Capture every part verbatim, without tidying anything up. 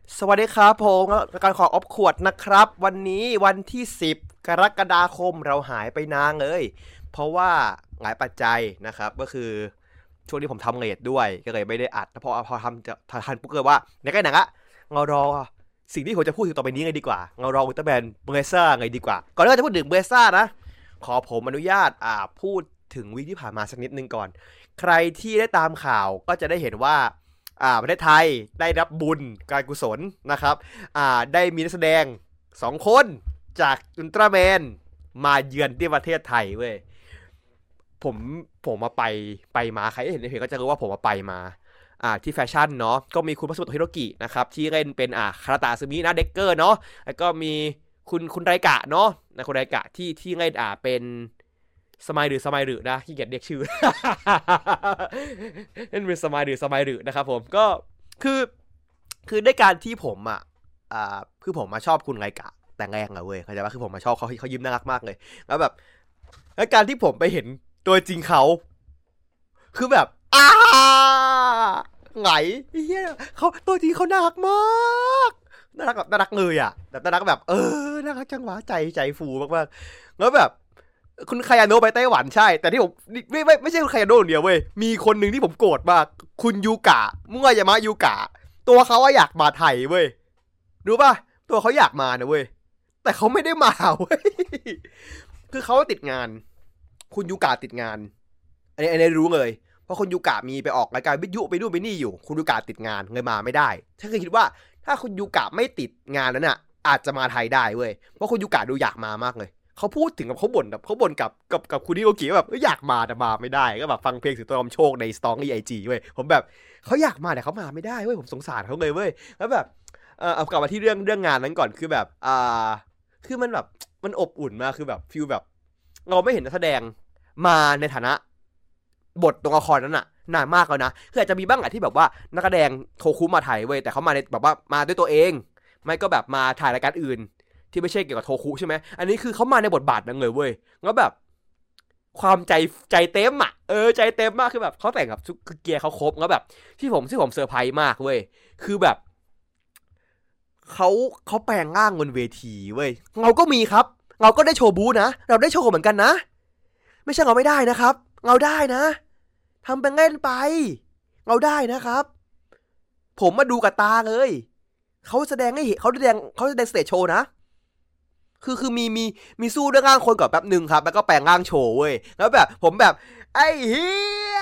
สวัสดีครับผมรายการขอออฟขวดนะครับวันนี้วันที่สิบกรกฎาคมเราหายไปนานเลยเพราะว่าหลายปัจจัยนะครับก็คือช่วงนี้ผมทำเรทด้วยก็เลยไม่ได้อัดพอพอทำจะทันปุ๊บก็ว่าในใกล้หนังอะเรารอสิ่งที่ผมจะพูดถึงต่อไปนี้ไงดีกว่าเรารออุลตร้าแมนเบรซ่าไงดีกว่าก่อนที่เราจะพูดถึงเบรซ่านะขอผมอนุญาตอ่าพูดถึงวีคที่ผ่านมาสักนิดนึงก่อนใครที่ได้ตามข่าวก็จะได้เห็นว่า อ่าประเทศไทยได้รับบุญการกุศลนะครับอ่าได้มีนักแสดงสองคนจากอุลตร้าแมนมาเยือนที่ประเทศไทยเว้ยผมผมมาไปไปมาใครเห็นในเพจก็จะรู้ว่าผมมาไปมาอ่าที่แฟชั่นเนาะก็มีคุณพัสดุฮิโรกินะครับที่เล่นเป็นอ่าคาราตาซึมินะเด็กเกอร์เนาะแล้วก็มีคุณคุณไรกะเนาะนะคุณไรกะที่ที่เล่นอ่าเป็นสมัยหรือสมัยหรือนะขี้เกียจเรียกชื่อ นั่นเป็นสมัยหรือสมัยหรือนะครับผมก็คือคือด้วยการที่ผมอ่ะอ่าคือผมมาชอบคุณไรกะแต่แรกอะเว้ยเข้าใจป่ะคือผมมาชอบเขาเขายิ้มน่ารักมากเลยแล้วแบบแล้วการที่ผมไปเห็นตัวจริงเขาคือแบบอ้าไงเฮียเขาตัวจริงเขาน่ารักมากน่ารักแบบน่ารักเลยอ่ะแบบน่ารักแบบเออน่ารักจังหวะใจใจฟูมากๆแล้วแบบคุณคายาโนะไปไต้หวันใช่แต่ที่ผมไม่ไม่ไม่ใช่คุณคายาโนะเดียวเว้ยมีคนหนึ่งที่ผมโกรธมากคุณยูกะมุงายามะยูกะตัวเขาว่าอยากมาไทยเว้ยรู้ป่ะตัวเขาอยากมานะเว้ยแต่เขาไม่ได้มาเว้ยคือเขาติดงานคุณยูกะติดงานอันนี้อันนี้รู้เลยเพราะคุณยูกะมีไปออกรายการวิทยุไปนู่นไปนี่อยู่คุณยูกะติดงานเลยมาไม่ได้ฉันเคยคิดว่าถ้าคุณยูกะไม่ติดงานนั้นน่ะอาจจะมาไทยได้เว้ยเพราะคุณยูกะดูอยากมามากเลยเขาพูดถึงกับเขาบ่นแบบเขาบ่นกับกับกับคุณนิโอกิแบบอยากมาแต่มาไม่ได้ก็แบบฟังเพลงถึงตัวลมโชคในสตอรี่ไอจีเว้ยผมแบบเขาอยากมาแต่เขามาไม่ได้เว้ยผมสงสารเขาเลยเว้ยแล้วแบบเออเอากลับมาที่เรื่องเรื่องงานนั้นก่อนคือแบบอ่าคือมันแบบมันอบอุ่นมากคือแบบฟิลแบบเราไม่เห็นนักแสดงมาในฐานะบทตัวละครนั้นน่ะนานมากแล้วนะคืออาจจะมีบ้างแหละที่แบบว่านักแสดงโทคุมาถ่ายเว้ยแต่เขามาในแบบว่ามาด้วยตัวเองไม่ก็แบบมาถ่ายรายการอื่นที่ไม่ใช่เกี่ยวกับโทคุใช่ไหมอันนี้คือเขามาในบทบาทนั้นเลยเว้ยแล้วแบบความใจใจเต็มอ่ะเออใจเต็มมากคือแบบเขาแต่งกับคือเกียร์เขาครบแล้วแบบที่ผมที่ผมเซอร์ไพรส์มากเว้ยคือแบบเขาเขาแปลงร่างบนเวทีเว้ยเราก็มีครับเราก็ได้โชว์บูนะเราได้โชว์เหมือนกันนะไม่ใช่เราไม่ได้นะครับเราได้นะทำเป็นเล่นไปเราได้นะครับผมมาดูกับตาเลยเขาแสดงให้เห็นเขาแสดงเขาแสดงสเตจโชว์นะ คือคือมีมีมีสู้เรื่องร่างคนก่อนแป๊บหนึ่งครับแล้วก็แปลงร่างโชว์เว้ยแล้วแบบผมแบบไอ้เฮีย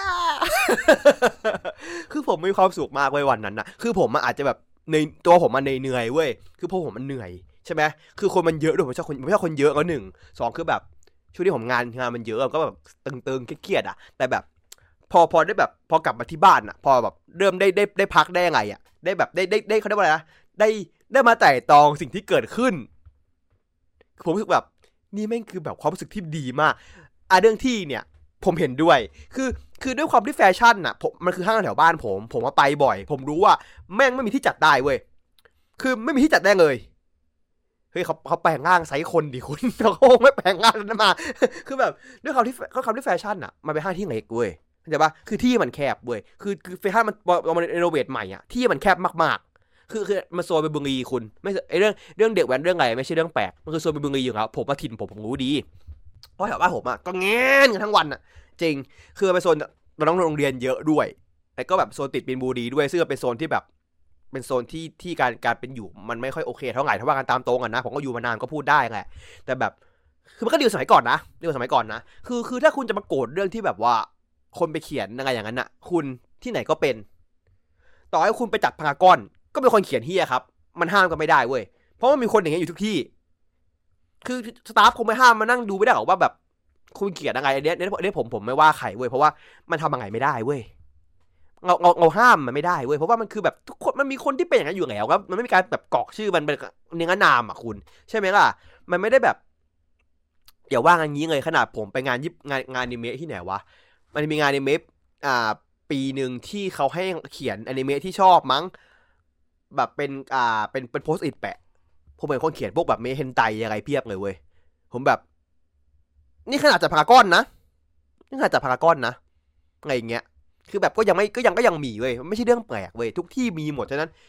คือผมมีความสุขมากเว้ยวันนั้นนะคือผมอาจจะแบบในตัวผมมันเหนื่อยเว้ยคือพวกผมมันเหนื่อยใช่ไหมคือคนมันเยอะด้วยผมชอบคนผมชอบคนเยอะก็หนึ่งสองคือแบบช่วงที่ผมงานงานมันเยอะก็แบบตึงๆเครียดๆอ่ะแต่แบบพอพอได้แบบพอกลับมาที่บ้านอ่ะพอแบบเริ่มได้ได้ได้พักได้ไงอ่ะได้แบบได้ได้ได้เขาเรียกว่าอะไรนะได้ได้มาไต่ตองสิ่งที่เกิดขึ้น ผมรู้สึกแบบนี่แม่งคือแบบความรู้สึกที่ดีมากอ่ะเรื่องที่เนี่ยผมเห็นด้วยคือคือด้วยความที่แฟชั่นอ่ะผมมันคือห้างแถวบ้านผมผมมาไปบ่อยผมรู้ว่าแม่งไม่มีที่จัดได้เว้ยคือไม่มีที่จัดได้เลยเฮ้ยเขาเขาแปลงร่างไซส์คนดิคุณเขาคงไม่แปลงร่างนั้นมาคือแบบด้วยความที่เขาคำที่แฟชั่นอ่ะมันเป็นห้างที่เล็กเว้ยเข้าใจปะคือที่มันแคบเว้ยคือคือแฟชั่นมันมันเรโนเวทใหม่อ่ะที่มันแคบมากๆคือคือมันโซนเป็นบึงรีคุณไม่ไอเรื่องเรื่องเด็กแว้นเรื่องอะไรไม่ใช่เรื่องแปลกมันคือโซนเป็นบึงรีอยู่แล้วผมมาถิ่นผมผมรู้ดีเพราะแถวบ้านผมอ่ะก็แง่นกันทั้งวันอ่ะจริงคือเป็นโซนน้องโรงเรียนเยอะด้วยแต่ก็แบบโซนติดบินบุรีด้วยซึ่งเป็นโซนที่แบบเป็นโซนที่ที่การการเป็นอยู่มันไม่ค่อยโอเคเท่าไหร่ถ้าว่ากันตามตรงอ่ะนะผมก็อยู่มานานก็พูดได้แหละแต่แบบคือมันก็ดีกว่าสมัยก่อนนะดีกว่าสมัยก่อนนะคือคือถ้าคุณจะมาโกรธเรื่องที่แบบว่าคนไปเขียนอะไรอย่างนั้นอ่ะคุณที่ไหนก็เป็นต่อให้คุณไปจัดพารากอนก็เป็นคนเขียนเฮียครับมันห้ามกันไม่ได้เว้ยเพราะว่ามีคนอย่างเงี้ยอยู่ทุกที่คือสตาฟคงไม่ห้ามมานั่งดูไม่ได้หรอกว่าแบบคุณเขียนอะไรอันเนี้ยเนี่ยผมผมไม่ว่าใครเว้ยเพราะว่ามันทำอะไรไม่ได้เว้ยเราเราเราห้ามมันไม่ได้เว้ยเพราะว่ามันคือแบบทุกคนมันมีคนที่เป็นอย่างนั้นอยู่แล้วครับมันไม่มีการแบบกรอกชื่อมันเป็นเนื้อนามอ่ะคุณใช่ไหมล่ะมันไม่ได้แบบอย่าว่างันนี้เลยขนาดผมไปงานยิบงานงานอนิเมะที่ไหนวะมันมีงานอนิเมะอ่าปีหนึ่งที่เขาให้เขียนอนิเมะที่ชอบมั้งแบบเป็นอ่าเป็นเป็นโพสต์อิทแปะผมเป็นคนเขียนพวกแบบเมเฮนไตอะไรเพียบเลยเว้ยผมแบบนี่ขนาดจะพารากอนนะนี่ขนาดจะพารากอนนะอะไรอย่างเงี้ยคือแบบก็ยังไม่ก็ยังก็ยังมีเว้ยไม่ใช่เรื่องแปลกเว้ยทุกที่มีหมดฉะนั้น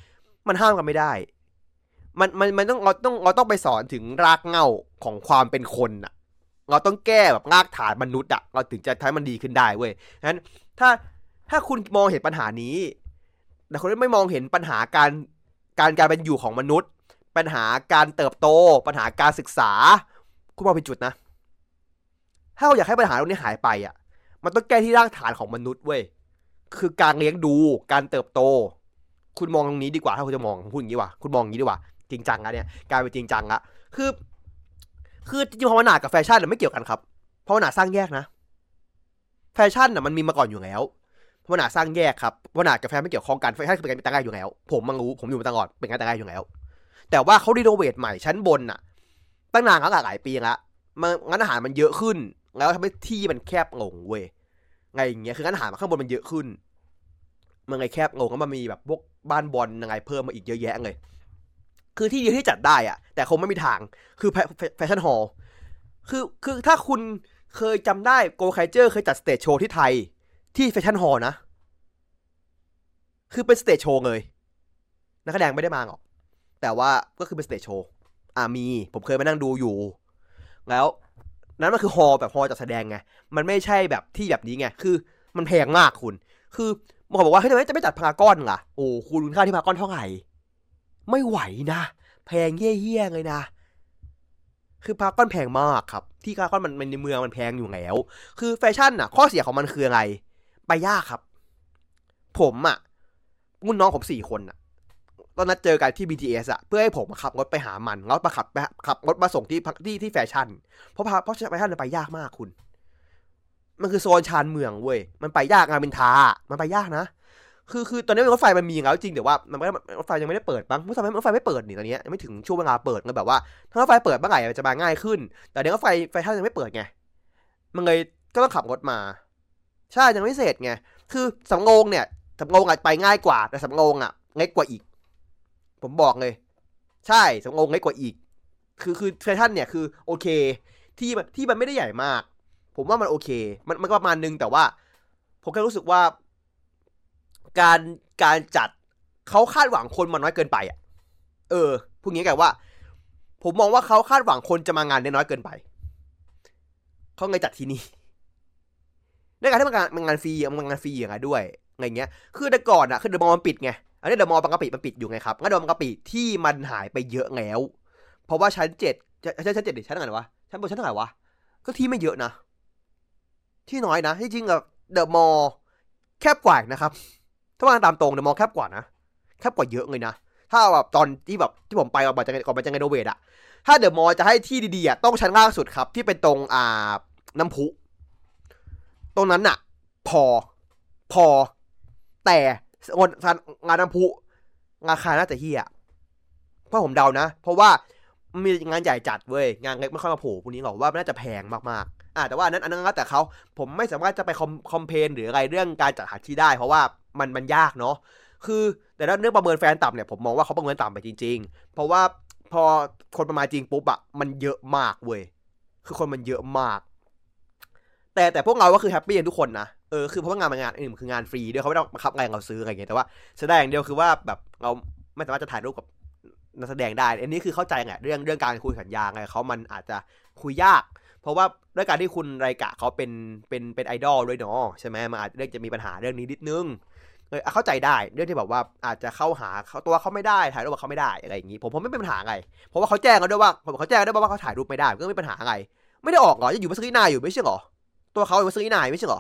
มันห้ามกันไม่ได้มันมันมันต้องเราต้องเราต้องไปสอนถึงรากเหง้าของความเป็นคนอ่ะเราต้องแก้แบบรากฐานมนุษย์อ่ะเราถึงจะทำให้มันดีขึ้นได้เว้ยงั้นถ้าถ้าคุณมองเห็นปัญหานี้แต่คุณไม่มองเห็นปัญหาการการการเป็นอยู่ของมนุษย์ปัญหาการเติบโตปัญหาการศึกษาคุณมองเป็นจุดนะถ้าเราอยากให้ปัญหาตรงนี้หายไปอ่ะมันต้องแก้ที่รากฐานของมนุษย์เว้ยคือการเลี้ยงดูการเติบโตคุณมองตรงนี้ดีกว่าถ้าคุณจะมองพูดอย่างนี้ว่ะคุณมองอย่างนี้ดีกว่าจริงจังอะเนี่ยการเป็นจริงจังอะคือคือจริงๆภาวนากับแฟชั่นไม่เกี่ยวกันครับภาวนาสร้างแยกนะแฟชั่นน่ะมันมีมาก่อนอยู่แล้วภาวนาสร้างแยกครับภาวนากับแฟชั่นไม่เกี่ยวข้องกันแฟชั่นเป็นการแต่งกายอยู่แล้วผมมันรู้ผมอยู่มาตลอดเป็นการแต่งกายอยู่แล้วแต่ว่าเขารีโนเวทใหม่ชั้นบนน่ะตั้งนานแล้วหลายปีแล้วมันงั้นอาหารมันเยอะขึ้นแล้วทำให้ที่มันแคบลงเว้ยไงอย่างเงี้ยคืองั้นอาหารข้างบนมันเยอะขึ้นมันไงแคบลงแล้วมันมีแบบพวกบ้านบอลยังไงเพิ่มมาอีกเยอะแยะเลยคือที่เดียวที่จัดได้อะแต่คงไม่มีทางคือแฟชั่นฮอลล์คือคือถ้าคุณเคยจำได้โกไคเจอร์เคยจัดสเตจโชว์ที่ไทยที่แฟชั่นฮอลล์นะคือเป็นสเตจโชว์เลยนักแสดงไม่ได้มาหรอกแต่ว่าก็คือเป็นสเตจโชว์อ่ามีผมเคยมานั่งดูอยู่แล้วนั้นมันคือฮอลล์แบบฮอลล์จัดแสดงไงมันไม่ใช่แบบที่แบบนี้ไงคือมันแพงมากคุณคือมันบอกว่าเฮ้ยทำไมจะไม่จัดพารากอนล่ะโอ้คุณค่าที่พารากอนเท่าไหร่ไม่ไหวนะแพงเหี้ยๆเลยนะคือพารากอนแพงมากครับที่พารากอนมันในเมืองมันแพงอยู่แล้วคือแฟชั่นอ่ะข้อเสียของมันคืออะไรไปยากครับผมอ่ะรุ่นน้องผมสี่คนอ่ะตอนนั้นเจอกันที่ บี ที เอส อ่ะเพื่อให้ผมขับรถไปหามันแล้วมาขับขับรถมาส่งที่ที่ที่แฟชั่นเพราะเพราะแฟชั่นมันไปยากมากคุณมันคือโซนชานเมืองเว้ยมันไปยากงานเป็นทามันไปยากนะคือคือตอนนี้รถไฟมันมีแล้วจริงแต่ว่ามันไม่รถไฟยังไม่ได้เปิดบ้างรถไฟรถไฟไม่เปิดนี่ตอนนี้ยังไม่ถึงช่วงเวลาเปิดเลยแบบว่าถ้ารถไฟเปิดเมื่อไหร่จะมาง่ายขึ้นแต่เดี๋ยวรถไฟไฟท่ายังไม่เปิดไงมันเลยก็ต้องขับรถมาใช่ยังไม่เสร็จไงคือสำโรงเนี่ยสำโรงอาจไปง่ายกว่าแต่สำโรงอ่ะเล็กกว่าอีกผมบอกเลยใช่สำโรงเล็กกว่าอีกคือคือแฟชั่นเนี่ยคือโอเคที่ที่มันไม่ได้ใหญ่มากผมว่ามันโอเคมันมันก็ประมาณนึงแต่ว่าผมแค่รู้สึกว่าการการจัดเขาคาดหวังคนมาน้อยเกินไปอ่ะเออพูดงี้กันว่าผมมองว่าเขาคาดหวังคนจะมางานน้อยเกินไปเขาเลยจัดที่นี่ในการที่มันงานมันงานฟรีมันงานฟรีอย่างไรด้วยไงเงี้ยคือแต่ก่อนอ่ะคือเดอะมอลล์มันปิดไงอันนี้เดอะมอลล์บางกะปิมันปิดอยู่ไงครับงั้นเดอะมอลล์บางกะปิที่มันหายไปเยอะแล้วเพราะว่าชั้นเจ็ดชั้นชั้นเจ็ดดิชั้นไหนวะชั้นบนชั้นไหนวะก็ที่ไม่เยอะนะที่น้อยนะที่จริงอะเดอะมอลล์แคบกว่านะครับถ้ามาตามตรงเดอะมอลล์แคบกว่านะแคบกว่าเยอะเลยนะถ้าแบบตอนที่แบบที่ผมไปก่อนจะก่อนไปจะไงโนเวทอะถ้าเดอะมอลล์จะให้ที่ดีๆอะต้องชั้นล่างสุดครับที่เป็นตรงอ่าน้ำพุตรงนั้นอะพอพอแต่งานน้ำพุราคาน่าจะเฮียเพราะผมเดานะเพราะว่ามีงานใหญ่จัดเว้ยงานเล็กไม่ค่อยมาโผล่พวกนี้หรอกว่าน่าจะแพงมากๆอ่าแต่ว่าอันนั้นอันนั้นแต่เขาผมไม่สามารถจะไปคอมคอมเพนหรืออะไรเรื่องการจัดหาที่ได้เพราะว่ามันมันยากเนาะคือแต่ถ้าเรื่องประเมินแฟนต่ำเนี่ยผมมองว่าเขาประเมินต่ำไปจริงๆเพราะว่าพอคนประมาณจริงปุ๊บอะมันเยอะมากเว้ยคือคนมันเยอะมากแต่แต่พวกเราก็คือแฮปปี้กันทุกคนนะเออคือเพราะว่างานมันงานอื่นคืองานฟรีด้วยเขาไม่ต้องบังคับแรงเราซื้ออะไรเงี้ยแต่ว่าแสดงอย่างเดียวคือว่าแบบเราไม่สามารถจะถ่ายรูปกับนักแสดงได้อันนี้คือเข้าใจไงเรื่องเรื่องการคุยสัญญาไงเขามันอาจจะคุยยากเพราะว่าด้วยการที่คุณไรกะเขาเป็นเป็นเป็นไอดอลด้วยเนาะใช่ไหมมันอาจจะเรื่องจะมีปัญหาเรื่องนี้นิดนึงเลยเข้าใจได้เรื่องที่แบบว่าอาจจะเข้าหาเขาตัวเขาไม่ได้ถ่ายรูปกับเขาไม่ได้อะไรอย่างนี้ผมผมไม่เป็นปัญหาไงเพราะว่าเขาแจ้งกันด้วยว่าผมเขาแจ้งด้วยว่าเขาถ่ายรูปไม่ได้ก็ไม่เป็นปัญหาไงไม่ได้ออกหรอจะอยู่มัสยิดนายอยู่ไม่ใช่หรอตัวเขาอยู่มัสยิดนายไม่ใช่หรอ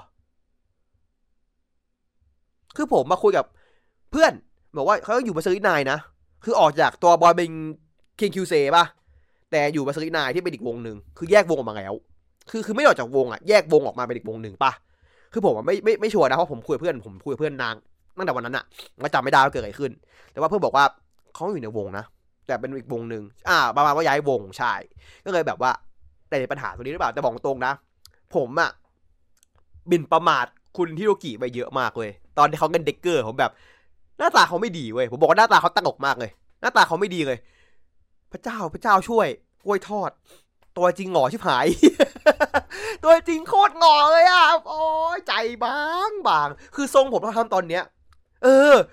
คือผมมาคุยกับเพื่อนบอกว่าเขาอยู่มัสยิดนายนะคือออกจากตัวบอยเป็นคิงคิวเซป่ะแต่อยู่มัสยิดนายที่เป็นอีกวงหนึ่งคือแยกวงออกมาแล้วคือคือไม่ออกจากวงอ่ะแยกวงออกมาเป็นอีกวงหนึ่งป่ะคือผมไม่ไม่ไม่ชัวร์นะเพราะผมคุยกับเพื่อนผมคุยกับเพื่อนนางตั้งแต่วันนั้นอ่ะก็จำไม่ได้ว่าเกิดอะไรขึ้นแต่ว่าเพื่อนบอกว่าเขาอยู่ในวงนะแต่เป็นอีกวงหนึ่งอ่าประมาณว่าย้ายวงใช่ก็เลยแบบว่าแต่ปัญหาตรงนี้หรือเปล่าแต่บอกตรงนะผมอ่ะบินประมาทคุณฮิโรกิไปเยอะมากเลยตอนที่เขาเล่นเด็กเกอร์ผมแบบหน้าตาเขาไม่ดีเว้ยผมบอกว่าหน้าตาเขาตลกมากเลยหน้าตาเขาไม่ดีเลยพระเจ้าพระเจ้าช่วยกล้วยทอดตัวจริงหงอชิบหาย ตัวจริงโคตรหงอเลยอ่ะโอ้ยใจบางบางคือทรงผมเขาทำตอนเนี้ยเออ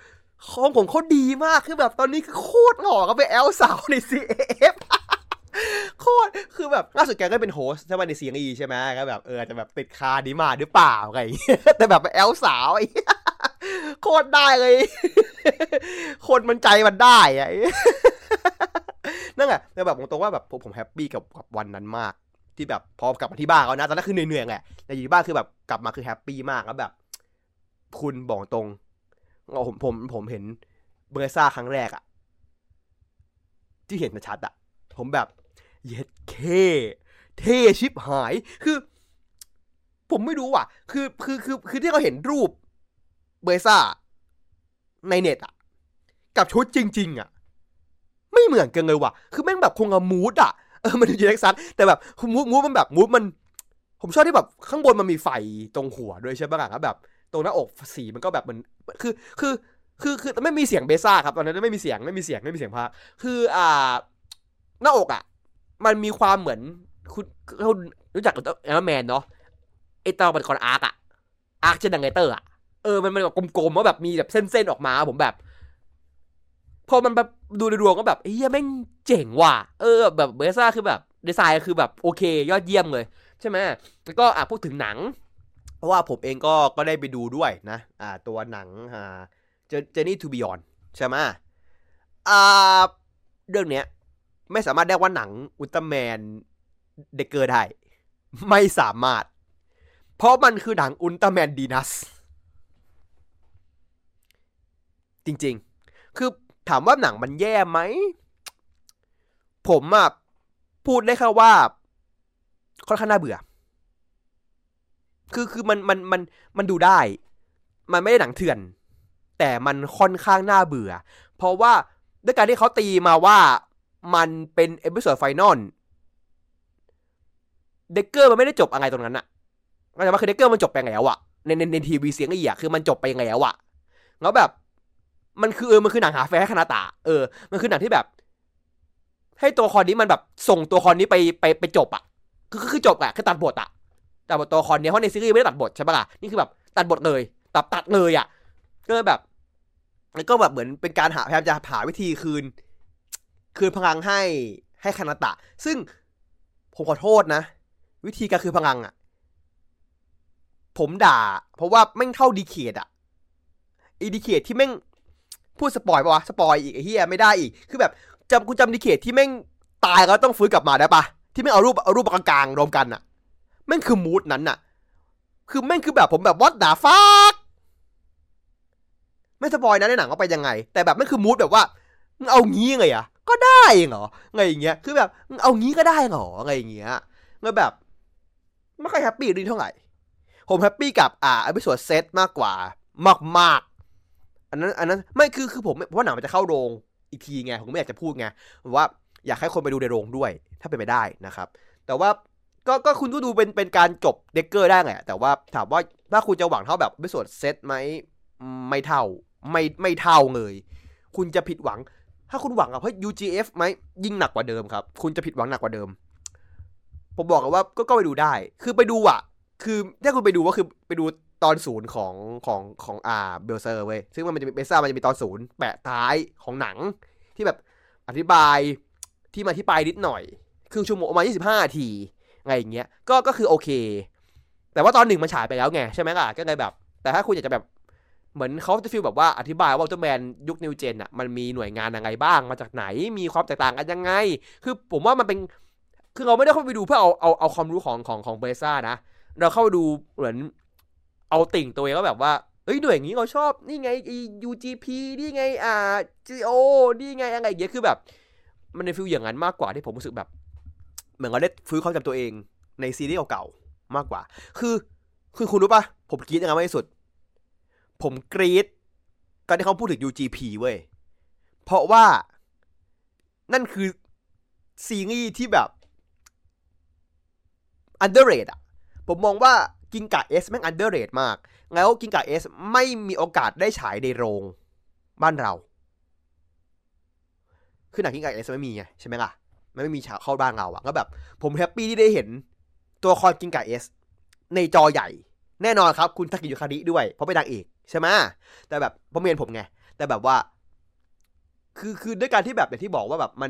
ของผมเขาดีมากคือแบบตอนนี้คือโคตรหล่อก็ไปแอลสาวใน ซี เอ เอฟ โคตรคือแบบล่าสุดแกก็เป็นโฮสต์ใช่ไหมในซีรีส์ใช่ไหมก็แบบเออจะแบบติดคานี้มาหรือเปล่าอะไรอย่างเงี้ยแต่แบบไปแอลสาวไอ้โคตรได้เลยคนมันใจมันได้อะนั่นแหละแต่แบบตรงว่าแบบผมแฮปปี้กับกับวันนั้นมากที่แบบพอกลับมาที่บ้านเขานะตอนนั้นคือเหนื่อยๆแหละแต่อยู่ที่บ้านคือแบบกลับมาคือแฮปปี้มากแล้วแบบคุณบอกตรงผมผมผมเห็นเบอร์ซ่าครั้งแรกอะที่เห็นชัดอะผมแบบเย็ดเคเท่ชิบหายคือผมไม่รู้ว่ะคือคือคือคือที่เขาเห็นรูปเบอร์ซ่าในเน็ตอะกับชุดจริงๆอะไม่เหมือนกันเลยว่ะคือแม่งแบบคงเอามูดอะเออมันอยู่ในซันแต่แบบมูดมูดมันแบบมูดมันผมชอบที่แบบข้างบนมันมีไฟตรงหัวด้วยใช่ป่ะครับแบบตรงหน้าอกสีมันก็แบบมันคือคือคือคือไม่มีเสียงเบซ่าครับตอนนั้นไม่มีเสียงไม่มีเสียงไม่มีเสียงพากคืออ่าหน้าอกอ่ะมันมีความเหมือนคุณเขารู้จักแอร์แมนเนาะไอตอนเป็นคอนอาร์คอะอาร์คเจนเนเตอร์อะเออมันมันแบบกลมๆว่าแบบมีแบบเส้นๆออกมาผมแบบพอมันแบบดูในดวงก็แบบเฮียแม่งเจ๋งว่ะเออแบบเบซ่าคือแบบดีไซน์คือแบบโอเคยอดเยี่ยมเลยใช่ไหมแล้วก็อ่ะพูดถึงหนังเพราะว่าผมเองก็ก็ได้ไปดูด้วยนะอ่าตัวหนังอ่า Journey to Beyond ใช่ไหมอ่าเรื่องเนี้ยไม่สามารถได้ว่าหนังอุลตร้าแมนเด็กเกอร์ได้ไม่สามารถเพราะมันคือหนังอุลตร้าแมนดีนัสจริงๆคือถามว่าหนังมันแย่ไหมผมอะพูดได้แค่ว่าค่อนข้างน่าเบื่อคือคือมันมันมันมันดูได้มันไม่ได้หนังเถื่อนแต่มันค่อนข้างน่าเบื่อเพราะว่าด้วยการที่เขาตีมาว่ามันเป็นเอพิโซดไฟนอลเด็กเกอร์มันไม่ได้จบอะไรตรงนั้นอะก็จะว่าคือเด็กเกอร์มันจบไปแล้วอะในในในทีวีเสียงอีอะคือมันจบไปยังไงแล้วอะแล้วแบบมันคือเออมันคือหนังหาแฟนให้คณะตาเออมันคือหนังที่แบบให้ตัวคอนนี้มันแบบส่งตัวคอนนี้ไปไปไปจบอะคือคือจบอะคือตัดบทอะแต่ตัวคอนนี้เพราะในซีรีส์ไม่ได้ตัดบทใช่ปะล่ะนี่คือแบบตัดบทเลยตัดตัดเลยอะก็แบบแล้วก็แบบเหมือนเป็นการหาพยายามจะหาวิธีคืนคืนพลังให้ให้คานาตะซึ่งผมขอโทษนะวิธีการคืนพลังอะผมด่าเพราะว่าแม่งเท่าดีเคดอะอีดีเคดที่แม่งพูดสปอยปะวะสปอยอีกไอ้เหี้ยไม่ได้อีกคือแบบจำกูจำดีเคดที่แม่งตายแล้วต้องฟื้นกลับมาได้ปะที่แม่งเอารูปเอารูปกลางๆรวมกันอะแม่งคือมูดนั้นอะคือแม่งคือแบบผมแบบวัดด่าฟักไม่สปอยนะในหนังว่าไปยังไงแต่แบบแม่งคือมูดแบบว่ามึงเอางี้ไงอะก็ได้เหรอไงอย่างเงี้ยคือแบบมึงเอางี้ก็ได้เหรอไงอย่างเงี้ยเงยแบบไม่ค่อยแฮปปี้ดีเท่าไหร่ผมแฮปปี้กับอ่าอพิโซดเซตมากกว่ามากๆอันนั้นอันนั้นไม่คือคือผมเพราะว่าหนังมันจะเข้าโรงอีกทีไงผมไม่อยากจะพูดไงว่าอยากให้คนไปดูในโรงด้วยถ้าเป็นไปได้นะครับแต่ว่าก็ก็คุณก็ดูเป็นเป็นการจบเด็กเกอร์ได้แหละแต่ว่าถามว่าถ้าคุณจะหวังเท่าแบบอพิโซดเซตไหมไม่เท่าไม่ไม่เท่าเลยคุณจะผิดหวังถ้าคุณหวังอะเพราะ ยู จี เอฟ ไหมยิ่งหนักกว่าเดิมครับคุณจะผิดหวังหนักกว่าเดิมผมบอกกันว่าก็ก็ไปดูได้คือไปดูอะคือถ้าคุณไปดูก็คือไปดูตอนศูนย์ของของของอ่าเบลเซอร์เว้ยซึ่งมันจะมีเบซ่ามันจะมีตอนศูนย์แปะท้ายของหนังที่แบบอธิบายที่มาที่ไปนิดหน่อยครึ่งชั่วโมงประมาณยี่สิบห้านาทีไงอย่างเงี้ยก็ก็คือโอเคแต่ว่าตอนหนึ่งมันฉายไปแล้วไงใช่ไหมล่ะก็เลยแบบแต่ถ้าคุณอยากจะแบบเหมือนเขาจะฟีลแบบว่าอธิบายว่าอุลตร้าแมนยุคนิวเจนอ่ะมันมีหน่วยงานยังไงบ้างมาจากไหนมีความแตกต่างกันยังไงคือผมว่ามันเป็นคือเราไม่ได้เข้าไปดูเพื่อเอาเอาเอาความรู้ของของของเบซ่านะเราเข้าไปดูเหมือนเอาติ่งตัวเองก็แบบว่าเอ้ยหน่วยอย่างนี้เราชอบนี่ไง ยู จี พี นี่ไงอ่า จี โอ นี่ไงอะไรอย่างเงี้ยคือแบบมันในฟีลอย่างนั้นมากกว่าที่ผมรู้สึกแบบเหมือนเราได้ฟื้นความจำตัวเองในซีรีส์เก่าๆมากกว่าคือคือคุณรู้ป่ะผมกรี๊ดยังไงมากที่สุดผมกรี๊ดการที่เขาพูดถึง ยู จี พี เว้ยเพราะว่านั่นคือซีรีส์ที่แบบ underrate อ่ะผมมองว่ากิงกะเอสแม่ง underrate มากแล้วกิงกะเอสไม่มีโอกาสได้ฉายในโรงบ้านเราคือหนังกิงกะเอสไม่มีไงใช่ไหมล่ะมันไม่มีฉายเข้าบ้านเราอ่ะก็แบบผมแฮปปี้ที่ได้เห็นตัวละครกิงกะเอสในจอใหญ่แน่นอนครับคุณทากิยุคาริด้วยเพราะเป็นนางเอกใช่ไหมแต่แบบผมเรียนผมไงแต่แบบว่าคือคือด้วยการที่แบบอย่างที่บอกว่าแบบมัน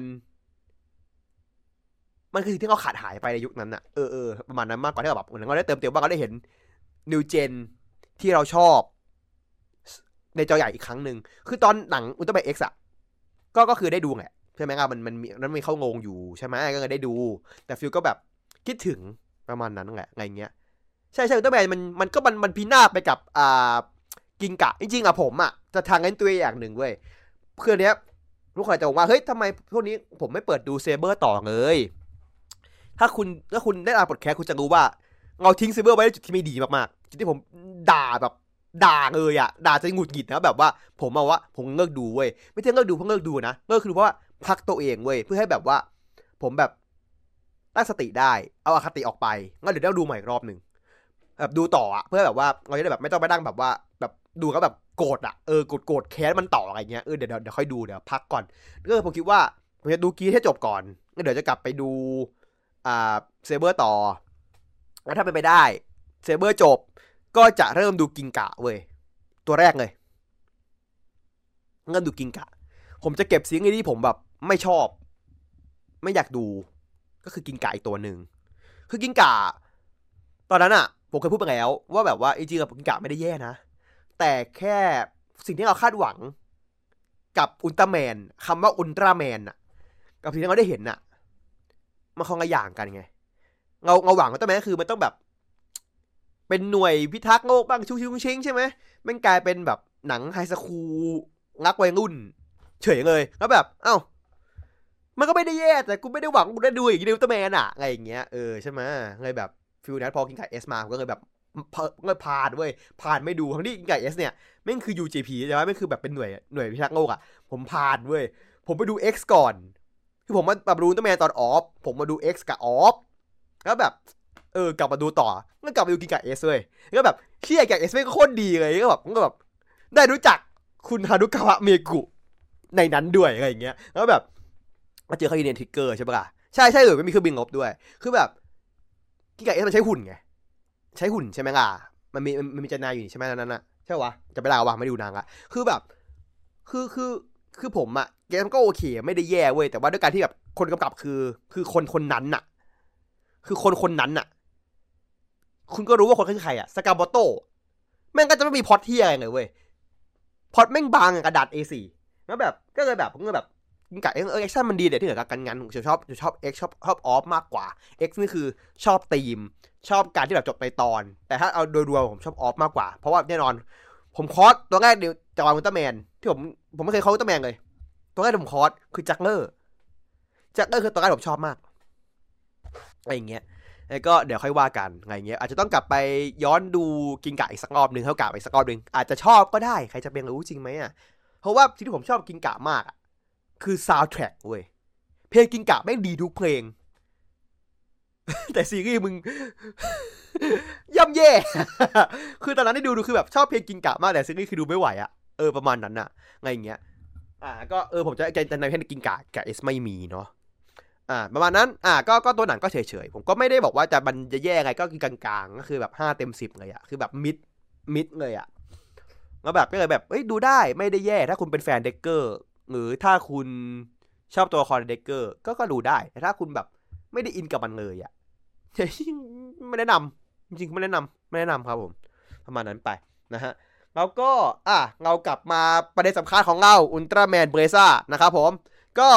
มันคือสิ่งที่เขาขาดหายไปในยุคนั้นอะเออเออประมาณนั้นมากกว่าที่แบบเหมือนเราได้เติมเต็มบ้างเราได้เห็นนิวเจนที่เราชอบในจอใหญ่อีกครั้งหนึ่งคือตอนหนังอุลตร้าแมนเอ็กซ์อะก็ก็คือได้ดูแหละใช่ไหมครับมันมันมีนั้นมีเข้างงอยู่ใช่ไหมก็เลยได้ดูแต่ฟิลก็แบบคิดถึงประมาณนั้นแหละไงเงี้ยใช่ใช่อุลตร้าแมนมันมันก็มันมันพินาศไปกับอ่ากิงกะจริงๆอะผมอะจะทางนั้นตัวอย่างหนึ่งเว้ยเพื่อนเนี้ยลูกค้าจะบอกว่าเฮ้ยทำไมพวกนี้ผมไม่เปิดดูเซเบอร์ต่อเลยถ้าคุณถ้าคุณได้อ่านบทแคสคุณจะรู้ว่าเราทิ้งเซเบอร์ไว้ในจุดที่ไม่ดีมากๆจุดที่ผมด่าแบบด่าเลยอะด่าจนหงุดหงิดนะแบบว่าผมเอาว่าผมเลิกดูเว้ยไม่ใช่เลิกดูเพราะเลิกดูนะเลิกคือเพราะว่าพักตัวเองเว้ยเพื่อให้แบบว่าผมแบบตั้งสติได้เอาอคติออกไปงั้นเดี๋ยวต้องดูใหม่อีกรอบหนึ่งแบบดูต่ออะเพื่อแบบว่าเราจะได้แบบไม่ต้องไปนั่งแบบว่าแบบดูแล้วแบบโกรธอะเออโกรธโกรธแค้นมันต่ออะไรเงี้ยเออเดี๋ยวเดี๋ยวค่อยดูเดี๋ยวพักก่อนก็ผมคิดว่าผมจะดูกีให้จบก่อนแล้วเดี๋ยวจะกลับไปดูอ่าเซเบอร์ต่อแล้วถ้าเป็นไปได้เซเบอร์จบก็จะเริ่มดูกิงกะเว้ยตัวแรกเลยเริ่มดูกิงกะผมจะเก็บสิ่งที่ผมแบบไม่ชอบไม่อยากดูก็คือกิงกะอีกตัวหนึ่งคือกิงกะตอนนั้นอะผมเคยพูดไปแล้วว่าแบบว่าจริงๆกับกิงกะไม่ได้แย่นะแต่แค่สิ่งที่เราคาดหวังกับอุลตร้าแมนคำว่าอุลตร้าแมนอะกับสิ่งที่เราได้เห็นอะมันคนละอย่างกันไงเราเราหวังอุลตร้าแมนคือมันต้องแบบเป็นหน่วยพิทักษ์โลกบ้างชุ่งชิงชิงใช่ไหมมันกลายเป็นแบบหนังไฮสคูลรักวัยรุ่นเฉยเลยแล้วแบบเอ้ามันก็ไม่ได้แย่แต่กูไม่ได้หวังกูได้ดูอย่างนี้อุลตร้าแมนอะอะไรอย่างเงี้ยเออใช่ไหมเลยแบบฟิลนั้นพอกินไก่เอสมาก็เลยแบบก็ผ่านเว้ยผ่านไม่ดูทั้งที่กินไก่เอสเนี่ยแม่งคือ ยู จี พี ใช่ไหมแม่งคือแบบเป็นหน่วยหน่วยพิทักษ์โลกอะผมผ่านเว้ยผมไปดู X ก่อนคือผมมาแบบดูอุลตร้าแมนตอนออฟผมมาดู X กับออฟแล้วแบบเออกลับมาดูต่อก็กลับมาดูกินไก่เอสเลยก็แบบเชี่ยไก่เอสไม่โคตรดีเลยก็แบบก็แบบได้รู้จักคุณฮารุกาวะเมกุในนั้นด้วยอะไรอย่างเงี้ยแล้วแบบมาเจอเขาอยู่ในทริกเกอร์ใช่ปะล่ะใช่ใช่เลยไม่มีเครื่องบินลบด้วยคือแบบกินไก่เอสมันใช้หุ่นไงใช้หุ่นใช่ไหมล่ะมันมีมันมีเจนาอยู่ใช่ไหมนั้นน่ะใช่ปะจะไปลาวะไม่ดูนางละคือแบบคือคือคือผมอะเกมก็โอเคไม่ได้แย่เว้ยแต่ว่าด้วยการที่แบบคนกำกับคือคือคนคนนั้นน่ะคือคนคนนั้นน่ะคุณก็รู้ว่าคนคือใครอะสกาโบโต้แม่งก็จะไม่มีพล็อตที่อะไรเลยเว้ยพล็อตแม่งบางกระดาษ เอ โฟร์ แล้วแบบก็เลยแบบผมก็แบบกับเอ็กเอ็กชั่นมันดีเดี๋ยวที่เหลือกันงานผมชอบชอบ X ชอบชอบออฟมากกว่า X นี่คือชอบธีมชอบการที่แบบจบในตอนแต่ถ้าเอาโดยรวมผมชอบออฟมากกว่าเพราะว่าแน่นอนผมคอสตัวแรกเดียวจากอุลตร้าแมนที่ผมผมไม่เคยคอสอุลตร้าแมนเลยตัวแรกที่ผมคอสคือจักเลอร์จักเลอร์คือตัวแรกผมชอบมากอะไรอย่างเงี้ยแล้วก็เดี๋ยวค่อยว่ากันอะไรเงี้ยอาจจะต้องกลับไปย้อนดูกินกะอีกสักรอบหนึ่งเท่ากับอีกสักรอบหนึ่งอาจจะชอบก็ได้ใครจะเป็นรู้จริงไหมอ่ะเพราะว่าที่ผมชอบกินกะมากอ่ะคือซาวด์แทร็กเว้ยเพลงกินกะแม่งดีทุกเพลงแต่ซีรีส์มึงย่ำแย่คือตอนนั้นได้ดูดูคือแบบชอบเพลงกินกะมากแต่ซีรีส์คือดูไม่ไหวอ่ะเออประมาณนั้นอ่ะไงอย่างเงี้ยอ่าก็เออผมจะจะในเพลงกินกะกะเอสไม่มีเนาะอ่าประมาณนั้นอ่าก็ก็ตัวหนังก็เฉยๆผมก็ไม่ได้บอกว่าจะมันจะแย่ไงก็คือกลางๆก็คือแบบห้าเต็มสิบเลยอ่ะคือแบบมิดมิดเลยอ่ะแล้วแบบก็เลยแบบเอ้ยดูได้ไม่ได้แย่ถ้าคุณเป็นแฟนเด็กเกอร์หรือถ้าคุณชอบตัวละครเด็กเกอร์ก็ก็ดูได้แต่ถ้าคุณแบบไม่ได้อินกับมันเลยอ่ะไม่แนะนำจริงๆไม่แนะนำไม่แนะนำครับผมประมาณนั้นไปนะฮะแล้วก็อ่ะเรากลับมาประเด็นสำคัญของเราอุลตร้าแมนเบรซ่านะครับผมก็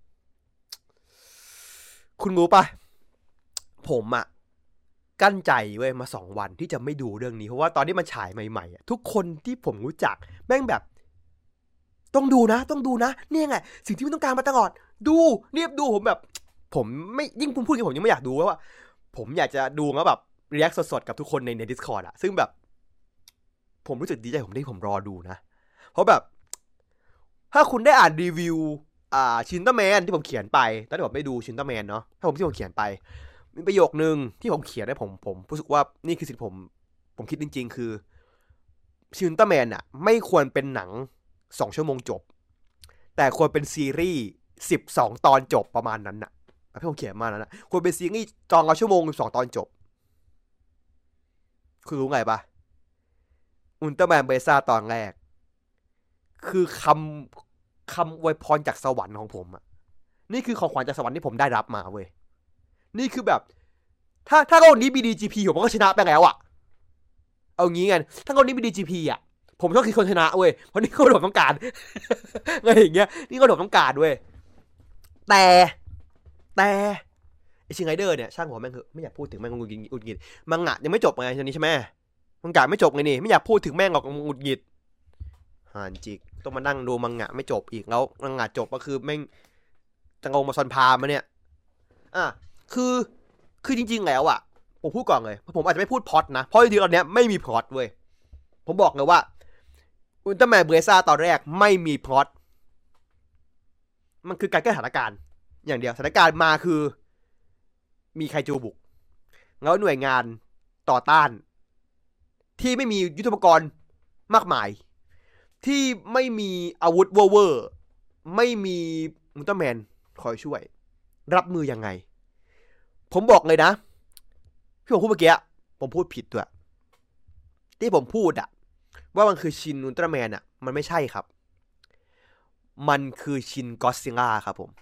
คุณรู้ปะผมอะกั้นใจเว้ยมาสองวันที่จะไม่ดูเรื่องนี้เพราะว่าตอนที่มันฉายใหม่ๆอะทุกคนที่ผมรู้จักแม่งแบบต้องดูนะต้องดูนะเนี่ยไงสิ่งที่ผมต้องการมาตลอดดูเรียบดูผมแบบผมไม่ยิ่งพูดพูดกันผมยังไม่อยากดูว่าผมอยากจะดูแล้วแบบรีแอคสดๆกับทุกคนในใน Discord อะซึ่งแบบผมรู้สึกดีใจผมที่ผมรอดูนะเพราะแบบถ้าคุณได้อ่านรีวิวอ่าชินเตอร์แมนที่ผมเขียนไปตอนที่ผมไปดูชินเตอร์แมนเนาะถ้าผมที่ผมเขียนไปมีประโยคนึงที่ผมเขียนได้ผมผมรู้สึกว่านี่คือสิ่งผมผมคิดจริงๆคือชินเตอร์แมนอะไม่ควรเป็นหนังสองชั่วโมงจบแต่ควรเป็นซีรีส์สิบสองตอนจบประมาณนั้นน่ะที่ผมเขียนมาแล้วนะควรเป็นซีรีส์ตอนละชั่วโมงสองตอนจบคุณรู้ไงปะอุลตร้าแมนเบซ่าตอนแรกคือคำคำอวยพรจากสวรรค์ของผมอะนี่คือของขวัญจากสวรรค์ที่ผมได้รับมาเว้ยนี่คือแบบถ้าถ้าโลกนี้มี ดี จี พี ผมก็ชนะไปแล้วอะเอางี้กันถ้าโลกนี้มี ดี จี พี อะผมต้องคือคนชนะเว้ยเพราะนี่ก็ผมต้องการอะไรอย่างเงี้ยนี่ก็ผมต้องการเว้ยแต่แต่ไอชิงไรเดอร์เนี่ยช่างหัวแม่งเหอะไม่อยากพูดถึงแม่งงุดหงิดอุดหงิดมังงะยังไม่จบไงตอนนี้ใช่ไหมมังงะไม่จบไงนี่ไม่อยากพูดถึงแม่งหรอกงุดหงิดฮานจิกต้องมานั่งดูมังงะไม่จบอีกแล้วมังงะจบก็คือแม่งจะงงมาซอนพามาเนี่ยอ่ะคือคือจริงๆแล้วอ่ะผมพูดก่อนเลยผมอาจจะไม่พูดพล็อตนะเพราะจริงๆตอนนี้ไม่มีพล็อตเว้ยผมบอกเลยว่าอุลตร้าแมนเบรซ่าตอนแรกไม่มีพล็อตมันคือการแก้สถานการณ์อย่างเดียวสถานการณ์มาคือมีไคจูบุกแล้วหน่วยงานต่อต้านที่ไม่มียุทโธปกรณ์มากมายที่ไม่มีอาวุธเวอร์ไม่มีอุลตร้าแมนคอยช่วยรับมือยังไงผมบอกเลยนะที่ผมพูดเมื่อกี้ผมพูดผิดด้วยที่ผมพูดอะว่ามันคือชินอุลตร้าแมนอะมันไม่ใช่ครับมันคือชินก็อดซิลล่าครับผม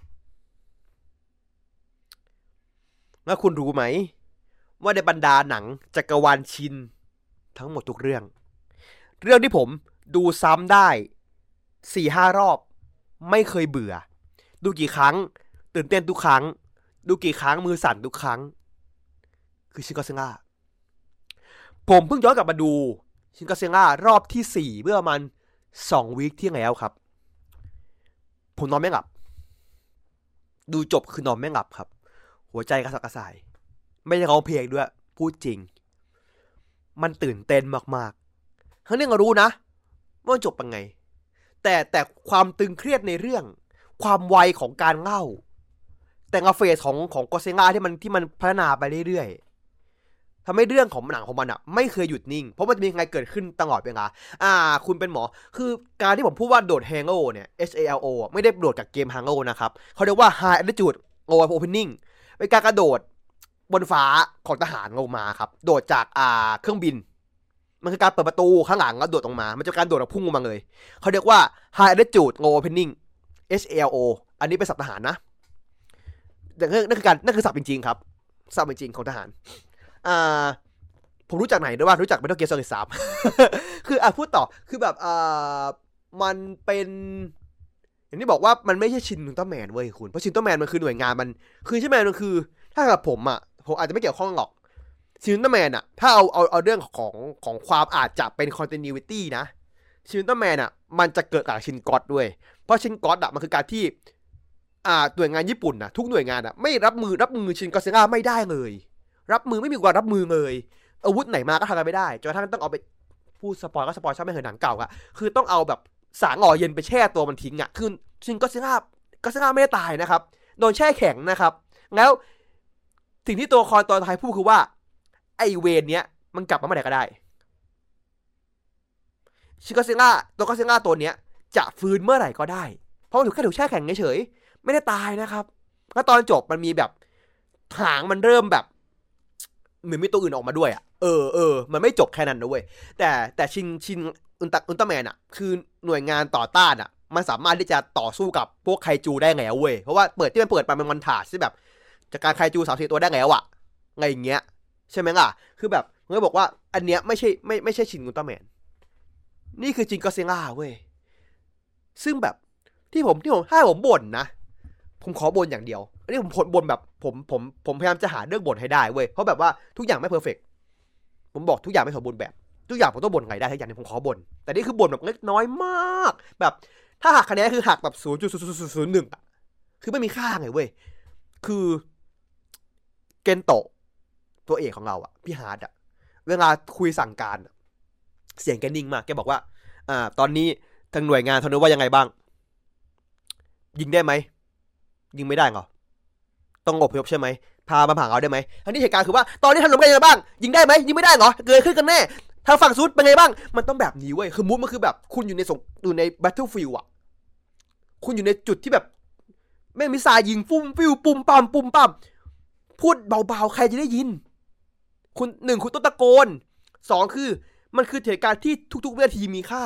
แล้วคุณรู้ไหมว่าในบรรดาหนังจักรวาลชินทั้งหมดทุกเรื่องเรื่องที่ผมดูซ้ำได้ สี่ห้า รอบไม่เคยเบื่อดูกี่ครั้งตื่นเต้นทุกครั้งดูกี่ครั้งมือสั่นทุกครั้งคือชินก็อดซิลล่าผมเพิ่งย้อนกลับมาดูชินก็อดซิลล่ารอบที่สี่เมื่อประมาณสองวีคที่แล้วครับผมนอนไม่หลับดูจบคือนอนไม่หลับครับหัวใจกระสับกระส่ายไม่ได้ร้องเพลงด้วยพูดจริงมันตื่นเต้นมากๆทั้งเรื่องก็รู้นะว่าจบเป็นไงแต่แต่ความตึงเครียดในเรื่องความไวของการเล่าแต่ละเฟสของของก็อดซิลล่าที่มันที่มันพัฒนาไปเรื่อยๆทำให้เรื่องของหนังของมันอ่ะไม่เคยหยุดนิ่งเพราะมันจะมีอะไรเกิดขึ้นตลอดเวลาอ่าคุณเป็นหมอคือการที่ผมพูดว่าโดด Halo เนี่ย H A L O ไม่ได้โดดจากเกม Halo นะครับเขาเรียกว่า High Altitude Opening เป็นการกระโดดบนฟ้าของทหารลงมาครับโดดจากอ่าเครื่องบินมันคือการเปิดประตูข้างหลังแล้วโดดลงมามันจะการโดดแบบพุ่งลงมาเลยเขาเรียกว่า High Altitude Opening H A L O อันนี้เป็นศัพท์ทหารนะนั่นคือการนั่นคือศัพท์จริงๆครับศัพท์จริงๆของทหารอ่าผมรู้จักไหนด้วยว่ารู้จัก Metal Gear Solid สาม คืออ่ะพูดต่อคือแบบอ่ามันเป็นอย่างที่บอกว่ามันไม่ใช่ชินอุลตร้าแมนเว้ยคุณเพราะชินอุลตร้าแมนมันคือหน่วยงานมันคือชินอุลตร้าแมนมันคือถ้ากับผมอ่ะผมอาจจะไม่เกี่ยวข้องหรอกชินอุลตร้าแมนอ่ะถ้าเอาเอาเอาเรื่องของของความอาจจะเป็น continuity นะชินอุลตร้าแมนอ่ะมันจะเกิดจากชินก็อดด้วยเพราะชินก็อดอ่ะมันคือการที่อ่าหน่วยงานญี่ปุ่นนะทุกหน่วยงานอ่ะไม่รับมือรับมือชินก็อดซิลล่าไม่ได้เลยรับมือไม่มีการรับมือเลยอาวุธไหนมาก็ทำกันไม่ได้จนกระทั่งต้องเอาไปพูดสปอยก็สปอยช่างไม่เคยหนังเก่าอะคือต้องเอาแบบสารหล่อเย็นไปแช่ตัวมันทิ้งอะคือชินก็อดซิลล่าก็อดซิลล่าไม่ได้ตายนะครับโดนแช่แข็งนะครับแล้วสิ่งที่ตัวคอยตัวท้ายพูดคือว่าไอเวนเนี้ยมันกลับมาเมื่อไหร่ก็ได้ชินก็อดซิลล่าตัวก็อดซิลล่าตัวเนี้ยจะฟื้นเมื่อไหร่ก็ได้เพราะมันถูกแค่ถูกแช่แข็งเฉยๆไม่ได้ตายนะครับแล้วตอนจบมันมีแบบหางมันเริ่มแบบเหมือนมีตัวอื่นออกมาด้วยอ่ะเออเออมันไม่จบแค่นั้นนะเว้ยแต่แต่ชินชินอุลตร้าอุลตร้าแมนอ่ะคือหน่วยงานต่อต้านอ่ะมันสามารถที่จะต่อสู้กับพวกไคจูได้แล้วเว้ยเพราะว่าเปิดที่มันเปิดมาเป็นวันถาดที่แบบจากการไคจูสามสี่ตัวได้แล้วอ่ะไงอย่างเงี้ยใช่ไหมล่ะคือแบบมันก็บอกว่าอันเนี้ยไม่ใช่ไม่ไม่ใช่ชินอุลตร้าแมนนี่คือชินก็อดซิลล่าเว้ยซึ่งแบบที่ผมที่ผมถ้าผมบ่นนะผมขอบ่นอย่างเดียวอันนี้ผมบ่นแบบผมผมผมพยายามจะหาเรื่องบ่นให้ได้เว้ยเพราะแบบว่าทุกอย่างไม่เพอร์เฟกต์ผมบอกทุกอย่างไม่สมบูรณ์แบบทุกอย่างผมต้องบ่นไงได้ทุกอย่างนี้ผมขอบ่นแต่นี่คือบ่นแบบเล็กน้อยมากแบบถ้าหักคะแนนคือหักแบบศูนย์จุดศูนย์ศูนย์ศูนย์หนึ่งอ่ะคือไม่มีค่าไงเว้ยคือเกนโตะตัวเอกของเราอ่ะพี่ฮาร์ดอ่ะเวลาคุยสั่งการเสียงแกนิ่งมากแกบอกว่าอ่าตอนนี้ทางหน่วยงานทางนู้นว่ายังไงบ้างยิงได้ไหมยิงไม่ได้เหรอต้องอพยพใช่ไหมพามาผ่าเอาได้ไหมอันนี้เหตุการณ์คือว่าตอนนี้ทำหนุ่มเป็นยังไงบ้างยิงได้ไหมยิงไม่ได้เหรอเกิดขึ้นกันแน่ทางฝั่งซุดเป็นไงบ้างมันต้องแบบนี้เว้ยคือมูดมันคือแบบคุณอยู่ในสงอยู่ใน Battlefield อ่ะคุณอยู่ในจุดที่แบบแม่งมิสไซล์ยิงฟุ้มฟิวปุ่มปั๊มปุ่มปั๊มพูดเบาๆใครจะได้ยินคุณหนึ่งคุณต้องตะโกนสองคือมันคือเหตุการณ์ที่ทุกๆวินาทีมีค่า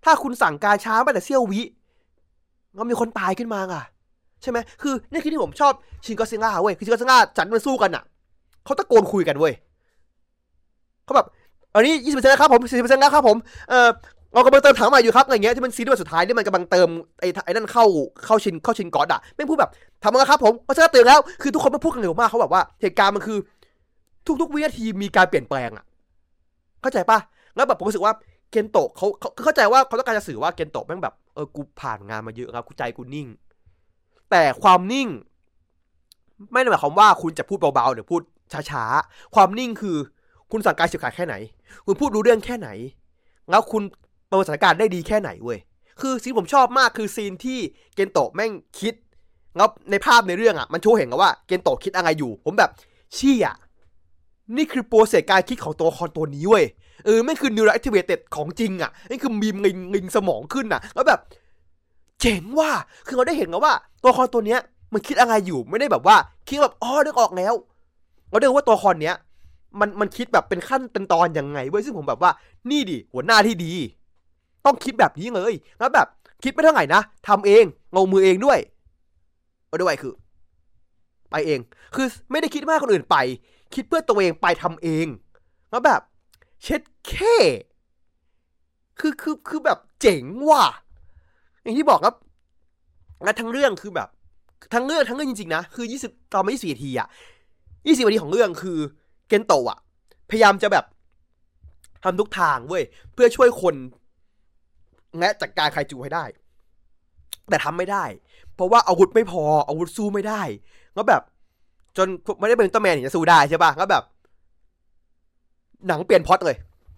ถ้าคุณสั่งการช้าไปแต่เสี้ยววิก็มีคนตายขึ้นมาอ่ะใช่ไหมคือนี่คือที่ผมชอบชินก็ซิงะเว้ยคือชินก็ซิงะจัดมันสู้กันอ่ะเขาตะโกนคุยกันเว้ยเขาแบบอันนี้ ยี่สิบเปอร์เซ็นต์ นะครับผม สี่สิบเปอร์เซ็นต์ นะครับผมเอ่อเรากำลังเติมถังใหม่อยู่ครับอะไรเงี้ยที่มันซีนที่สุดท้ายที่มันกำลังเติมไอ้ไอ้นั่นเข้าเข้าชินเข้าชินก๊อตอ่ะแม่งพูดแบบทำมาแล้วครับผมก็เชื่อตื่นแล้วคือทุกคนมาพูดกันเร็วมากเขาแบบว่าเหตุการณ์มันคือทุกๆวินาทีมีการเปลี่ยนแปลงอ่ะเข้าใจป่ะแล้วแบบผมรู้สึกว่าเกนโตะเขาเขาเข้าใจว่าเขาต้องการจะสื่อว่าเกนโตะแม่งแบบเออกูผ่านงานมาเยอะครับกูใจกูนิ่งแต่ความนิ่งไม่ได้หมายความว่าคุณจะพูดเบาๆหรือพูดช้าๆความนิ่งคือคุณสั่งการเฉียบขาดแค่ไหนคุณพูดรู้เรื่องแค่ไหนแล้วคุณประเมินสถานการณ์ได้ดีแค่ไหนเว้ยคือซีนผมชอบมากคือซีนที่เกนโตะแม่งคิดแล้วในภาพในเรื่องอ่ะมันโชว์เห็นกันว่าเกนโตะคิดอะไรอยู่ผมแบบเชี่ยนี่คือโปรเซสการคิดของตัวละครตัวนี้เว้ยเออไม่คือ neural activated ของจริงอ่ะนี่คือมีมลิงลิงสมองขึ้นอ่ะแล้วแบบเจ๋งว่ะคือเราได้เห็นกันว่าตัวละครตัวเนี้ยมันคิดอะไรอยู่ไม่ได้แบบว่าคิดแบบอ๋อนึกออกแล้วเราได้รู้ว่าตัวละครเนี้ยมันมันคิดแบบเป็นขั้นเป็นตอนยังไงเว้ยซึ่งผมแบบว่านี่ดิหัวหน้าที่ดีต้องคิดแบบนี้เลยแล้วแบบคิดไม่เท่าไหร่นะทำเองลงมือเองด้วยเอาด้วยคือไปเองคือไม่ได้คิดมากคนอื่นไปคิดเพื่อตัวเองไปทำเองแล้วแบบเช็ดแค่คือคือคือแบบเจ๋งว่ะอย่างที่บอกครับและทั้งเรื่องคือแบบทั้งเรื่องทั้งเรื่องจริงๆนะคือยี่สิบตอนไม่ยี่สิบนาทีอ่ะยี่สิบนาทีของเรื่องคือเกนโตะอ่ะพยายามจะแบบทำทุกทางเว้ยเพื่อช่วยคนและจัดการไคจูให้ได้แต่ทำไม่ได้เพราะว่าอาวุธไม่พออาวุธสู้ไม่ได้แล้วแบบจนไม่ได้เป็นอุลตร้าแมนถึงจะสู้ได้ใช่ป่ะแล้วแบบหนังเปลี่ยนพล็อตเลย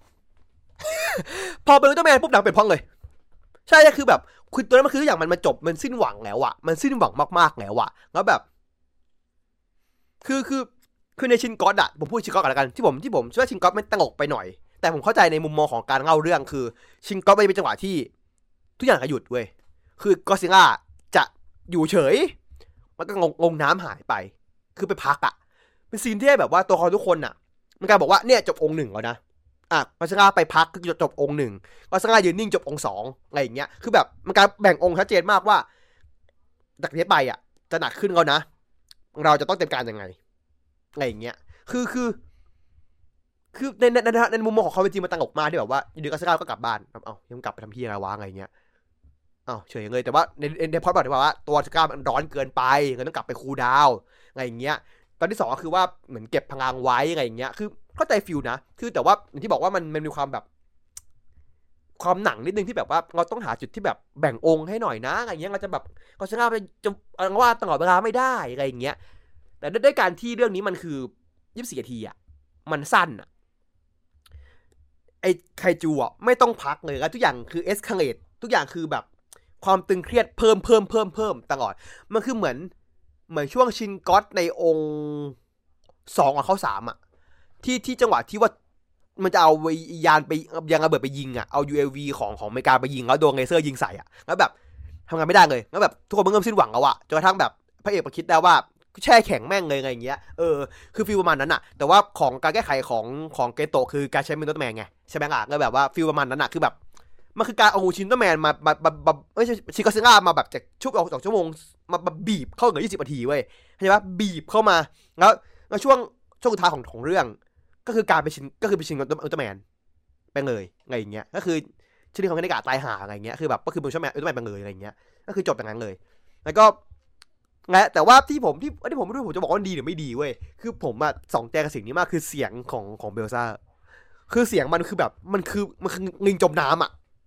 พอเป็นอุลตร้าแมนปุ๊บหนังเปลี่ยนพล็อตเลยใช่คือแบบคือตัวนั้นมันคือทุกอย่างมันมันจบมันสิ้นหวังแล้วอะมันสิ้นหวังมากๆแล้วอะแล้วแบบคือคือคือในชินก๊อตอะผมพูดชินก๊อตก่อนละกันที่ผมที่ผมเชื่อชินก๊อตมันตลกไปหน่อยแต่ผมเข้าใจในมุมมองของการเล่าเรื่องคือชินก๊อตมันเป็นจังหวะที่ทุกอย่างก็หยุดเว้ยคือกอซิล่าจะอยู่เฉยมันก็งงงงน้ำหายไปคือไปพักอะเป็นซีนที่แบบว่าตัวเขาทุกคนอะมันการบอกว่าเนี่ยจบองค์หนึ่งแล้วนะอ่ะกอซิล่าไปพักคือจบองค์หนึ่งกอซิล่ายืนนิ่งจบองค์สองอะไรอย่างเงี้ยคือแบบมันการแบ่งองค์ชัดเจนมากว่าจากนี้ไปอะจะหนักขึ้นแล้วนะเราจะต้องเตรียมการยังไงอะไรอย่างเงี้ยคือคือคือในในในในมุมมองของเขาจริงๆมันตลกมากที่แบบว่าอยู่ดีกอซิล่าก็กลับบ้านเอ้ายังกลับไปทำที่อะไรวะอะไรอย่างเงี้ยอ้าวเฉยเลยแต่ว่าในในพอดบอกว่าตัวสก้ามันร้อนเกินไปก็ต้องกลับไปคูลดาวน์อะไรอย่างเงี้ยตอนที่สองก็คือว่าเหมือนเก็บพลังไว้อะไรอย่างเงี้ยคือเข้าใจฟิลนะคือแต่ว่าอย่างที่บอกว่ามันมันมีความแบบความหนังนิดนึงที่แบบว่าเราต้องหาจุดที่แบบแบ่งองค์ให้หน่อยนะอะไรเงี้ยเราจะแบบก็สก้าไปจะว่าตลอดเวลาไม่ได้อะไรอย่างเงี้ยแต่ด้วยการที่เรื่องนี้มันคือยี่สิบสี่นาทีอ่ะมันสั้นอ่ะไอ้ไคจูอ่ะไม่ต้องพักเลยแล้วทุกอย่างคือเอสคาเลตทุกอย่างคือแบบความตึงเครียดเพิ่มเพิ่มเพิ่มเพิ่มตลอดมันคือเหมือนเหมือนช่วงชินก๊อตในองค์สองกับเข้าสามอ่ะที่ที่จังหวะที่ว่ามันจะเอายานไปยังระเบิดไปยิงอ่ะเอา ยู เอ วี ของของอเมริกาไปยิงแล้วโดนเลเซอร์ยิงใส่อ่ะแล้วแบบทำงานไม่ได้เลยแล้วแบบทุกคนมันเริ่มสิ้นหวังแล้วอ่ะจนกระทั่งแบบพระเอกมาคิดได้ว่าแช่แข็งแม่งเลยอะไรอย่างเงี้ยเออคือฟีลประมาณนั้นอ่ะแต่ว่าของการแก้ไขของของเกโตะคือการใช้เมนต์แมนไงใช่ไหมล่ะก็แบบว่าฟีลประมาณนั้นอ่ะคือแบบมันคือการเอาชินตัวแมนมามามาไม่ใช่ชิคาซิล่ามาแบบจากชุบออกสองชั่วโมงมามาบีบเข้าเหลือยี่สิบนาทีเว้ยเข้าใจปะบีบเข้ามาแล้วแล้วช่วงช่วงสุดท้ายของของเรื่องก็คือการไปชินก็คือไปชินตัวอุลตร้าแมนไปเลยอะไรอย่างเงี้ยก็คือชื่อของคณิกาตายห่าอะไรอย่างเงี้ยคือแบบก็คืออุลตร้าแมนอุลตร้าแมนไปเลยอะไรอย่างเงี้ยก็คือจบอย่างนั้นเลยแล้วก็และแต่ว่าที่ผมที่ที่ผมไม่รู้ผมจะบอกว่าดีหรือไม่ดีเว้ยคือผมอะสองใจกับสิ่งนี้มากคือเสียงของของเบลซ่าคือเสียงมันคือแบบมันคือมันคือลิงจมน้ำอะ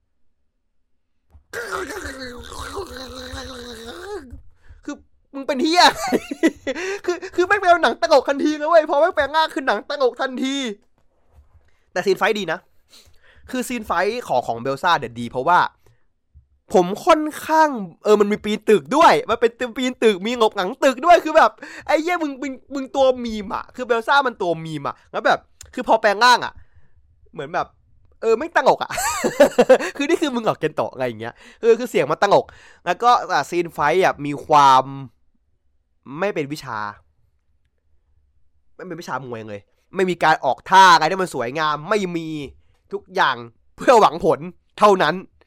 คือมึงเป็นเฮียคือคือไม่เป็นหนังตลกทันทีเลยเว้ยพอไม่แปลงง่ายคือหนังตลกทันทีแต่ซีนไฟดีนะคือซีนไฟของของเบลซ่าเด็ดดีเพราะว่าผมค่อนข้างเออมันมีปีนตึกด้วยมันเป็นปีนตึกมีงบหลังตึกด้วยคือแบบไอ้เหี้ยมึงมึงมึงตัวมีมอ่ะคือเบลซ่ามันตัวมีมอ่ะแล้วแบบคือพอแปลงร่างอ่ะเหมือนแบบเออไม่ตลกอ่ะ คือนี่คือมึงออกเกนโตะอะไรอย่างเงี้ยเออคือเสียงมันตลกแล้วก็ซีนไฟอ่ะมีความไม่เป็นวิชาไม่เป็นวิชามวยเลยไม่มีการออกท่าอะไรที่มันสวยงามไม่มีทุกอย่างเพื่อหวังผลเท่านั้น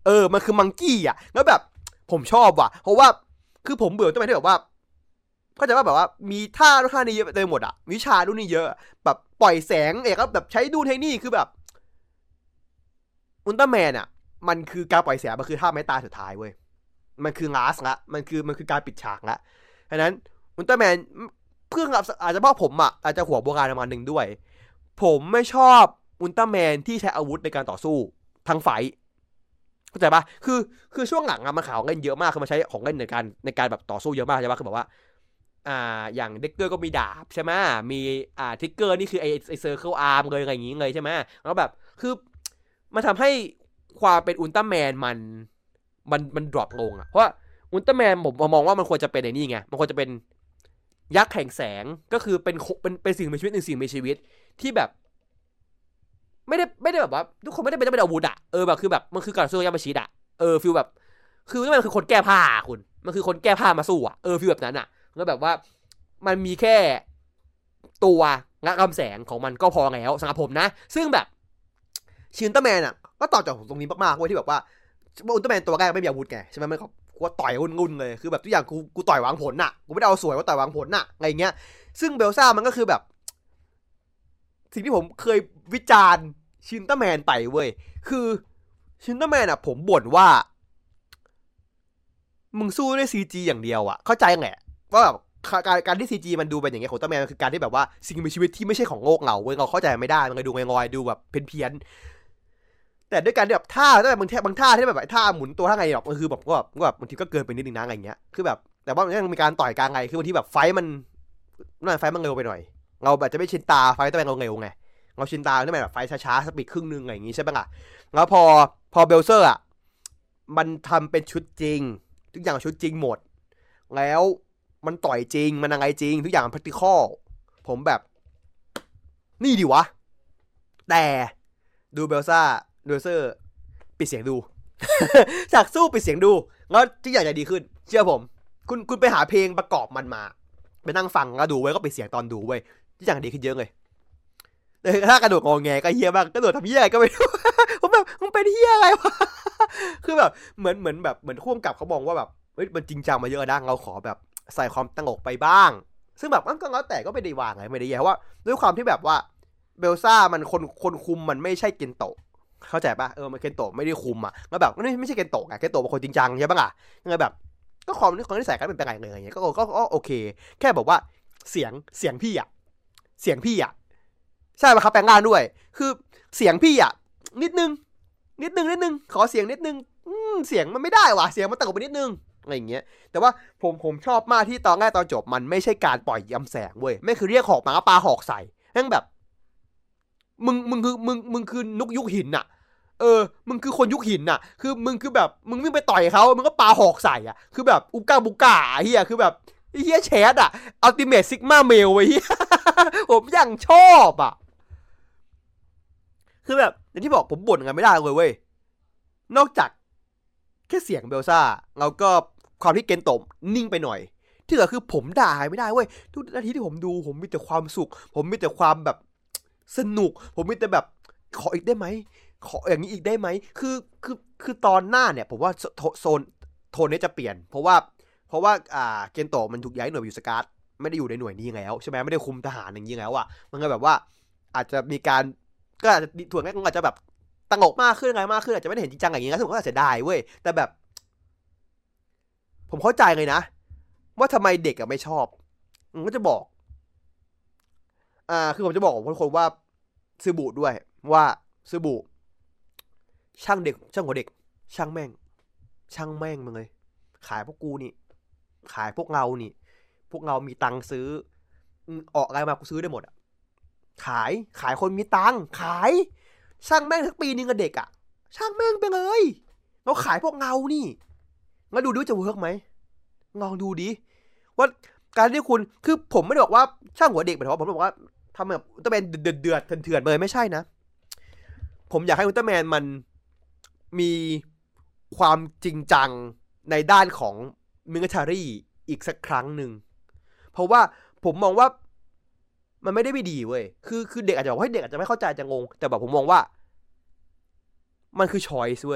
เออมันคือมังกี้อ่ะแล้วแบบผมชอบว่ะเพราะว่าคือผมเบื่อตัวมันที่แบบว่าเข้าใจว่าแบบว่ามีท่าท่านี้เยอะเต็มหมดอ่ะวิชาดูนี่เยอะแบบปล่อยแสงเอกก็แบบใช้ดูเทคนิคคือแบบอุลตร้าแมนอ่ะมันคือการปล่อยแสงมันคือท่าไม้ตายสุดท้ายเว้ยมันคือลาสละมันคือมันคือการปิดฉากละฉะนั้นอุลตร้าแมนเพื่อนอาจจะเพราะผมอ่ะอาจจะหัวโบราณประมาณหนึ่งด้วยผมไม่ชอบอุลตร้าแมนที่ใช้อาวุธในการต่อสู้ทั้งไฟเข้าใจปะคือคือช่วงหลังอะมันข่าวเล่นเยอะมากคือมันใช้ของเล่นในการในการแบบต่อสู้เยอะมากใช่ปะคือแบบว่าอ่าอย่างเด็กเกอร์ก็มีดาบใช่ไหมมีอ่าทิกเกอร์นี่คือไอไอเซอร์เคิลอาร์มเลยอะไรอย่างงี้เลยใช่ไหมแล้วแบบคือมันทำให้ความเป็นอุลตร้าแมนมันมันมันดรอปลงอะเพราะว่าอุลตร้าแมนผมมองว่ามันควรจะเป็นไอ้นี่ไงมันควรจะเป็นยักษ์แห่งแสงก็คือเป็นเป็นเป็นสิ่งมีชีวิตหนึ่งสิ่งมีชีวิตที่แบบไม่ได้ไม่ได้แบบว่าทุกคนไม่ได้เป็นต้องเป็นอาวุธอะเออแบบคือแบบมันคือการสู้ยามาชิดอะเออฟีลแบบคือมันคือคนแก้ผ้าคุณมันคือคนแก้ผ้ามาสู้อะเออฟีลแบบนั้นอะแล้วแบบว่ามันมีแค่ตัวงะกำแสงของมันก็พอแล้วสำหรับผมนะซึ่งแบบชินเตอร์แมนอะก็ต่อจากตรงนี้มากๆเว้ยที่แบบว่าอุลตร้าแมนตัวแรกไม่มีอาวุธไงใช่ไหมมันก็กูต่อยงุนๆเลยคือแบบทุกอย่างกูกูต่อยวางผลน่ะกูไม่ได้เอาสวยว่าต่อยวางผลน่ะอะไรเงี้ยซึ่งเบลซ่ามันก็คือแบบสิ่งที่ผมเคยวิจารณ์ชินเตอร์แมนไปเว้ยคือชินเตอร์แมนอะผมบ่นว่ามึงสู้ด้วยซีจีอย่างเดียวอะเข้าใจแหละว่าแบบการการที่ซีจีมันดูเป็นอย่างเงี้ยของตัวแมนมันคือการที่แบบว่าสิ่งมีชีวิตที่ไม่ใช่ของโลกเราเว้ยเราเข้าใจไม่ได้มันเลยดูงอยๆดูแบบเพี้ยนๆแต่ด้วยการที่แบบท่าแต่บางท่าบางท่าที่แบบท่าหมุนตัวท่าไงแบบมันคือแบบก็แบบก็แบบบางทีก็เกินไปนิดนึงนะอะไรเงี้ยคือแบบแต่ว่ามันยังมีการต่อยกลางไงคือบางทีแบบไฟมันนั่นไฟมันเร็วไปหน่อยเราแบบจะไม่ชินตาไฟตัวแมนเราเร็วไงเราชินตาตัวแมนแบบไฟช้าๆสปีดครึ่งนึงอะไรอย่างงี้ใช่ปะล่ะแล้วพอพอเบลเซอร์อ่ะมันทำเป็นชุดจริงทุกอย่างชุดจริงหมดแล้วมันต่อยจริงมันอะไรจริงทุกอย่างมัน practical ผมแบบนี่ดิวะแต่ดูเบลซ่าเบลเซอร์ปิดเสียงดู จากสู้ปิดเสียงดูแล้วทุกอย่างจะดีขึ้นเชื่อผมคุณคุณไปหาเพลงประกอบมันมาไปนั่งฟังแล้วดูไว้ก็ปิดเสียงตอนดูไว้ทุกอย่างดีขึ้นเยอะเลยถ้ากระโดดงอแงก็เฮี้ยบ้างกระโดดทำเฮี้ยก็ไม่รู้ ผมแบบมึงเป็นเฮี้ยอะไรวะ คือแบบเหมือนเหมือนแบบเหมือนพ่วงกับเขามองว่าแบบเฮ้ยมันจริงจังมาเยอะนะเราขอแบบใส่ความตลกไปบ้างซึ่งแบบก็แล้วแต่ก็ไม่ได้วางไงไม่ได้แย่เพราะว่าด้วยความที่แบบว่าเบลซ่ามันคนคนคุมมันไม่ใช่เกนโตะเข้าใจปะเออมันเกนโตะไม่ได้คุมอ่ะแล้วแบบไม่ไม่ใช่เกนโตะไงเกนโตะเป็นคนจริงจังใช่ปะล่ะยังไงแบบก็ความความที่ใส่กันเป็นยังไงเลยอย่างเงี้ยก็ก็ก็โอเคแค่บอกว่าเสียงเสียงพี่อ่ะเสียงพี่อ่ะใช่ป่ะครับแปลงร่างด้วยคือเสียงพี่อ่ะนิดนึงนิดนึงนิดนึงขอเสียงนิดนึงเสียงมันไม่ได้ว่ะเสียงมันตกไปนิดนึงอะไรอย่างเงี้ยแต่ว่าผมผมชอบมากที่ตอนแรกตอนจบมันไม่ใช่การปล่อยยำแสงเว้ยไม่คือเรียกหอกมาปาหอกใส่แม่งแบบมึงมึงคือมึงมึงคือนุกยุคหินน่ะเออมึงคือคนยุคหินน่ะคือมึงคือแบบมึงวิ่งไปต่อยเขามึงก็ปาหอกใส่อ่ะคือแบบอุก้าบุก้าเฮียคือแบบเฮียแชทอ่ะอัลติเมทซิกมาเมลไว้เฮียผมยังชอบอ่ะคือแบบอย่างที่บอกผมบ่นกันไม่ได้เลยเว้ยนอกจากแค่เสียงเบลซ่าแล้วก็ความที่เกนโตะนิ่งไปหน่อยที่เหลือคือผมด่าไม่ได้เว้ยทุกนาทีที่ผมดูผมมีแต่ความสุขผมมีแต่ความแบบสนุกผมมีแต่แบบขออีกได้ไหมขออย่างนี้อีกได้ไหมคือคือคือตอนหน้าเนี่ยผมว่าโซนโทนนี้จะเปลี่ยนเพราะว่าเพราะว่าอ่าเกนโตะมันถูกย้ายหน่วยอยู่สกาดไม่ได้อยู่ในหน่วยนี้แล้วใช่ไหมไม่ได้คุมทหารอย่างนี้แล้วอ่ะมันก็แบบว่าอาจจะมีการก็อาจจะถ่วงแรกอาจจะแบบตลกมากขึ้นอะไรมากขึ้นอาจจะไม่ได้เห็นจริงจังอย่างนี้นะซึ่งผมก็อาจจะได้เว้ยแต่แบบผมเข้าใจเลยนะว่าทำไมเด็กอะไม่ชอบผมก็จะบอกอ่าคือผมจะบอกกับคนว่าซื้อบูดด้วยว่าซื้อบูช่างเด็กช่างหัวเด็กช่างแม่งช่างแม่งมึงเลยขายพวกกูนี่ขายพวกเรานี่พวกเรามีตังค์ซื้อออกอะไรมากูซื้อได้หมดอะขายขายคนมีตังค์ขายช่างแม่งทั้งปีนึงกับเด็กอะช่างแม่งไปเลยเราขายพวกเรานี่งั้นดูดูจะเวิร์กไหมลองดูดิว่าการที่คุณคือผมไม่ได้บอกว่าช่างหัวเด็กหมายถึงว่าผมบอกว่าทำแบบอุลตร้าแมนเดือดเดือดเถื่อนๆเลยไม่ใช่นะผมอยากให้อุลตร้าแมนมันมีความจริงจังในด้านของมิลิเตอรี่อีกสักครั้งหนึ่งเพราะว่าผมมองว่ามันไม่ได้ไม่ดีเว้ยคือคือเด็กอาจจะบอกว่าเด็กอาจจะไม่เข้าใจจะงงแต่แบบผมมองว่ามันคือ choice เว้ย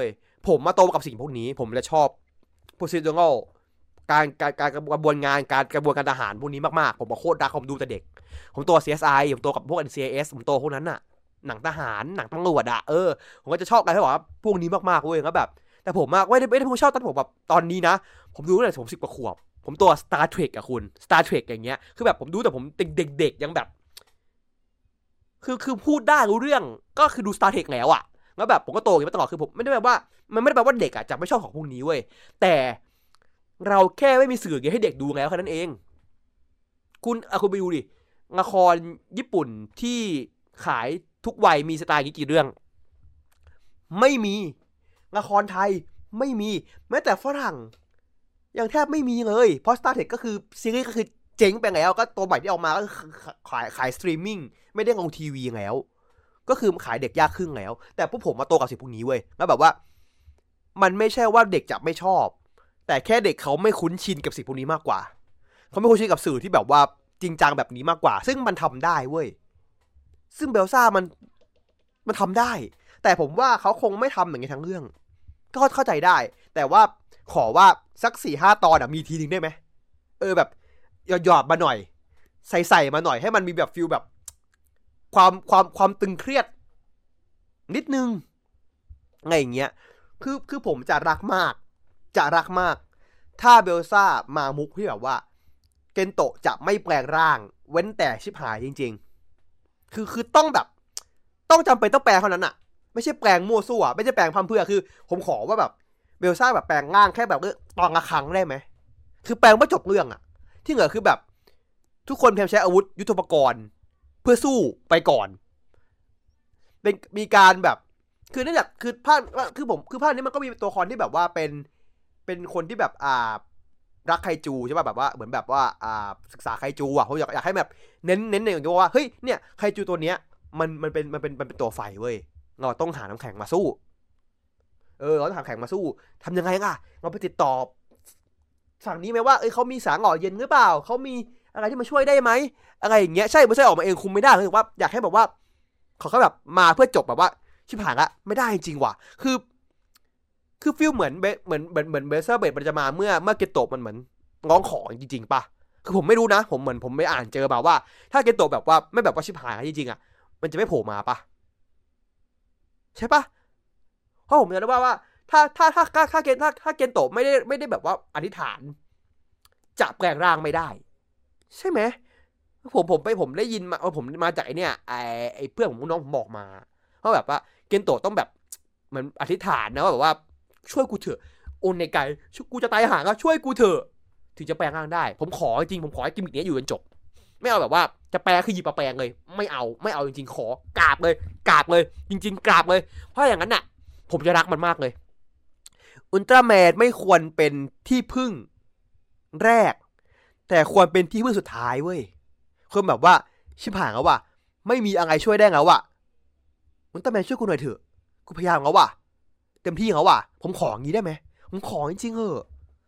ผมมาโตกับสิ่งพวกนี้ผมจะชอบ procedural การการการกระบวนงานการกระบวนการทหารพวกนี้มากๆผมโคตรรักผมดูแต่เด็กผมโต ซี เอส ไอ ผมโตกับพวก เอ็น ซี ไอ เอส ผมโตพวกนั้นน่ะหนังทหารหนังตำรวจอะเออผมก็จะชอบอะไรที่บอกว่าพวกนี้มากๆเว้ยแล้วแบบแต่ผมอะไม่ได้ไม่ได้ผมชอบตอนผมแบบตอนนี้นะผมดูตั้งแต่ผมสิบกว่าขวบผมตัว Star Trek อะคุณ Star Trek อย่างเงี้ยคือแบบผมดูแต่ผมเด็กๆยังแบบคือคือพูดได้รู้เรื่องก็คือดู Star Trek แล้วอะแล้วแบบผมก็โตอย่างนี้มาตลอดคือผมไม่ได้แบบว่ามันไม่ได้แปลว่าเด็กอะจะไม่ชอบของพวกนี้เว้ยแต่เราแค่ไม่มีสื่อให้เด็กดูแล้วแค่นั้นเองคุณอะคุณไปดูดิละครญี่ปุ่นที่ขายทุกวัยมีสไตล์กี่เรื่องไม่มีละครไทยไม่มีแม้แต่ฝรั่งยังแทบไม่มีเลยเพราะ Star Trek ก็คือซีรีส์ก็คือเจ๊งไปแล้วก็ตัวใหม่ที่ออกมาก็คือขายขายสตรีมมิ่งไม่ได้ลงทีวีแล้วก็คือขายเด็กยากขึ้นแล้วแต่พวกผมมาโตกับสิ่งพวกนี้เว้ยแล้วแบบว่ามันไม่ใช่ว่าเด็กจะไม่ชอบแต่แค่เด็กเขาไม่คุ้นชินกับสิ่งพวกนี้มากกว่าเขาไม่คุ้นชินกับสื่อที่แบบว่าจริงจังแบบนี้มากกว่าซึ่งมันทำได้เว้ยซึ่งเบลซ่ามันมันทำได้แต่ผมว่าเขาคงไม่ทำอย่างนี้ทั้งเรื่องก็เข้าใจได้แต่ว่าขอว่าสักสี่ห้าตอนอ่ะมีทีนึงได้ไหมเออแบบหยอดมาหน่อยใส่ใส่มาหน่อยให้มันมีแบบฟิลแบบความความความตึงเครียดนิดนึงไงอย่างเงี้ยคือคือผมจะรักมากจะรักมากถ้าเบลซ่ามามุกที่แบบว่าเกนโตะจะไม่แปลงร่างเว้นแต่ชิบหายจริงๆคือคือต้องแบบต้องจำเป็นต้องแปลงเท่านั้นอะไม่ใช่แปลงมั่วซั่วไม่ใช่แปลงพั่มเพื่อคือผมขอว่าแบบเบลซ่าแบบแปลงร่างแค่แบบตอนละครั้งได้ไหมคือแปลงไม่จบเรื่องอะที่เหลือคือแบบทุกคนพยายามใช้อาวุธยุทโธปกรณ์เพื่อสู้ไปก่อนเป็นมีการแบบคือเนื่องจากคือภาคคือผมคือภาคนี้มันก็มีตัวละครที่แบบว่าเป็นเป็นคนที่แบบอ่ารักไคจูใช่ป่ะแบบว่าเหมือนแบบว่าอ่าศึกษาไคจูอ่ะผมอยากอยากให้แบบเน้นเน้นอย่างเงี้ยว่าเฮ้ยเนี่ยไคจูตัวเนี้ยมันมันเป็นมันเป็นมันเป็นตัวไฟเว้ยเราต้องหาน้ำแข็งมาสู้เออเราต้องหาแข็งมาสู้ทำยังไงล่ะเราไปติดต่อฝั่งนี้ไหมว่าเอ้ยเขามีสางหล่อเย็นหรือเปล่าเขามีอะไรที่มาช่วยได้ไหมอะไรอย่างเงี้ยใช่ไม่ใช่ออกมาเองคุมไม่ได้เลยว่าอยากให้แบบว่าเขาเขาแบบมาเพื่อจบแบบว่าชิบหายละไม่ได้จริงว่ะคือคือฟีลเหมือนเหมือนเหมือนเหมือนเบสเซอร์เบดมันจะมาเมื่อเมื่อเกโตะมันเหมือนร้องขอจริงๆป่ะคือผมไม่รู้นะผมเหมือนผมไม่อ่านเจอแบบว่าถ้าเกโตะแบบว่าไม่แบบว่าชิบหายจริงๆอ่ะมันจะไม่โผล่มาป่ะใช่ป่ะเพราะผมจะได้ว่าว่าถ้าถ้าถ้าถ้าถ้าเกนถ้าถ้าเกนโตะไม่ได้ไม่ได้แบบว่าอธิษฐานจะแปลงร่างไม่ได้ใช่ไหมผมผมไปผมได้ยินมาผมมาจากไอเนี่ยไอไอเพื่อนผมน้องผมบอกมาเพราะแบบว่าเกนโตะต้องแบบเหมือนอธิษฐานนะว่าแบบว่าช่วยกูเถอะโอนในไกช่วยกูจะตายหาก็ช่วยกูเถอะถึงจะแปลงร่างได้ผมขอจริงผมขอให้กิมมิคนี้อยู่จนจบไม่เอาแบบว่าจะแปลคือหยิบมาแปลงเลยไม่เอาไม่เอาจริงๆขอกราบเลยกราบเลยจริงๆกราบเลยเพราะอย่างนั้นน่ะผมจะรักมันมากเลยอุลตร้าแมนไม่ควรเป็นที่พึ่งแรกแต่ควรเป็นที่พึ่งสุดท้ายเว้ยคนแบบว่าชิบหายแล้วว่ะไม่มีอะไรช่วยได้แล้วว่ะอุลตร้าแมนช่วยกูหน่อยเถอะกูพยายามแล้วว่ะเต็มที่แล้วว่ะผมขออย่างนี้ได้ไหมผมขอจริงๆเออ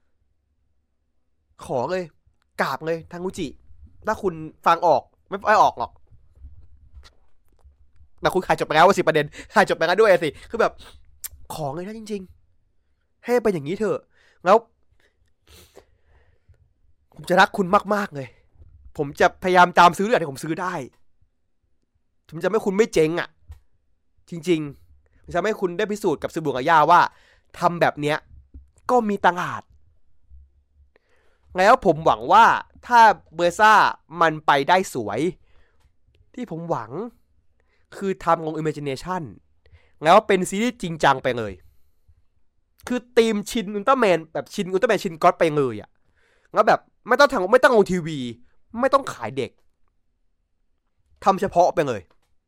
ขอเลยกราบเลยทางกุจิถ้าคุณฟังออกไม่ไม่ออกหรอกแต่คุณขายจบไปแล้วว่าสิประเด็นขายจบไปแล้วด้วยสิคือแบบขอเลยนะจริงๆให้เป็นอย่างนี้เถอะแล้วผมจะรักคุณมากๆเลยผมจะพยายามตามซื้อเรื่องที่ผมซื้อได้ผมจะไม่คุณไม่เจ๊งอ่ะจริงๆผมจะไม่คุณได้พิสูจน์กับซูบุงกับย่าว่าทำแบบเนี้ยก็มีตลาดแล้วผมหวังว่าถ้าเบอร์ซ่ามันไปได้สวยที่ผมหวังคือทำลง Imagination แล้วเป็นซีรีส์จริงจังไปเลยคือทีมชินอุลตร้าแมนแบบชินอุลตร้าแมนชินก็อดไปเลยอ่ะแล้วแบบไม่ต้องทำไม่ต้องลงทีวีไม่ต้องขายเด็กทำเฉพาะไปเลย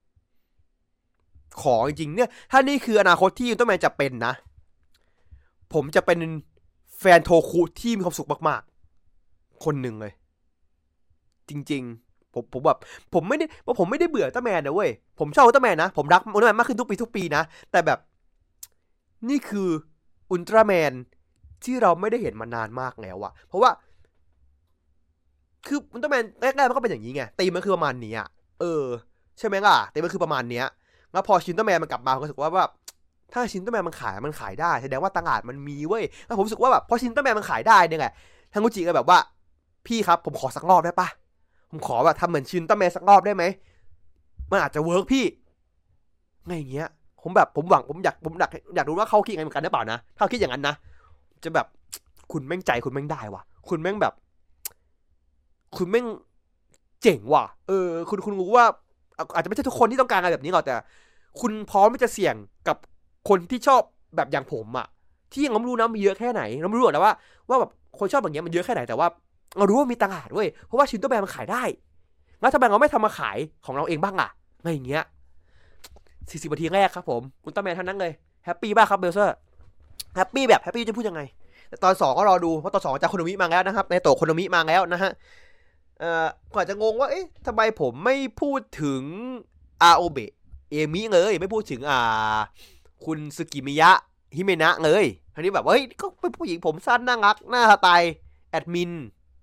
ขอจริงๆเนี่ยถ้านี่คืออนาคตที่อุลตร้าแมนจะเป็นนะผมจะเป็นแฟนโทคุที่มีความสุขมากๆคนหนึ่งเลยจริงๆผมผมแบบผมไม่ได้ว่าผมไม่ได้เบื่ออุลตร้าแมนนะเว้ยผมชอบอุลตร้าแมนนะผมรักอุลตร้าแมนมากขึ้นทุกปีทุกปีนะแต่แบบนี่คืออุลตร้าแมนที่เราไม่ได้เห็นมานานมากแล้วอะเพราะว่าคืออุลตร้าแมนแรกๆมันก็เป็นอย่างนี้ไงตีมันคือประมาณนี้อะเออใช่ไหมล่ะตีมันคือประมาณเนี้ยแล้วพอชินอุลตร้าแมนมันกลับมาผมรู้สึกว่าแบบถ้าชินเตอร์แมนมันขายมันขายได้แสดงว่าตลาดมันมีเว้ยแล้วผมรู้สึกว่าแบบพอชินเตอร์แมนมันขายได้เนี่ยไงทางกุจิก็แบบว่าพี่ครับผมขอสักรอบได้ปะผมขอแบบทำเหมือนชินเตอร์แมนสักรอบได้ไหมมันอาจจะเวิร์กพี่ไงอย่างเงี้ยผมแบบผมหวังผมอยากผมอยากอยากรู้ว่าเขาคิดยังไงเหมือนกันหรือเปล่านะถ้าคิดอย่างนั้นนะจะแบบคุณแม่งใจคุณแม่งได้ว่ะคุณแม่งแบบคุณแม่งเจ๋งว่ะเออคุณคุณรู้ว่าอาจจะไม่ใช่ทุกคนที่ต้องการอะไรแบบนี้หรอกแต่คุณพร้อมที่จะเสี่ยงกับคนที่ชอบแบบอย่างผมอ่ะที่ยังไม่รู้นะมีเยอะแค่ไหนเราไม่รู้หรอกนะว่าว่าแบบคนชอบแบบนี้มันเยอะแค่ไหนแต่ว่าเรารู้ว่ามีตลาดเว้ยเพราะว่าชินโตแบร์มันขายได้แล้วทำไมเราไม่ทำมาขายของเราเองบ้างอ่ะไงอย่างเงี้ยสี่สิบนาทีแรกครับผมอุลตร้าแมนทั้งนั้นเลยแฮปปี้บ้างครับเบลเซอร์แฮปปี้แบบแฮปปี้จะพูดยังไงแต่ตอนสองก็รอดูเพราะตอนสองจะโคโนมิมาแล้วนะครับในโตะโคโนมิมาแล้วนะฮะเอ่อก่อนจะงงว่าเอ๊ะทำไมผมไม่พูดถึงอาโอเบะเอมิเลยไม่พูดถึงอ่าคุณสึกิมิยะฮิเมนะเลยทีนี้แบบเฮ้ยก็เป็นผู้หญิงผมสั้นน่ารักหน้าสไตล์แอดมิน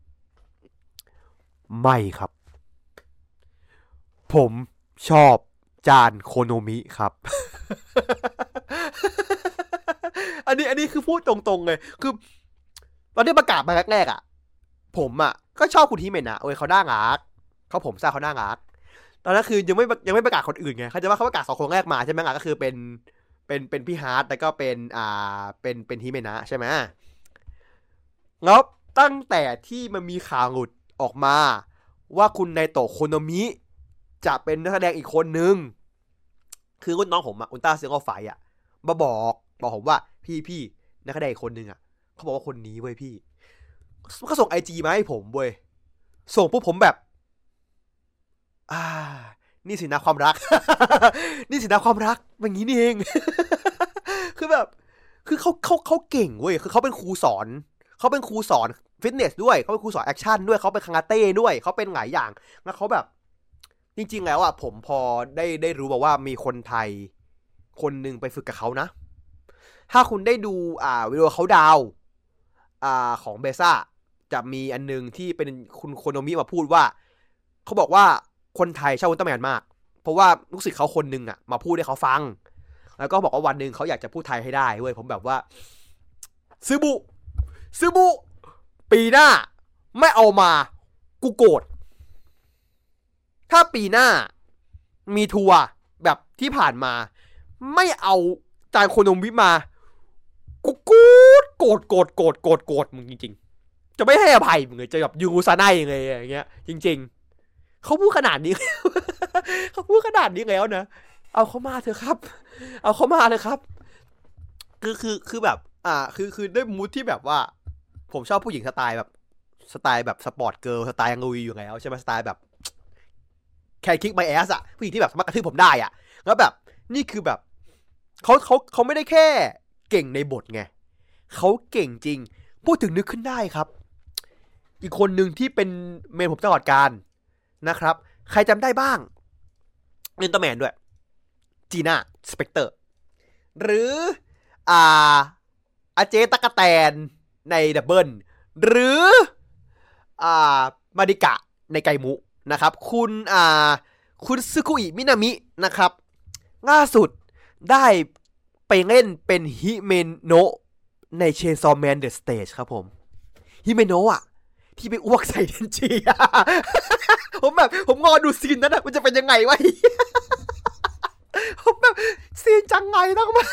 ไม่ครับผมชอบจานโคโนมิครับ อันนี้อันนี้คือพูดตรงๆเลยคือตอนที่ประกาศมาแรกๆอ่ะผมอ่ะก็ชอบคุณฮิเมนะเว้ยเขาหน้ารักเขาผมทราบเขาหน้ารักตอนนั้นคือยังไม่ยังไม่ประกาศคนอื่นไงเขาจะว่าเขาประกาศสองคนแรกมาใช่ไหมอ่ะก็คือเป็นเป็นเป็นพี่ฮาร์ดแล้วก็เป็นอ่าเป็นเป็นฮิเมนะใช่ไหมแล้วตั้งแต่ที่มันมีข่าวหลุดออกมาว่าคุณไนโตะโคโนมิจะเป็นนักแสดงอีกคนนึงคือรุ่นน้องผมอ่ะอุลตร้าเซียงออฟไฟอ่ะมาบอกบอกผมว่าพี่พี่นักแสดงอีกคนนึงอ่ะเขาบอกว่าคนนี้เว้ยพี่เขาส่งไอจีมาให้ผมเว้ยส่งปุ๊บผมแบบอ่านี่สินะความรัก นี่สินะความรักแบบนี้นี่เอง คือแบบคือเขาเขาเขาเก่งเว้ยคือเขาเป็นครูสอนเขาเป็นครูสอนฟิตเนสด้วยเขาเป็นครูสอนแอคชั่นด้วยเขาเป็นคาราเต้ด้วยเขาเป็นหลายอย่างแล้วเขาแบบจริงๆแล้วอ่ะผมพอได้ได้รู้มาว่ามีคนไทยคนหนึ่งไปฝึกกับเขานะถ้าคุณได้ดูอ่าวิดีโอเขาดาวอ่าของเบซ่าจะมีอันนึงที่เป็นคุณโคโนมิมาพูดว่าเขาบอกว่าคนไทยชอบอุลตร้าแมนมากเพราะว่าลูกศิษย์เขาคนนึงอ่ะมาพูดให้เขาฟังแล้วก็บอกว่าวันหนึ่งเขาอยากจะพูดไทยให้ได้เว้ยผมแบบว่าซึบุซึบุปีหน้าไม่เอามากูโกรธถ้าปีหน้ามีทัวร์แบบที่ผ่านมาไม่เอาจานโคโนมิมากูกูดโกรธโกรธโกรธโกรธโกรธมึงจริงๆจะไม่ให้อภัยมึงเลยจะแบบยูซาไนยังไงอย่างเงี้ยจริงๆเขาพูดขนาดนี้ เขาพูดขนาดนี้แล้วนะเอาเขามาเถอะครับเอาเขามาเลยครับคือคือคือแบบอ่าคือคือด้วยมูทที่แบบว่าผมชอบผู้หญิงสไตล์แบบสไตล์แบบสปอร์ตเกิร์ลสไตล์ลุยอยู่แล้วใช่ไหมสไตล์แบบแคนคิกไมแอสอะผู้หญิงที่แบบสามารถกระทืบผมได้อะแล้วแบบนี่คือแบบเขาเขาเขาไม่ได้แค่เก่งในบทไงเขาเก่งจริงพูดถึงนึกขึ้นได้ครับอีกคนหนึ่งที่เป็นเมนผมตลอดการนะครับใครจำได้บ้างเล่นตัวแมนด้วยจีน่าสเปกเตอร์หรืออ่าอาเจตะกะแตนในดับเบิลหรืออ่ามาริกะในไกมุนะครับคุณอ่าคุณซึคุอิมินามินะครับล่าสุดได้ไปเล่นเป็นฮิเมโนะในเชนซอว์แมนเดอะสเตจครับผมฮิเมโนะอะที่ไปอ้วกใส่เดนจิผมแบบผมงอดูซีนนั้นอะมันจะเป็นยังไงวะผมแบบซีนจังไงต้องมา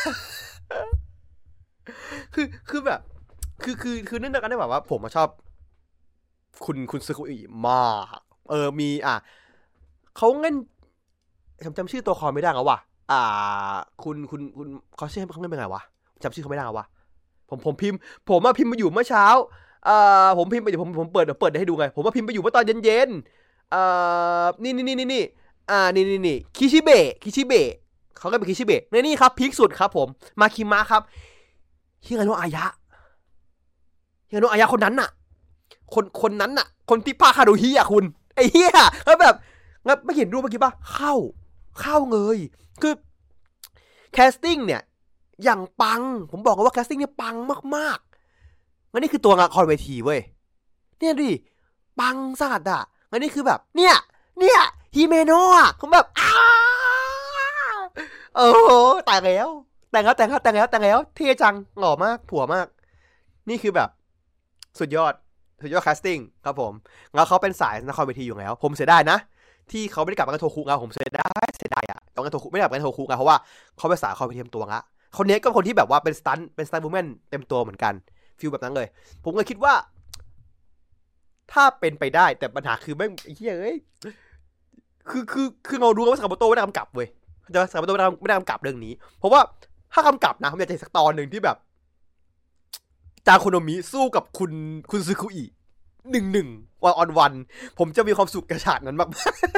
คือคือแบบคือคือคือเนื่องจากกันได้แบบว่าผมชอบคุณคุณซึคุอิมากเออมีอ่ะเขาเล่นจำจำชื่อตัวคอไม่ได้แล้วว่ะอ่าคุณคุณคุณเขาชื่อเขาเล่นเป็นไงวะจำชื่อเขาไม่ได้แล้ววะผมผมพิมพ์ผมมาพิมพ์มาอยู่เมื่อเช้าอ่าผมพิมพ์ไปเดี๋ยวผมผมเปิดเดี๋ยวเปิดให้ดูไงผมมาพิมพ์ไปอยู่เมื่อตอนเย็นๆอ่านี่นี่นี่นี่อ่านี่นี่นี่คิชิเบะคิชิเบะเขาก็เป็นคิชิเบะในนี่ครับพีคสุดครับผมมาคิมะครับฮิราโนะอายะฮิราโนะอายะคนนั้นน่ะคนคนนั้นน่ะคนที่พาคาโดฮิอ่ะคุณไอ้เหี้ยแล้วแบบแล้วไม่เห็นรูปเมื่อกี้ป่ะเข้าเข้าเลยคือแคสติ้งเนี่ยอย่างปังผมบอกเลยว่าแคสติ้งเนี่ยปังมากๆงั้นนี่คือตัวละครเวทีเว้ยเนี่ยดิปังสัตว์อ่ะงั้นนี่คือแบบเนี่ยเนี่ยฮิเมโนะอ่ะผมแบบอ้าโอ้โหตายแล้วแต่งแล้วแต่งแล้วแต่งแล้วแต่งแล้วเท่จังหล่อมากผัวมากนี่คือแบบสุดยอดสุดยอดแคสติ้งครับผมแล้วเขาเป็นสายละครเวทีอยู่แล้วผมเสียดายนะที่เขาไม่ได้กลับมากันโทคุนะผมเสียดายเสียดายอะกลับมากันโทคุไม่ได้กลับมากันโทคุนะเพราะว่าเขาเป็นสายละครเวทีเต็มตัวละคนนี้ก็คนที่แบบว่าเป็นสตันเป็นสตันวูแมนเต็มตัวเหมือนกันฟีลแบบนั้นเลยผมก็คิดว่าถ้าเป็นไปได้แต่ปัญหาคือแม่งไอ้เหี้ยเอ้ยคือคือคือเราดูว่าสากาโมโตะไม่ได้กำกับเว้ยจะสากาโมโตะไม่ได้ไม่ได้กำกับเรื่องนี้เพราะว่าถ้ากำกับนะผมอยากจะเห็นสักตอนหนึ่งที่แบบจาคุโนมิสู้กับคุณคุณซึคุอิหนึ่งหนึ่งวันออนวันผมจะมีความสุขกับฉากนั้นมาก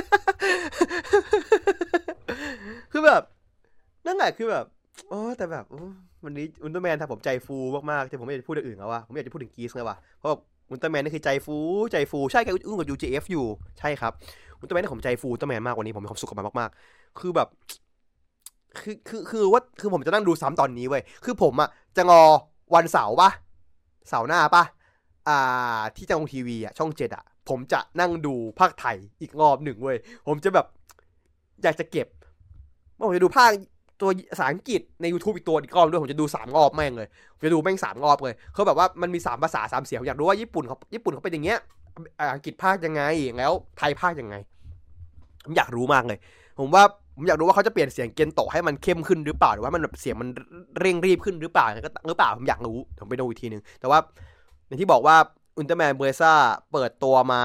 คือแบบนั่นแหละคือแบบโอ้แต่แบบวันนี้อุลตร้าแมนทำผมใจฟูมากๆแต่ผมไม่อยากจะพูดเรื่องอื่นแล้วว่ะผมอยากจะพูดถึงกีสเลยว่ะเพราะอุลตร้าแมนนี่คือใจฟูใจฟูใช่แกอุ้งกับ ยู จี เอฟ อยู่ใช่ครับอุลตร้าแมนนี่ผมใจฟูอุลตร้าแมนมากวันนี้ผมมีความสุขกับมันมากๆคือแบบคือคือคือว่าคือผมจะนั่งดูซ้ำตอนนี้เว้ยคือผมอ่ะจะงอวันเสาร์ป่ะเสาร์หน้าป่ะอ่าที่จังหวัดทีวีอ่ะช่องเจ็ดอ่ะผมจะนั่งดูภาคไทยอีกรอบหนึ่งเว้ยผมจะแบบอยากจะเก็บผมจะดูภาคตัวภาษาอังกฤษใน YouTube อีกตัวอีกรอบด้วยผมจะดูสามรอบแม่งเลยผมจะดูแม่งสามรอบเลยเขาแบบว่ามันมีสามภาษาสามเสียงผมอยากรู้ว่าญี่ปุ่นเขาญี่ปุ่นเขาเป็นอย่างเงี้ยอังกฤษภาคยังไงแล้วไทยภาคยังไงผมอยากรู้มากเลยผมว่าผมอยากรู้ว่าเขาจะเปลี่ยนเสียงเกนโตะให้มันเข้มขึ้นหรือเปล่าหรือว่ามันแบบเสียงมันเร่งรีบขึ้นหรือเปล่าหรือเปล่าผมอยากรู้ผมไปดูอีกทีนึงแต่ว่าอย่างที่บอกว่าอุลตร้าแมนเบอร์ซ่าเปิดตัวมา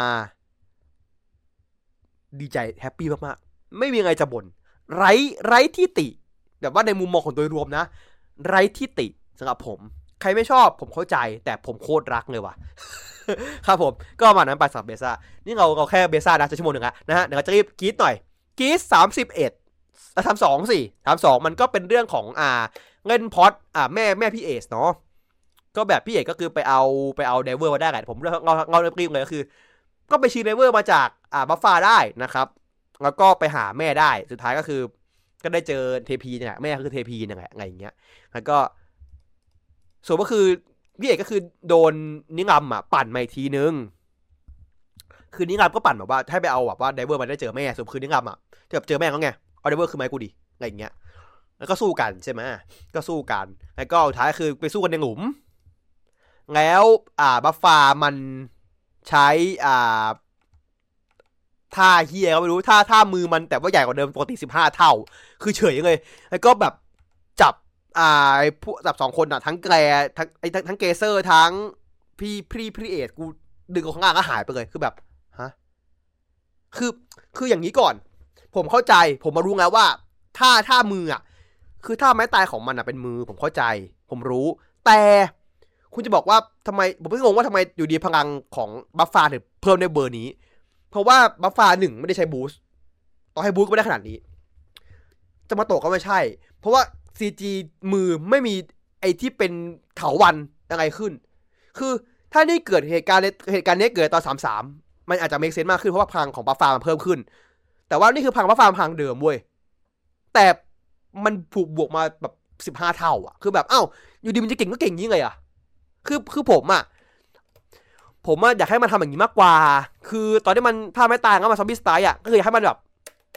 ดีใจแฮปปี้มากๆไม่มีอะไรจะบ่นไร้ไร้ที่ติแบบว่าในมุมมองของโดยรวมนะไร้ที่ติสำหรับผมใครไม่ชอบผมเข้าใจแต่ผมโคตรรักเลยว่ะ ครับผมก็มานั้นไปสำหรับเบซ่านี่เราเราแค่เบซ่านะจะชั่วโมงหนึ่งละนะฮะเดี๋ยวเราจะรีบกรี๊ดหน่อยกรี๊ดสามสิบเอ็ดทำสองสิทำสองมันก็เป็นเรื่องของอ่าเงินพอดอ่าแม่แม่พี่เอสเนาะก็แบบพี่เอกก็คือไปเอาไปเอาเดเวอร์มาได้แหละผมเงาเงาเงาเรียบเลยก็คือก็ไปชีเดเวอร์มาจากอ่าบัฟฟาได้นะครับแล้วก็ไปหาแม่ได้สุดท้ายก็คือก็ได้เจอเทพีเนี่ยแม่คือเทพีเนี่ยแหละอะไรอย่างเงี้ยแล้วก็ส่วนก็คือพี่เอกก็คือโดนนิรัมอ่ะปั่นมาอีกทีนึงคือนิรัมก็ปั่นแบบว่าให้ไปเอาแบบว่าไดเวอร์มาได้เจอแม่ส่วนคือนิรัมอ่ะแบบเจอแม่เขาไงเอาไดเวอร์คือไม้กูดิอะไรอย่างเงี้ยแล้วก็สู้กันใช่ไหมก็สู้กันแล้วก็สุดท้ายคือไปสู้กันในหลุมแล้วอ่าบัฟฟามันใช้อ่าท่าเฮียก็ไม่รู้ท่าท่ามือมันแต่ว่าใหญ่กว่าเดิมปกติสิบห้าเท่าคือเฉยเลยแล้วก็แบบจับอ่าพวกจับสองคนอ่ะทั้งแกรทั้งไอ้ทั้งเกเซอร์ทั้งพี่พี่พี่เอทกูดึงออกข้างล่างก็หายไปเลยคือแบบฮะคือคืออย่างนี้ก่อนผมเข้าใจผมมารู้แล้วว่าท่าท่ามืออ่ะคือท่าไม้ตายของมันอ่ะเป็นมือผมเข้าใจผมรู้แต่คุณจะบอกว่าทำไมผมไม่งงว่าทำไมอยู่ดีพลังของบัฟฟาถึงเพิ่มในเบอร์นี้เพราะว่าบัฟฟาหนึ่งไม่ได้ใช้บูสต์ต่อให้บูสต์ก็ไม่ได้ขนาดนี้จะมาโตก็ไม่ใช่เพราะว่า ซี จี มือไม่มีไอ้ที่เป็นเถาวัลย์ยังไงขึ้นคือถ้านี่เกิดเหตุการณ์เหตุการณ์นี้เกิดตอนสามสามมันอาจจะเมคเซนส์มากขึ้นเพราะว่าพลังของบัฟฟามันเพิ่มขึ้นแต่ว่านี่คือพลังบัฟฟาพลังเดิมเว้ยแต่มันผูกบวกมาแบบสิบห้าเท่าอ่ะคือแบบอ้าวอยู่ดีมันจะเก่งก็เก่งยิ่งเลยอ่ะคือคือผมอ่ะผมอะอยากให้มันทำอย่างนี้มากกว่าคือตอนที่มันถ้าไม่ตายก็มาซอมบี้สไตล์อ่ะก็คืออยากให้มันแบบ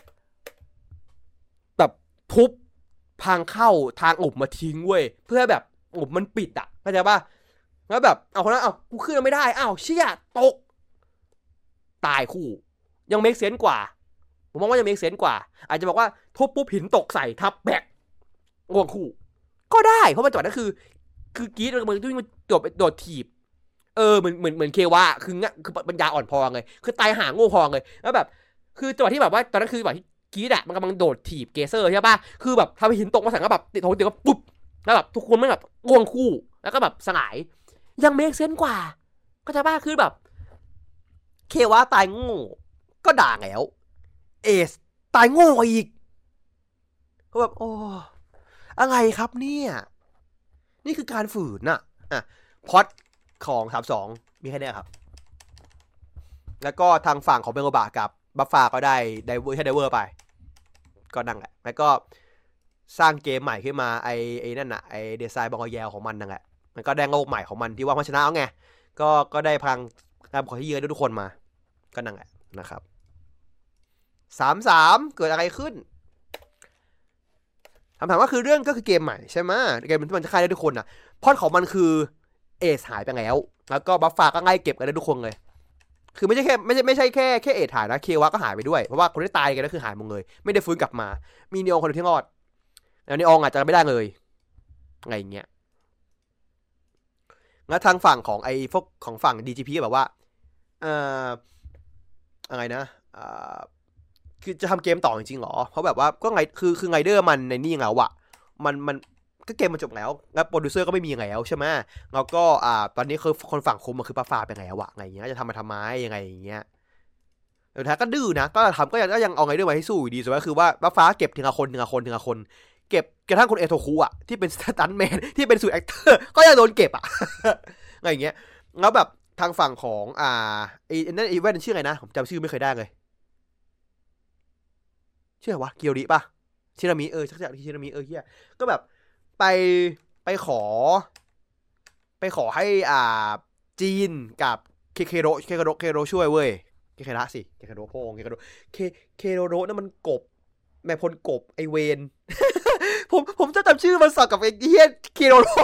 แบบทุบทางเข้าทางอุบมาทิ้งเว้ยเพื่อแบบอุบมันปิดอ่ะเข้าใจป่ะแล้วแบบเอาคนนั้นเอากูขึ้นไม่ได้อ้าวเชี่ยตกตายคู่ยังเมคเซนส์กว่าผมมองว่ายังเมคเซนส์กว่าอาจจะบอกว่าทุบปุ๊บหินตกใส่ทับแบกงวงคู่ก็ได้เพราะมันจังหวะนั้นคือคือกีดมันมันโดดโดดถีบเออเหมือนเหมือนเหมือนเควะคือเงี้ยคือปัญญาอ่อนพอเลยคือตายหาโง่พอเลยแล้วแบบคือจังหวะที่แบบว่าตอนนั้นคือแบบที่กีดอะมันกำลังโดดถีบเกเซอร์ใช่ป่ะคือแบบทำหินตกมาใส่ก็แบบติดโถเดี๋ยวก็ปุ๊บแล้วแบบทุกคนไม่แบบง่วงคู่แล้วก็แบบสลายยังเมคเซนส์กว่าก็จะบ้าคือแบบเควะตายโง่ก็ด่าแล้วเอสตายโง่อีกก็แบบโอ้อะไรครับเนี่ยนี่คือการฝืนน่ะอ่ะพอดของสามสองมีแค่นี้ครับแล้วก็ทางฝั่งของเบงโกบะกับบัฟฟาก็ได้ไดเวอร์ให้ไดเวอร์ไปก็นั่งแหละแล้วก็สร้างเกมใหม่ขึ้นมาไอไอนั่นน่ะไอเดซายบองแยลของมันนั่นแหละมันก็ได้โลกใหม่ของมันที่ว่ามันชนะเอาไงก็ก็ได้พลังการขอที่เยอะด้วยทุกคนมาก็นั่งแหละนะครับสามสามเกิดอะไรขึ้นคำถามว่าคือเรื่องก็คือเกมใหม่ใช่ไหมเกมที่มันจะฆ่าได้ทุกคนอ่ะพอดของมันคือเอสหายไปแล้วแล้วก็บัฟฟาก็ไล่เก็บกันได้ทุกคนเลยคือไม่ใช่แค่ไม่ใช่ไม่ใช่แค่แค่เอสหายนะเควะก็หายไปด้วยเพราะว่าคนที่ตายกันก็คือหายหมดเลยไม่ได้ฟื้นกลับมามีนีอองคนที่รอดแล้วนีอองอาจจะไม่ได้เลยอะไรอย่างเงี้ยแล้วทางฝั่งของไอ้พวกของฝั่ง ดี จี พี แบบว่าเอ่ออะไรนะอ่าคือจะทำเกมต่อจริงๆหรอเพราะแบบว่าก็ไงคือคือไงเดอร์มันในนี่แล้วอะมันมันก็เกมมันจบแล้วแล้วโปรดิวเซอร์ก็ไม่มีแล้วใช่ไหมแล้วก็อ่าตอนนี้คือคนฝั่งคุมมันคือปาฟาไปแล้วอะไงอย่างเงี้ยจะทำมาทำไมยังไงอย่างเงี้ยแต่ท้ายก็ดื้อนะก็ทำก็ยังก็ยังเอาไงเดอร์มาให้สู้อยู่ดีสุดก็คือว่าปาฟาเก็บทีละคนทีละคนทีละคนเก็บกระทั่งคนเอโทคุอะที่เป็นสตันแมนที่เป็นสูตรแอคเตอร์ก็ยังโดนเก็บอะอะไรอย่างเงี้ยแล้วแบบทางฝั่งของอ่าไอ้นั่นอีเวนต์ชื่ออะไรนะผมจำชื่อไม่เคยได้เลยชื่ออะไรวะเกียวริป่ะชิรามิเออชักจะชิรามิเออเฮียก็แบบไปไปขอไปขอให้อ่าจีนกับเคเคโรเคเคโรเคโรช่วยเว้ยเคเคระสิเคเคโรโพงเคเคโรเคเคโรนั่นมันกบแม่พลกบไอเวนผมผมจะจำชื่อมันสักกับไอ้เฮียเคโรโร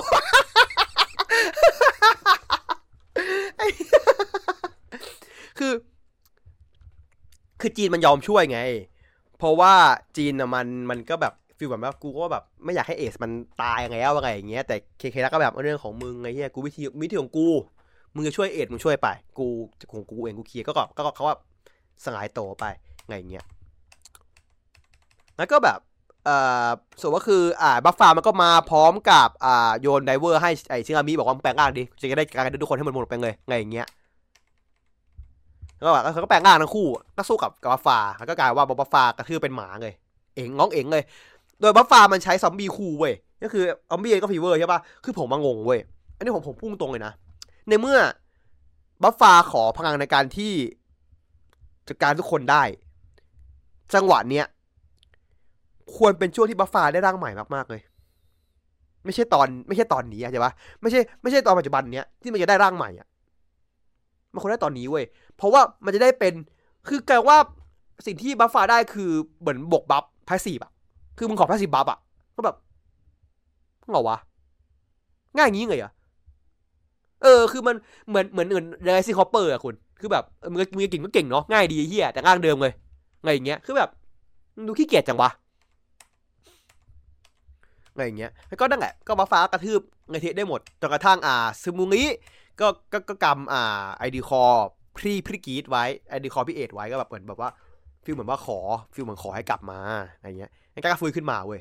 คือคือจีนมันยอมช่วยไงเพราะว่าจีนอ่ะมันมันก็แบบฟีลแบบว่ากูก็แบบไม่อยากให้เอสมันตายไงแล้วอะไรอย่างเงี้ยแต่เคเคแล้วก็แบบเรื่องของมึงไงเฮียกูวิธีวิธีของกูมึงจะช่วยเอสมึงช่วยไปกูของกูเองกูเคลียร์ก็ก็เขาว่าสลายโตไปไงอย่างเงี้ยแล้วก็แบบเอ่อส่วนก็คืออ่าบัฟฟามันก็มาพร้อมกับอ่าโยนไดเวอร์ให้ไอชิรามิบอกว่าแปลงร่างดิจะได้การทุกคนให้มันหมดไปเลยไงอย่างเงี้ยก็แบบเขาก็แปลงร่างทั้งคู่ก็สู้กับกับบัฟฟาแล้วก็กลายว่าบัฟฟากระทืบเป็นหมาเลยเอ็งง้องเอ็งเลยโดยบัฟฟามันใช้ซอมบี้คู่เว้ยก็คือซอมบี้ก็ฟีเวอร์ใช่ป่ะคือผมมางงเว้ยอันนี้ผมผมพุ่งตรงเลยนะในเมื่อบัฟฟาขอพลังในการที่จัดการทุกคนได้จังหวะเนี้ยควรเป็นช่วงที่บัฟฟาได้ร่างใหม่มากๆเลยไม่ใช่ตอนไม่ใช่ตอนนี้ใช่ปะไม่ใช่ไม่ใช่ตอนปัจจุบันเนี้ยที่มันจะได้ร่างใหม่อ่ะมันควรได้ตอนนี้เว้ยเพราะว่ามันจะได้เป็นคือกลายว่าสิ่งที่บัฟฟาได้คือเหมือนบวกบัฟพาสซีฟอ่ะคือมึงขอพาสซีฟบัฟอ่ะก็แบบเหรอวะง่ายอย่างนี้เลยอ่ะเออคือมันเหมือนเหมือนเหมือนเรซิคอปเปอร์อะคุณคือแบบมึงมึงเก่งก็เก่งเนาะง่ายดีเฮียแต่ร่างเดิมเลยไงอย่างเงี้ยคือแบบดูขี้เกียจจังวะอะไรอย่างเงี้ยแล้วก็นั่นแหละก็มาฟ้ากระทืบไงเทได้หมดจนกระทั่งอ่าซึมุงิก็ก็ก็กำอ่าไอดีคอพี่พี่กีดไว้ไอดีคอพี่เอ็ดไว้ก็แบบเหมือนแบบว่าฟีลเหมือนว่าขอฟีลเหมือนขอให้กลับมาอะไรเงี้ยแล้วก็ฟื้นขึ้นมาเว้ย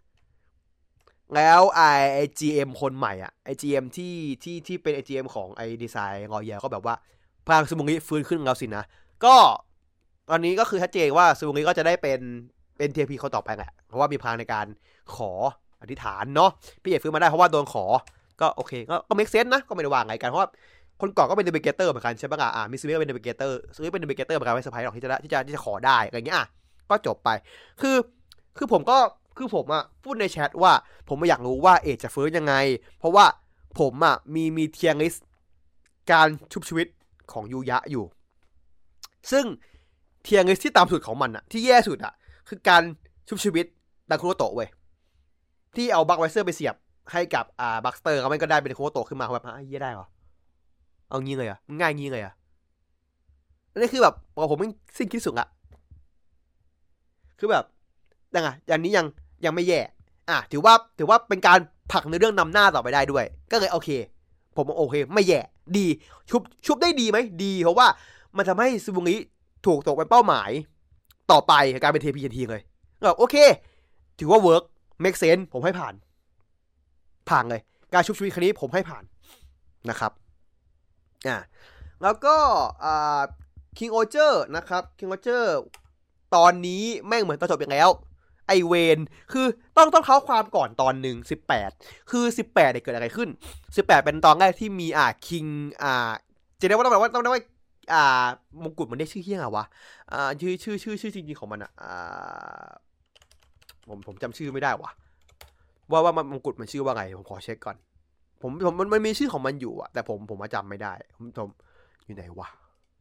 แล้วไอไอจีเอ็มคนใหม่อ่ะไอจีเอ็มที่ที่ที่เป็นไอจีเอ็มของไอดีไซน์งอเยียก็แบบว่าพลังซึมุงิฟื้นขึ้นแล้วสินะก็ตอนนี้ก็คือชัดเจนว่าซึมุงิก็จะได้เป็นเป็นเทพีคนต่อไปแหละเพราะว่ามีพลังในการขออธิษฐานเนาะพี่เอกฟื้นมาได้เพราะว่าโดนขอก็โอเคก็ก็เมคเซนส์นะก็ไม่ได้ว่าไงกันเพราะว่าคนก่อนก็เป็นเดบิเกเตอร์เหมือนกันใช่ปะอ่ะมิสซิเมก็เป็นเดบิเกเตอร์ซื้อเป็นเดบิเกเตอร์เหมือนกันไม่เซอร์ไพรส์หรอกที่จะที่จะที่จะขอได้อะไรเงี้ยอ่ะก็จบไปคือคือผมก็คือผมอ่ะพูดในแชทว่าผมอยากรู้ว่าเอจจะฟื้นยังไงเพราะว่าผมอ่ะมีมีเทียงลิสการชุบชีวิตของยูยะอยู่ซึ่งเทียงลิสที่ตามสุดของมันอ่ะที่แย่สุดอ่ะคือการชุบชีวิตดังคุโรโตะเว้ยที่เอาบัคไวเซอร์ไปเสียบให้กับอ่าบัคสเตอร์เขาไม่ก็ได้เป็นคุโรโตะขึ้นมาแบบอ่ะเยี่ยได้เหรอเอางี้เลยอ่ะมันง่ายงี้เลยอ่ะนี่คือแบบผมไม่สิ้นคิดสุดอะคือแบบยังไงอย่างนี้ยังยังไม่แย่อ่ะถือว่าถือว่าเป็นการผลักในเรื่องนำหน้าต่อไปได้ด้วยก็เลยโอเคผมโอเคไม่แย่ดีชุบชุบได้ดีไหมดีเพราะว่ามันทำให้ซูบุงิถูกตกเป็นเป้าหมายต่อไปการเป็นเทพีทีเลยแบบโอเคถือว่าเวิร์กเมคเซนส์ผมให้ผ่านผ่านเลยการชุบชีวิตครั้งนี้ผมให้ผ่านนะครับอ่าแล้วก็อ่าคิงโอเจอร์นะครับคิงโอเจอร์ตอนนี้แม่งเหมือนตอนจบอย่างแล้วไอเวนคือต้องต้องเท้าความก่อนตอนหนึ่งสิบแปดคือสิบแปดเนี่ยเกิดอะไรขึ้นสิบแปดเป็นตอนแรกที่มีอ่าคิงอ่าจะได้ว่าต้องแบบว่าต้องได้ว่าอ่ามงกุฎมันได้ชื่อเฮี้ยอะไรวะอ่าชื่อชื่อชื่อชื่อจริงๆของมันอ่ะอ่าผมผมจำชื่อไม่ได้วะว่าว่ามงกุฎมันชื่อว่าไงผมขอเช็คก่อนผมผมมันมันมีชื่อของมันอยู่อะแต่ผมผมจำไม่ได้ผมผมอยู่ไหนวะ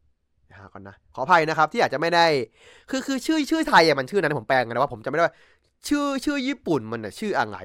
หาก่อนนะขออภัยนะครับที่อาจจะไม่ได้คือคือชื่อชื่อไทยอะมันชื่อนั้นผมแปลงกันนะว่าผมจำไม่ได้ว่าชื่อชื่อญี่ปุ่นมันอะชื่ออะไร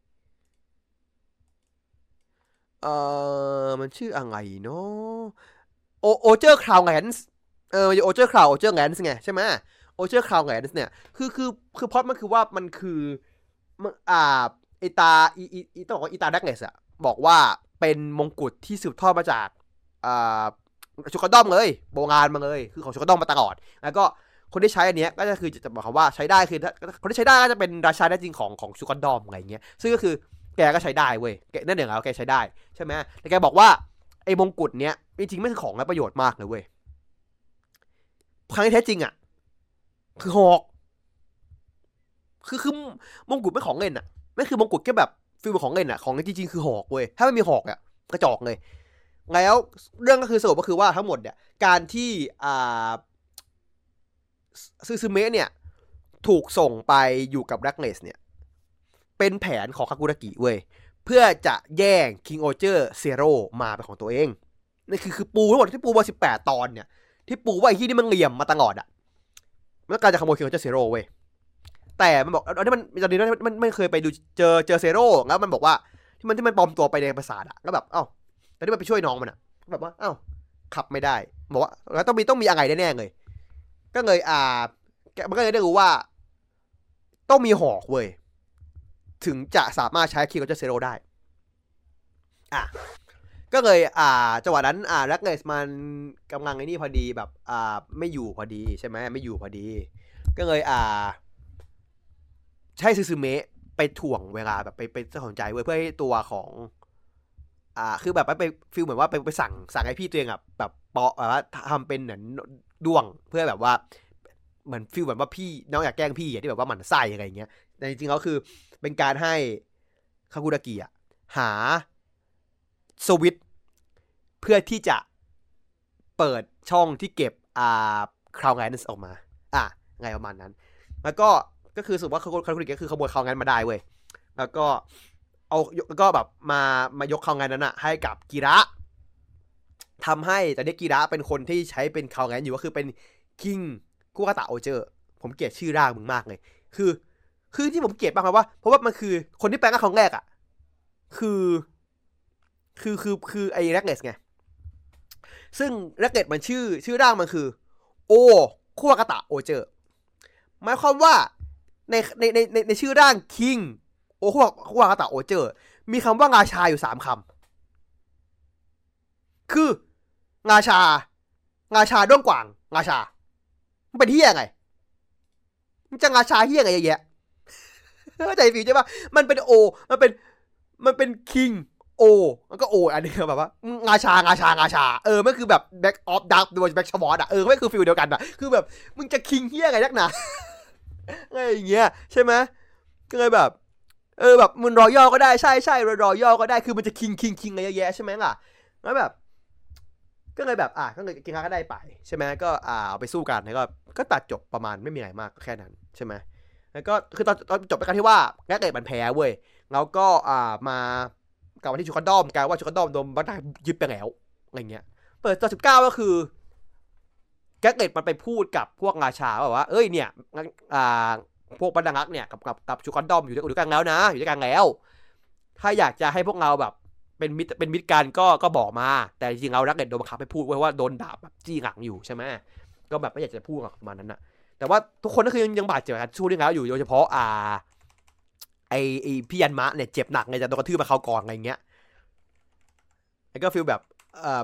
เออมันชื่ออะไรเนาะโอโอเจอร์คราวแลนส์เออโอเจอร์คราวโอเจอร์แลนส์ไงใช่ไหมโอเจอร์คราวแลนส์เนี่ยคือคือคือพล็อตมันคือว่ามันคือมันอ่าไอตาอีอีอีต้องบอกว่าอีตาดักเนสอะบอกว่าเป็นมงกุฎที่สืบทอดมาจากอ่าชูการ์ดอมเลยโบราณมาเลยคือของชูการ์ดอมมาตลอดแล้วก็คนที่ใช้อันเนี้ยก็จะคือจะบอกคำว่าใช้ได้คือคนที่ใช้ได้ก็จะเป็นราชาได้จริงของของชูการ์ดอมอะไรเงี้ยซึ่งก็คือแกก็ใช้ได้เว้ยแกนั่นเองแล้วแกใช้ได้ใช่ไหมแต่แกบอกว่าไอ้มงกุฎเนี้ยจริงๆไม่ใช่ของไร้ประโยชน์มากเลยเว้ยครั้งที่แท้จริงอ่ะคือหอกคือคือมงกุฎไม่ของเล่นอ่ะไม่คือมงกุฎแค่แบบฟิลของเล่นอ่ะของจริงๆคือหอกเว้ยถ้าไม่มีหอกอ่ะกระจอกเลยแล้วเรื่องก็คือสรุปก็คือว่าทั้งหมดเนี่ยการที่อ่าซึซึเมะเนี่ยถูกส่งไปอยู่กับแร็กเนสเนี่ยเป็นแผนของคากุระกิเว้ยเพื่อจะแย่งคิงโอเจอร์เซโร่มาเป็นของตัวเองนี่คือคือปูทั้งหมดที่ปูมาสิบแปดตอนเนี่ยที่ปูว่าไอ้ที่นี่มันเหลี่ยมมาตลอดอ่ะมันการจะขโมยคิงโอเจอร์เซโร่เว้ยแต่มันบอกอันนี้มันตอนนี้มันไม่เคยไปดูเจอเจอเซโร่แล้วมันบอกว่าที่มันที่มันปลอมตัวไปในปราสาทอ่ะก็แบบเอ้าแต่ที่มันไปช่วยน้องมันอ่ะแบบว่าเอ้าขับไม่ได้บอกว่าแล้วต้องมีต้องมีอะไรแน่ๆเลยก็เลยอ่ามันก็เลยได้รู้ว่าต้องมีหอกเว้ยถึงจะสามารถใช้คิงโอเจอร์เซโร่ได้อ่ะก็เลยอ่าจังหวะนั้นอ่าแร็กเนสมันกำลังไอ้นี่พอดีแบบอ่าไม่อยู่พอดีใช่ไหมไม่อยู่พอดีก็เลยอ่าใช่ซึซึเมะไปถ่วงเวลาแบบไปไปสนใจเว้ยเพื่อให้ตัวของอ่าคือแบบไปฟีลเหมือนว่าไปไปสั่งสั่งให้พี่ตัวเองอ่ะแบบเปาะแบบว่าทำเป็นเหมือนด้วงเพื่อแบบว่าเหมือนฟีลเหมือนว่าพี่น้องอยากแกล้งพี่ที่แบบว่าหมั่นไส้อะไรอย่างเงี้ยแต่จริงๆแล้วคือเป็นการให้คากุระกิอ่ะหาสวิตเพื่อที่จะเปิดช่องที่เก็บอ่าคราวแลนส์ออกมาอ่ะไงประมาณนั้นแล้วก็ก็คือสรุปว่าคากุระกิก็คือขโมยคราวแลนส์มาได้เว้ยแล้วก็เอาแล้วก็แบบมามายกคราวแลนส์นั้นอ่ะให้กับกิระทำให้แต่เนี้ยกิระเป็นคนที่ใช้เป็นคราวแลนส์อยู่ก็คือเป็นคิงคุกาตะโอเจอร์ผมเกลียดชื่อร่างมึงมากเลยคือคือที่ผมเกลียดมากเพราะว่าเพราะว่ามันคือคนที่แปลงร่างครั้งแรกอ่ะคือคือคือคือไอ้แร็กเนสไงซึ่งแร็กเนสมันชื่อชื่อร่างมันคือโอคุกาตะโอเจอร์หมายความว่าในในในในในชื่อร่างคิงโอคุคุกาตะโอเจอร์มีคำว่างาชาอยู่สามคำคืองาชางาชาด้วงกว่างงาชามันเป็นเฮียไงมันจะงาชาเฮียไงเยอะแยะเข้าใจฟิวใช่ปะมันเป็นโอมันเป็นมันเป็นคิงโอแล้วก็โออันนี้แบบว่างาชางาชางาชาเออมันคือแบบแบ็กออฟดักโดยแบ็กชวอตอ่ะเออไม่คือฟิลเดียวกันอ่ะคือแบบมึงจะคิงเฮียไงนักหนาอะไรอย่างเงี้ยใช่ไหมก็เลยแบบเออแบบมึงรอย่อก็ได้ใช่ใช่รอย่อก็ได้คือมันจะคิงคิงคิงอะไรเยอะแยะใช่ไหมล่ะแล้วแบบก็เลยแบบอ่ะก็เลยกินข้าวก็ได้ไปใช่ไหมก็อ่าเอาไปสู้กันแล้วก็ก็ตัดจบประมาณไม่มีอะไรมากก็แค่นั้นใช่ไหมแล้วก็คือตอนตอนจบไปกันที่ว่าแรกเกิดมันแพ้เว้ยแล้วก็อ่ามากับวันที่ชูคอนดอมกลายว่าชูคอนดอมโดนบัตรยึดไปแล้วอะไรเงี้ยเปิดตอนสิบเก้าก็คือแก๊กเน็ตมันไปพูดกับพวกราชาแบบว่าเอ้ยเนี่ยอ่าพวกบรรดารักเนี่ยกับกับกับชูคอนดอมอยู่ด้วยกันแล้วนะอยู่ด้วยกันแล้วถ้าอยากจะให้พวกเราแบบเป็นมิตรเป็นมิตรกันก็ก็บอกมาแต่จริงๆเรารักเน็ตโดนบังคับให้พูดไว้ว่าโดนดาบแบบจี้หลังอยู่ใช่ไหมก็แบบไม่อยากจะพูดประมาณนั้นนะแต่ว่าทุกคนก็คือยังบาดเจ็บกันสู้ด้วยกันอยู่โดยเฉพาะอ่าไอไอพี่ยันมะเนี่ยเจ็บหนักไงจะโดนกระทืบมาเขาก่อนอะไรเงี้ยแล้วก็ฟีลแบบเอ่อ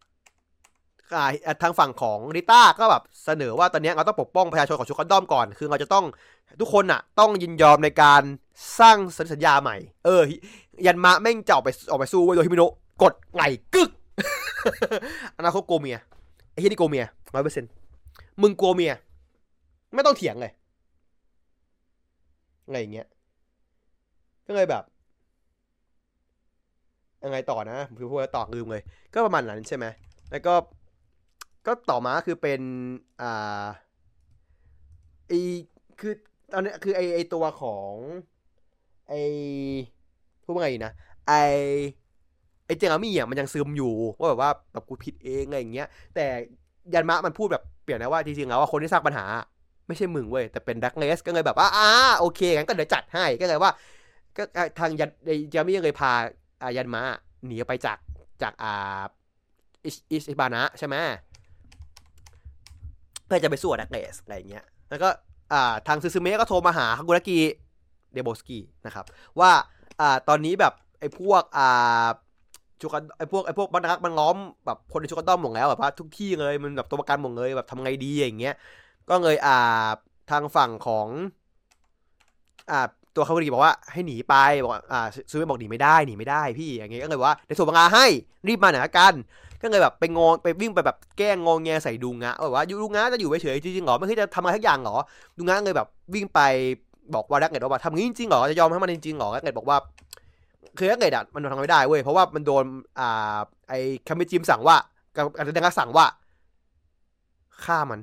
ทางฝั่งของริต้าก็แบบเสนอว่าตอนนี้เราต้องปกป้องประชาชนของชูคอนดอมก่อนคือเราจะต้องทุกคนอ่ะต้องยินยอมในการสร้างสัญญาใหม่เออยันมะแม่งจะออกไปออกไปสู้โดยฮิมิโนะกดไหลกึกอนาคตโกเมียไอ้ที่นี่โกเมียร้อยเปอร์เซ็นต์มึงโกเมียไม่ต้องเถียงเลยอะไรอย่างเงี้ยก็เลยแบบยังไงต่อนะผมพูดแล้วต่อลืมเลยก็ประมาณนั้นใช่ไหมแล้วก็ก็ต่อมาคือเป็นอ่าไอคือตอนนี้คือไอไอตัวของไอพูดว่าไงนะไอไอเจงามี่อ่ะมันยังซึมอยู่ว่าแบบว่าแบบกูผิดเองอะไรอย่างเงี้ยแต่ยันมะมันพูดแบบเปลี่ยนนะว่าจริงๆแล้วว่าคนที่สร้างปัญหาไม่ไม่ใช่มึงเว้ยแต่เป็นดักเลสก็เลยแบบว่าอ่าโอเคงั้นก็เดี๋ยวจัดให้ก็เลยว่าก็ทางยันยามิยังเลยพาอายันมาหนีไปจากจากอ่าอิอิชิบานะใช่ไหมเพื่อจะไปสู้ดักเลสอะไรอย่างเงี้ยแล้วก็อ่าทางซึซึเมะก็โทรมาหาฮากุระกิเดโบสกินะครับว่าอ่าตอนนี้แบบไอ้พวกอ่าชุกันไอ้พวกไอ้พวกบรรดักมันล้อมแบบคนในชุกันด้อมหมดแล้วแบบว่าทุกที่เลยมันแบบตัวประกันหมดเลยแบบทำไงดีอย่างเงี้ยก็เลยอ่าทางฝั่งของอ่าตัวเขาบอกว่าให้หนีไปบอกอ่าซูเมะบอกหนีไม่ได้หนีไม่ได้พี่อย่างเงี้ยก็เลยว่าเดี๋ยวส่งบังอาให้รีบมาหน่อยละกันก็เลยแบบไปงงไปวิ่งไปแบบแกล้งงงแงใส่ดุงะแบบว่ายูดุงะจะอยู่เฉยจริงๆหรอไม่คิดจะทำอะไรทักอย่างหรอดุงะเลยแบบวิ่งไปบอกว่าดักเน็ตว่าทำงี้จริงๆหรอจะยอมให้มันจริงๆหรอดักเน็ตบอกว่าคือดักเน็ตอ่ะมันทำไม่ได้เว้ยเพราะว่ามันโดนอ่าไอ้คามิจิมสั่งว่ากับอาจารย์สั่งว่าฆ่ามัน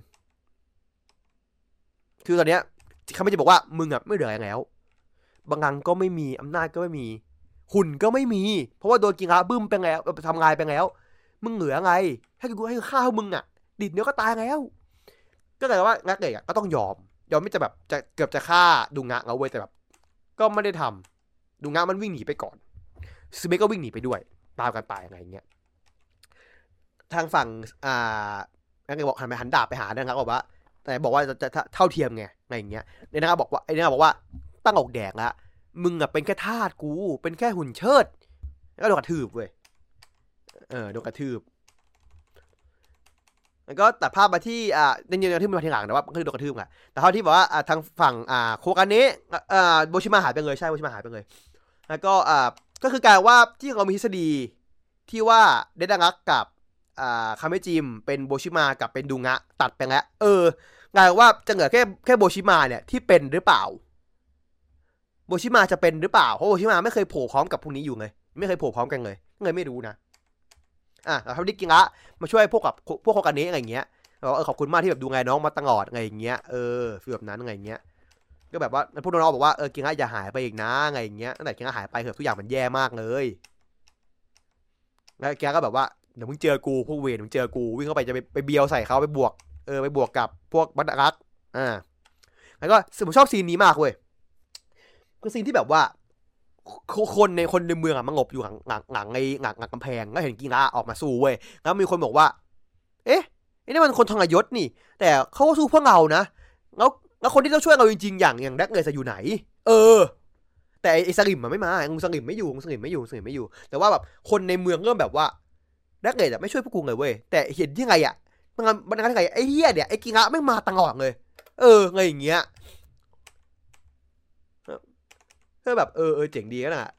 คือตอนเนี้ยคามิจิบอกว่ามึงอ่ะไม่เหลือแล้วบางงังก็ไม่มีอำนาจก็ไม่มีหุ่นก็ไม่มีเพราะว่าโดนกิงะบึ้มไปแล้วทำลายไปแล้วมึงเหลือไงให้กูให้ข้าวมึงอ่ะดิดเนี้ยก็ตายแล้วก็เลยว่านักเอกอ่ะก็ต้องยอมยอมไม่จะแบบจะเกือบจะฆ่าดุงะเอาไว้แต่แบบก็ไม่ได้ทำดุงะมันวิ่งหนีไปก่อนซึเมะก็วิ่งหนีไปด้วยตามกันไปอะไรเงี้ยทางฝั่งอ่านักเอกบอกหันไปหันดาบไปหานะครับบอกว่าแต่บอกว่าจะเท่าเทียมไงอะไรเงี้ยในนะครับบอกว่าไอ้นะครับบอกว่าตั้งอกแดกแล้วมึงอะเป็นแค่ทาสกูเป็นแค่หุ่นเชิดแล้วก็โดนกระทืบเว้ยเออโดนกระทืบแล้วก็แต่ภาพมาที่อ่าในเรื่องที่มันมาทีหลังแต่ว่าคือโดนกระทืบอะแต่เท่าที่บอกว่าอ่าทางฝั่งอ่าโคกาเนะอ่าโบชิมาหายไปเลยใช่โบชิมาหายไปเลยแล้วก็อ่าก็คือการว่าที่เรามีทฤษฎีที่ว่าเดดังักกับอ่าคาเมจิมเป็นโบชิมากับเป็นดุงะตัดไปแล้วเออกลายว่าจะเหลือแค่แค่โบชิมาเนี่ยที่เป็นหรือเปล่าโบชิมาจะเป็นหรือเปล่าเพราะโบชิมาไม่เคยโผล่พร้อมกับพวกนี้อยู่เลยไม่เคยโผล่พร้อมกันเลยเลยไม่รู้นะอ่ะแล้วเขาดิกิงะมาช่วยพวกกับพวกโคกาเนะอะไรอย่างเงี้ยเราเออขอบคุณมากที่แบบดูแลน้องมาตลอดอะไรอย่างเงี้ยเออฟีลแบบนั้นอะไรอย่างเงี้ยก็แบบว่าพวกน้องบอกว่าเออกิงะอย่าหายไปอีกนะอะไรอย่างเงี้ยตั้งแต่กิงะหายไปเถอะทุกอย่างมันแย่มากเลยแล้วกิงะก็แบบว่าเดี๋ยวมึงเจอกูพวกเวรมึงเจอกูวิ่งเข้าไปจะไปไปเบียวใส่เขาไปบวกเออไปบวกกับพวกบัตรักอ่าแล้วก็ผมชอบซีนนี้มากเว้ยคือซีนที่แบบว่าคนในคนในเมืองอ่ะมันงบอยู่หลังหลังหลังไอ้หลังหลังกำแพงก็เห็นกิงะออกมาสู้เว้ยแล้วมีคนบอกว่าเอ๊ะไอ้นี่มันคนทรยศนี่แต่เขาสู้พวกเรานะแล้วแล้วคนที่ต้องช่วยเราจริงๆอย่างอย่างแดกเนสอยู่ไหนเออแต่ไอ้สลิมมันไม่มางูสลิมไม่อยู่งูสลิมไม่อยู่สลิมไม่อยู่แต่ว่าแบบคนในเมืองเริ่มแบบว่าแดกเนสไม่ช่วยพวกกูเลยเว้ยแต่เห็นยังไงอ่ะมันมันยังไงไอ้เหี้ยเนี่ยไอ้กิงะไม่มาตลอดเลยเออไงอย่างเงี้ยก็แบบเออเออเจ๋งดีนะ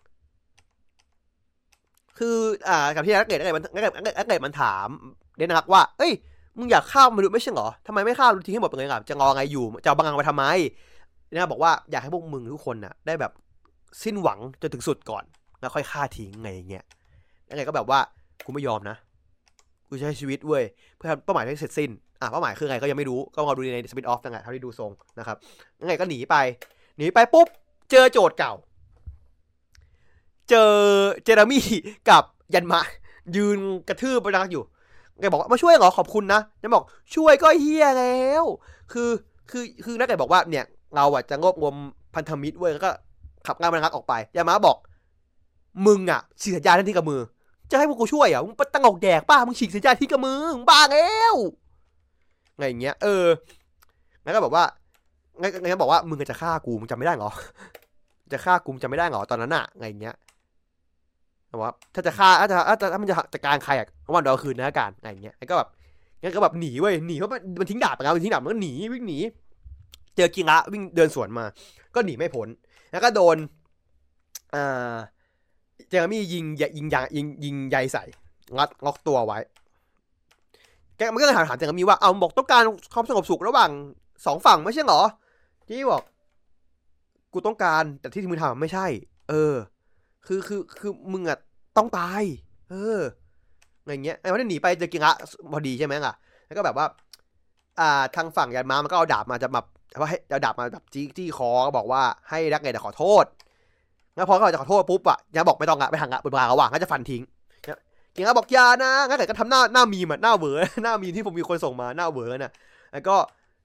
คืออ่ากับที่นักเตะนักเตะมันนักเตะนักเตะมันถามเดนนักว่าเอ้ยมึงอยากฆ่ามนุษย์ไม่ใช่เหรอทำไมไม่ฆ่ามนุษย์ทิ้งให้หมดไปเลยครับจะงอไงอยู่จะเอาบังคับไปทำไมเดนนักบอกว่าอยากให้พวกมึงทุกคนน่ะได้แบบสิ้นหวังจนถึงสุดก่อนแล้วค่อยฆ่าทิ้งไงอย่างเงี้ยนักเตะก็แบบว่ากูไม่ยอมนะกูใช้ชีวิตเว้ยเพื่อเป้าหมายให้เสร็จสิ้นอ่ะเป้าหมายคือไงก็ยังไม่รู้ก็รอดูในสปินออฟนั่นแหละเท่าที่ดูทรงนะครับนักเตะก็หนีไปหนีไปปุ๊บเจอโจทย์เก่าเจอเจอร์มี่กับยันมายืนกระทืบไปรักอยู่แกบอกว่ามาช่วยเหรอขอบคุณนะยันบอกช่วยก็เฮียแล้วคือคือคือนักแกบอกว่าเนี่ยเราอ่ะจะงบงมพันธมิตรเว้ยแล้วก็ขับงานมันรักออกไปยันมาบอกมึงอ่ะฉีกสัญญาทันทีกับมือจะให้พวกกูช่วยอ่ะมึงตั้งอกแดกป้ามึงฉีกสัญญาที่กับมือมึงบ้าแล้วไงอย่างเงี้ยเออแล้วก็บอกว่างั้นบอกว่ามึงจะฆ่ากูมึงจำไม่ได้หรอจะฆ่ากูจำไม่ได้หรอตอนนั้นอ่ะไงอย่างเงี้ยว่าถ้าจะฆ่าถ้าจะถ้าถ้ามันจะจัดการใครอ่ะวันเดียวคืนนะการอะไรอย่างเงี้ยก็แบบงั้นก็แบบหนีเว้ยหนีเพราะมันทิ้งดาบไปแล้วมันทิ้งดาบมันก็หนีวิ่งหนีเจอกิงะวิ่งเดินสวนมาก็หนีไม่พ้นแล้วก็โดนอ่าเจอมี่ยิงยิงยางยิงยิงใยใส่งัดล็อกตัวไว้แกมันก็เลยถามถามเจอมี่ว่าเอาบอกต้องการความสงบสุขระหว่างสองฝั่งไม่ใช่เหรอที่บอกกูต้องการแต่ที่มึงทำไม่ใช่เออคือคือคือมึงอะต้องตายเอออะไรเงี้ยไอ้วันนี้หนีไปเจอกิงะพอดีใช่ไหมล่ะแล้วก็แบบว่าอ่าทางฝั่งยันมามันก็เอาดาบมาจะมาว่าให้เอาดาบมาแบบจี้จี้คอก็บอกว่าให้รักไงแต่ขอโทษแล้วพอเขาจะขอโทษปุ๊บอะยันบอกไม่ต้องอะไปทางอะบนบาระหว่างก็จะฟันทิ้งกิงะบอกยานะงั้นแต่ก็ทำหน้าหน้ามีมอะหน้าเวอร์หน้ามีที่ผมมีคนส่งมาหน้าเวอร์น่ะแล้วก็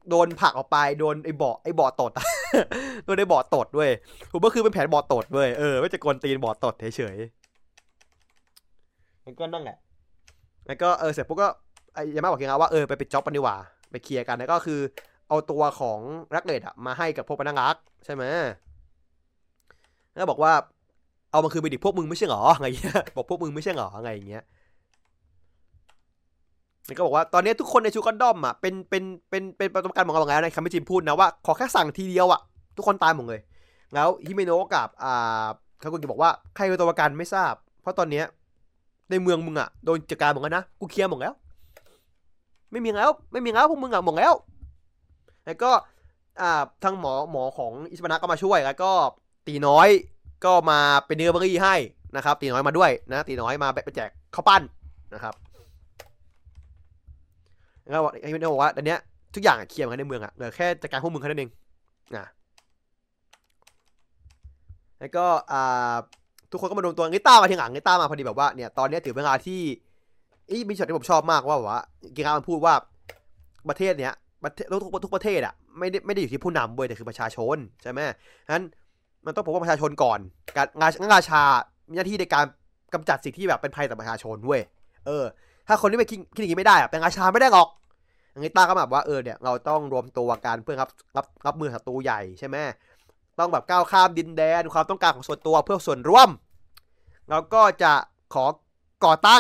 โดนผลักออกไปโดนไอ้เบาะไอ้เบาะตด โดนไอ้เบาะตดด้วยผมก็คือเป็นแผนเบาะตดด้วยเออไม่จะกวนตีนเบาะตดเฉยๆมันก็นั่งแหละแล้วก็เออเสร็จปุ๊บก็ไอ้ยามาบอกเองว่าเออไปปิดจ็อบกันดีกว่าไปเคลียร์กันแล้วก็คือเอาตัวของรักเนตอะมาให้กับพวกพนักงานใช่ไหมแล้วบอกว่าเอามาคืนไปดิพวกมึงไม่ใช่หรอไงเงี้ยบอกพวกมึงไม่ใช่หรอไงอย่างเงี้ยแล้วก็บอกว่าตอนนี้ทุกคนในชูกันดอมอ่ะเป็นเป็นเป็นเป็นประสบการณ์ของเราแล้วในคำที่จิมพูดนะว่าขอแค่สั่งทีเดียวอ่ะทุกคนตายหมดเลยแล้วฮิเมโนะกับอ่าเขาก็บอกว่าใครเป็นตัวประกันไม่ทราบเพราะตอนเนี้ยในเมืองมึงอ่ะโดนจัดการหมดแล้วนะกูเคลียร์หมดแล้วไม่มีแล้วไม่มีแล้วพวกมึงอ่ะหมดแล้วแล้วก็อ่าทางหมอหมอของอิสมานะก็มาช่วยแล้วก็ตีน้อยก็มาเป็นเนื้อเบอรี่ให้นะครับตีน้อยมาด้วยนะตีน้อยมาไปแจกข้าวปั้นนะครับแล้วไอ้พี่บอกว่าตอนเนี้ยทุกอย่างเคลียร์กันในเมืองอ่ะเหลือแค่จัดการพวกมึงแค่นั้นเองนะแล้วก็อ่าทุกคนก็มาดูตัวงิต้ามาทีหลังงิต้ามาพอดีแบบว่าเนี่ยตอนนี้ถือเวลาที่อีมีช็อตที่ผมชอบมากว่าแบบว่ากิรามันพูดว่าประเทศเนี้ยประเทศทุกทุกประเทศอ่ะไม่ได้ไม่ได้อยู่ที่ผู้นำเว้ยแต่คือประชาชนใช่ไหมฉะนั้นมันต้องปกป้องประชาชนก่อนการงานงานราชามีหน้าที่ในการกำจัดสิ่งที่แบบเป็นภัยต่อประชาชนเว้ยเออถ้าคนที่ไปคิดคิดอย่างนี้ไม่ได้อะเป็นราชาไม่ได้หรอกอันนี้ต้าก็แบบว่าเออเนี่ยเราต้องรวมตัวกันเพื่อรับรับรับมือศัตรูใหญ่ใช่ไหมต้องแบบก้าวข้ามดินแดนความต้องการของส่วนตัวเพื่อส่วนร่วมเราก็จะขอก่อตั้ง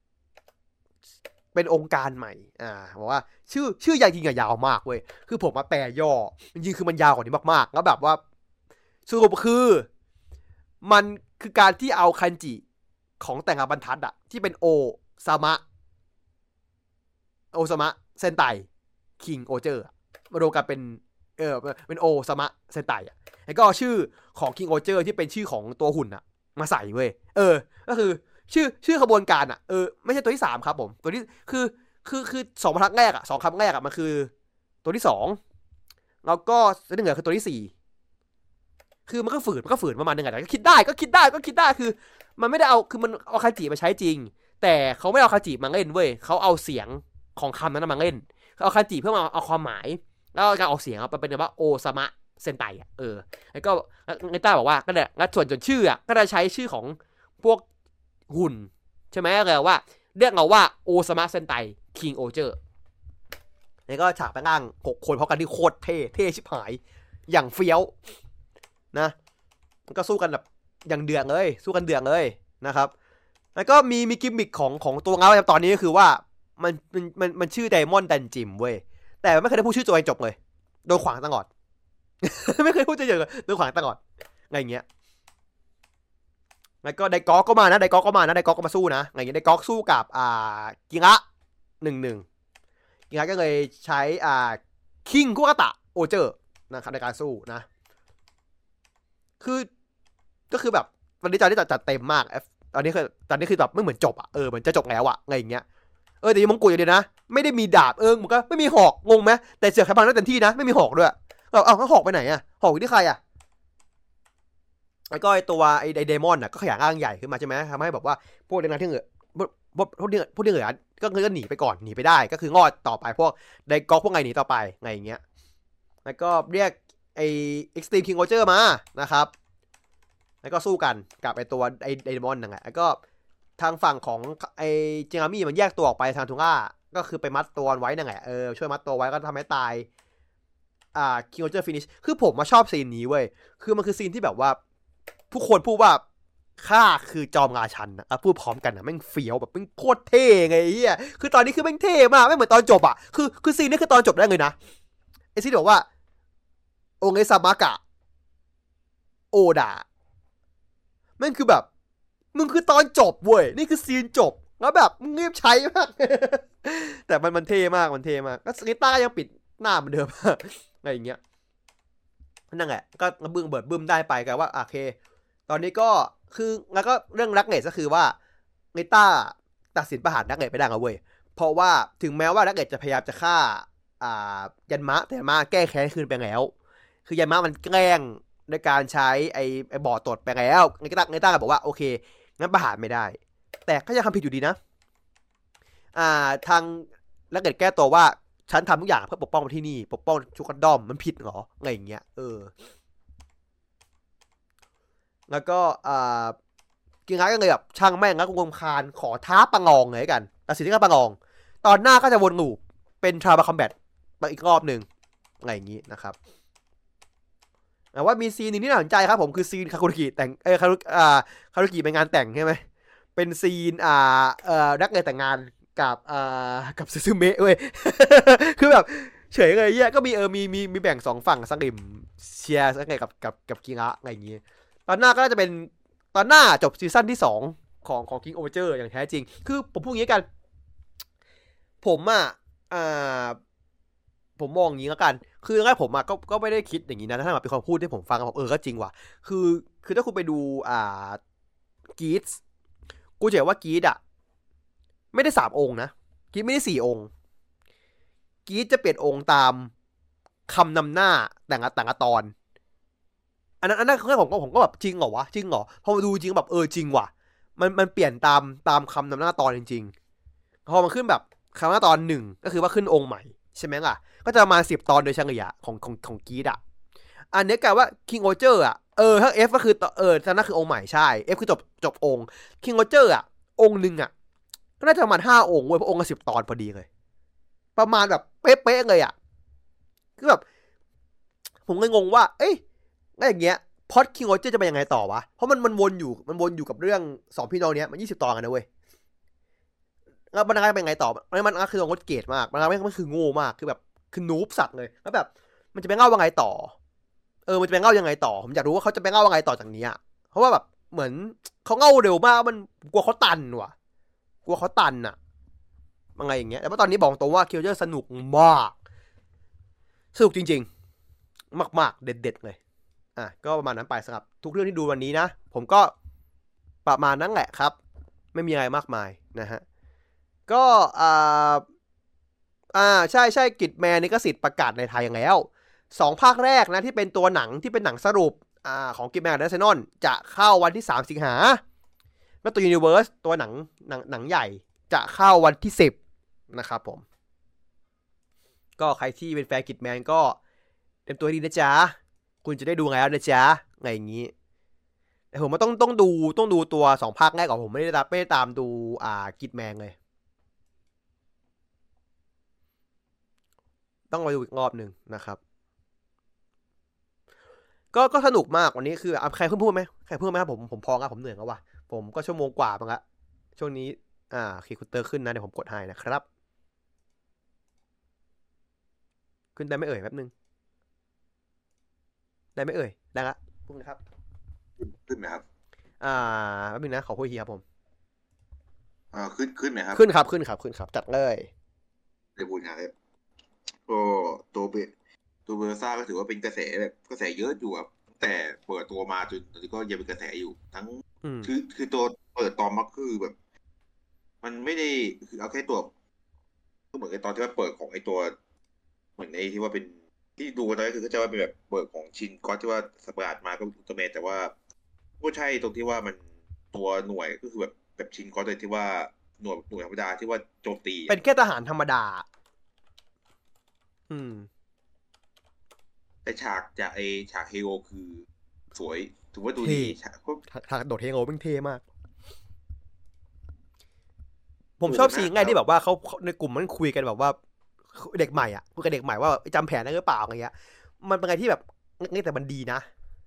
เป็นองค์การใหม่อ่าบอกว่าชื่อชื่อยาวจริงอะยาวมากเว้ยคือผมมาแปลย่อจริงๆคือมันยาวกว่านี้มากๆแล้วแบบว่าสรุปคือมันคือการที่เอาคันจิของแต่งงานบรรทัดอะที่เป็นโอซามะโอซามะเซนไตคิงโอเจอร์มารวมกันเป็นเออเป็นโอซามะเซนไตอ่ะแล้วก็ชื่อของคิงโอเจอร์ที่เป็นชื่อของตัวหุ่นอะมาใส่เว้ยเออก็คือชื่อชื่อขบวนการอ่ะเออไม่ใช่ตัวที่สามครับผมตัวที่คือคือคือสองบรรทัดแรกอ่ะสองคำแรกอ่ะมันคือตัวที่สองแล้วก็ตัวที่เหลือคือตัวที่สี่คือมันก็ฝืนมันก็ฝืนประมาณนึงอ่ะแต่ก็คิดได้ก็คิดได้ก็คิดได้คือมันไม่ได้เอาคือมันเอาคาจิมาใช้จริงแต่เขาไม่เอาคาจิมาเล่นเว้ยเขาเอาเสียงของคำนั้นมาเล่นเขาเอาคาจิเพื่อมาเอาความหมายแล้วการออกเสียงมันเป็นแบบว่าโอซามะเซนไตอ่ะเออแล้วก็ไงต้าบอกว่าก็เนี่ยแล้วส่วนจนชื่ออ่ะก็จะใช้ชื่อของพวกหุ่นใช่ไหมเรียกว่าเรียกเราว่าโอซามะเซนไตคิงโอเจอร์แล้วก็ฉากแปลงร่างหกคนเพราะกันที่โคตรเท่เท่ชิบหายอย่างเฟี้ยวนะมันก็สู้กันแบบอย่างเดือดเลยสู้กันเดือดเลยนะครับแล้วก็มีมีกิมมิคของของตัวเงาตอนนี้ก็คือว่ามันมันมันมันชื่อไดมอนด์ดันจิมเว้ยแต่ไม่เคยได้พูดชื่อตัวเองจบเลยโดนขวางตลอด ไม่เคยพูดเฉยๆโดนขวางตลอดไงเงี้ยแล้วก็ไดก๊อกก็มานะไดก๊อกก็มานะไดก๊อกก็มาสู้นะไงเงี้ยไดก๊อกสู้กับอ่ากิงะหนึ่งหนึ่งกิงะก็เลยใช้อ่าคิงคุกะตะโอเจอร์นะครับในการสู้นะคือก็คือแบบวันนี้จอที่จัดเต็มมากตอนนี้คือตอนนี้คือแบบไม่เหมือนจบอ่ะเออเหมือนจะจบแล้วอ่ะไงอย่างเงี้ยเออแต่ยังมงกุฎอยู่ดีนะไม่ได้มีดาบเออมันก็ไม่มีหอกงงไหมแต่เสือขบังได้เต็มที่นะไม่มีหอกด้วยเอาเอาหอกไปไหนอ่ะหอกอยู่ที่ใครอ่ะแล้วก็ไอตัวไอไอเดมอนอ่ะก็ขยายร่างใหญ่ขึ้นมาใช่ไหมทำให้แบบว่าพวกเด็กนักที่เหลือพวกพวกพวกเด็กพวกเด็กเหลือก็คือก็หนีไปก่อนหนีไปได้ก็คืองอดต่อไปพวกไดก๊อกพวกไงหนีต่อไปไงอย่างเงี้ยแล้วก็เรียกไอเอ็กซ์ตรีมคิงโอเจอร์มานะครับแล้วก็สู้กันกับไอตัวไอเดมอนนั่นแหละแล้วก็ทางฝั่งของไอเจงามี่มันแยกตัวออกไปทางทุง่าก็คือไปมัดตัวไว้นั่นแหละเออช่วยมัดตัวไว้ก็ทำให้ตายอ่าคิงโอเจอร์ฟินิชคือผมมาชอบซีนนี้เว้ยคือมันคือซีนที่แบบว่าผู้คนพูดว่าข้าคือจอมราชันนะพูดพร้อมกันนะแม่งเฟี้ยวแบบแม่งโคตรเท่ไงไอ้เหี้ยคือตอนนี้คือแม่งเท่มากไม่เหมือนตอนจบอ่ะคือคือซีนนี้คือตอนจบได้เลยนะไอซีนบอกว่าโอเงซามะกะโอดาแม่งคือแบบมึงคือตอนจบเว้ยนี่คือซีนจบแล้วแบบมึงรีบใช้มาก แต่มันมันเท่มากมันเท่มากก็สกิต้ายังปิดหน้าเหมือนเดิม อะไรอย่างเงี้ยนั่นแหละก็บึ้งเบิดบึ้มได้ไปกันว่าโอเคตอนนี้ก็คือแล้วก็เรื่องรักเนตก็คือว่าเนต้าตัดสินประหารรักเนตไปได้แล้วเว้ยเพราะว่าถึงแม้ว่ารักเนตจะพยายามจะฆ่าอ่ายันมะแต่ยันมะแก้แค้นคืนไปแล้วคือยันมะมันแกล้งในการใช้ไอ้ไอ้บ่อตดไปแล้วเนต้าเนต้าบอกว่าโอเคงั้นประหารไม่ได้แต่ก็ยังทำผิดอยู่ดีนะอ่าทางรักเนตแก้ตัวว่าฉันทำทุกอย่างเพื่อปกป้องที่นี่ปกป้องชุกันดอมมันผิดเหรออะไรอย่างเงี้ยเออแล้วก็อ่ากินงานก็เลยแบบช่างแม่งแล้วก็รำคาญขอท้าประงองเลยกันตัดสินที่การประงองตอนหน้าก็จะวนลูปเป็นทราบาคอมแบทมาอีกรอบหนึ่งอะไรอย่างงี้นะครับแต่ว่ามีซีนหนึ่งที่น่าสนใจครับผมคือซีนคาคุริกิแต่งเออคารุอ่าคารุกิเป็นงานแต่งใช่ไหมเป็นซีนอ่าเอ่อนักเรียนแต่งงานกับอ่ากับซึซึเมะเว้ย คือแบบเฉยเลยเนี่ยก็มีเออมีมีมีแบ่งสองฝั่งสลิมเชียร์สักไงกับกับกับกิงะอะไรอย่างงี้ตอนหน้าก็น่าจะเป็นตอนหน้าจบซีซั่นที่สองของของ King Overture อย่างแท้จริงคือผมพูดอย่างนี้กันผมอ่ะอ่าผมมองอย่างนี้แล้วกันคือแรกผมอ่ะก็ก็ไม่ได้คิดอย่างนี้นะถ้าแบบเป็นความพูดที่ผมฟังผมเออก็จริงว่ะคือคือถ้าคุณไปดูอ่ากีดส์กูจะเห็นว่ากีดอ่ะไม่ได้สามองค์นะกีดไม่ได้สี่องค์กีดจะเปลี่ยนองค์ตามคำนำหน้าแต่งแต่งตอนอันนั้นอันนั้นคือผมก็ผมก็แบบจริงเหรอวะจริงเหรอพอมาดูจริงแบบเออจริงว่ะมันมันเปลี่ยนตามตามคำนำหน้าตอนจริงๆพอมันขึ้นแบบคำนำหน้าตอนหนึ่งก็คือว่าขึ้นองค์ใหม่ใช่ไหมล่ะก็จะประมาณสิบตอนโดยเฉลี่ยของของของกีดอ่ะอันนี้กลายว่า King Roger อ่ะเออถ้า F ก็คือเออตอนนั้นคือองค์ใหม่ใช่ F คือจบจบองค์ King Roger อ่ะองค์หนึ่งอ่ะก็น่าจะประมาณห้าองค์เว้ยเพราะองค์ละสิบตอนพอดีเลยประมาณแบบเป๊ะๆเลยอ่ะคือแบบผมเลยงงว่าเอ้ยแล้วอย่างเงี้ยพอดคิงโรเจอร์จะไปยังไงต่อวะเพราะมันมันวนอยู่มันวนอยู่กับเรื่องสองพี่น้องเนี้ยมันยี่สิบตอนกันนะเว้ยแล้วมันจะเป็นไงต่อมันมันคือโดนงดเกตมากมันไม่มันคือโง่มากคือแบบคือนูบสัตว์เลยแล้วแบบมันจะไปเล่าว่าไงต่อเออมันจะไปเล่ายังไงต่อผมอยากรู้ว่าเขาจะไปเล่าว่าไงต่อจากนี้อ่ะเพราะว่าแบบเหมือนเขาเล่าเร็วมากมันกลัวเขาตันว่ะกลัวเขาตันอ่ะอะไรอย่างเงี้ยแต่ว่าตอนนี้บอกตรงว่าคิวเจอร์สนุกมากสนุกจริงๆมากๆเด็ดๆเลยอ่ะก็ประมาณนั้นไปสำหรับทุกเรื่องที่ดูวันนี้นะผมก็ประมาณนั้นแหละครับไม่มีอะไรมากมายนะฮะก็อ่าอ่าใช่ใช่กิจแมนนี่ก็สิทธิ์ประกาศในไทยแล้วสองภาคแรกนะที่เป็นตัวหนังที่เป็นหนังสรุปอ่าของกิจแมนและเซนอนจะเข้าวันที่สามสิงหาแล้วตัวยูนิเวิร์สตัวหนังหนังหนังใหญ่จะเข้าวันที่สิบนะครับผมก็ใครที่เป็นแฟนกิจแมนก็เตรียมตัวดีนะจ๊ะคุณจะได้ดูไงแล้วนะจ๊ะไงอย่างนี้แต่ผมว่าต้องต้องดูต้องดูตัวสองภาคแรกก่อนผมไม่ได้ตามไม่ได้ตามดูอ่ากิจแมนเลยต้องมาดูอีกรอบหนึ่งนะครับก็ก็สนุกมากวันนี้คือใครเพิ่งพูดไหมใครเพิ่มไหมครับผมผมพอครับผมเหนื่อยแล้วว่ะผมก็ชั่วโมงกว่ามั้งละช่วงนี้อ่าคีย์คูเตอร์ขึ้นนะเดี๋ยวผมกดให้นะครับขึ้นได้ไม่เอ่ยแป๊บนึงได้ไม่เอ่ยได้ละพูดนะครับขึ้นไหมครับอ่าแป๊บนึงนะขอคุยทีครับผมอ่าขึ้นขึ้นไหมครับขึ้นครับขึ้นครับขึ้นครับจัดเลยเดี๋ยวพูดงานเลยก็ตัวเบตัวเบอร์ซ่าก็ถือว่าเป็นกระแสแบบกระแสเยอะอยู่ครับแต่เปิดตัวมาจนตอนนี้ก็ยังเป็นกระแสอยู่ทั้งคือคือตัวเปิดตอนมาคือแบบ มันไม่ได้คือเอาแค่ตัวก็เหมือนกับตอนที่ว่าเปิดของไอตัวเหมือนไอที่ว่าเป็นที่ดูตอนนี้คือก็จะว่าเป็นแบบเปิดของชินก็ที่ว่าสปาร์ตมาก็อุลตร้าแมนแต่ว่าก็ใช่ตรงที่ว่ามันตัวหน่วยก็คือแบบแบบชินก็เลยที่ว่าหน่วยหน่วยธรรมดาที่ว่าโจมตีเป็นแค่ทหารธรรมดาอืมแต่ฉากจากไอฉากเฮโอคือสวยถือว่าดูดีฉากฉากโดดเฮงโอเป็นเท่มากผมชอบซีนง่ายที่แบบว่าเขาในกลุ่มมันคุยกันแบบว่าเด็กใหม่อ่ะคุยกับเด็กใหม่ว่าจำแผนได้หรือเปล่าอะไรเงี้ยมันเป็นอะไรที่แบบง่ายแต่มันดีนะ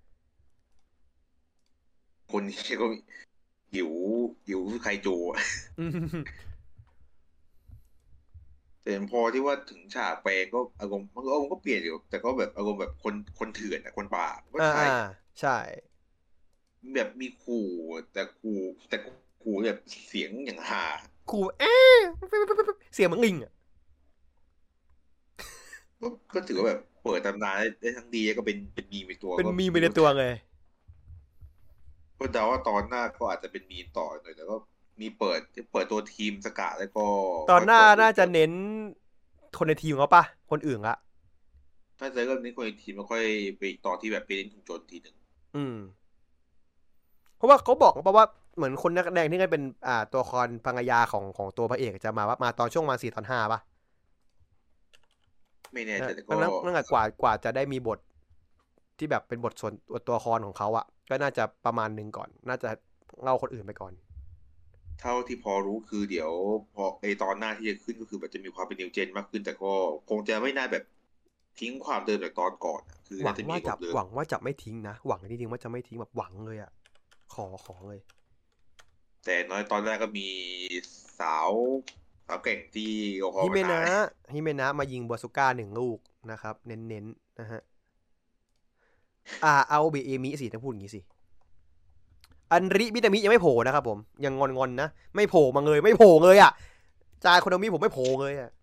คนนี้ก็หิวหิวไคจูแต่พอที่ว่าถึงฉากแปลงก็อารมณ์มันก็อารมณ์ก็เปลี่ยนอยู่แต่ก็แบบอารมณ์แบบคนคนเถื่อนอะคนป่าก็อ่าใช่ใช่แบบมีขู่แต่ขู่แต่ขู่แบบเสียงอย่างหาครูเอ๊ะเสียงเหมือนลิงอ่ะก็ก็ถือว่าแบบเปิดตำนานได้ได้ทั้งดีก็เป็นเป็นมีมในตัวเป็นก็มีไปในตัวเลยก็เดาว่าตอนหน้าก็อาจจะเป็นมีมต่อหน่อยแต่ก็มีเปิดที่เปิดตัวทีมสกัดแล้วก็ตอนหน้าค่อยเปิดน่าจะตัวเน้นคนในทีมเขาปะคนอื่นละถ้าจะเริ่มนี้คนในทีมแล้วค่อยไปต่อที่แบบไปเล่นถุงโจรทีหนึ่งอืมเพราะว่าเขาบอกเพราะว่าเหมือนคนนักแสดงที่ได้เป็นอ่าตัวคอนภรรยาของของตัวพระเอกจะมาว่ามาตอนช่วงมาสี่ตอนห้าปะไม่แน่ใจแต่ก็นั่นแหละกว่ากว่าจะได้มีบทที่แบบเป็นบทส่วนตัวละครของเขาอ่ะก็น่าจะประมาณนึงก่อนน่าจะเล่าคนอื่นไปก่อนเท่าที่พอรู้คือเดี๋ยวพอไอตอนหน้าที่จะขึ้นก็คือแบบจะมีความเป็นนิวเจนมากขึ้นแต่ก็คงจะไม่น่าแบบทิ้งความเดิมจากตอนก่อนคือหวังจะมีว่าจะเดิมหวังว่าจะไม่ทิ้งนะหวังจริงๆว่าจะไม่ทิ้งแบบหวังเลยอ่ะขอขอเลยแต่น้อยตอนแรกก็มีสาวสาวเก่งที่โอฮอฮิเมมาตานะยฮิเมนะมายิงบาซูก้าหนึ่งลูกนะครับเน้นๆนะฮะอ่าเอาเบเอมิสิต้องพูดอย่างนี้สิอันริมิตามิยังไม่โผล่นะครับผมยังงอนๆนะไม่โผล่มาเลยไม่โผล่เลยอ่ะจายโคโนมิผมไม่โผล่เลยอ่ะ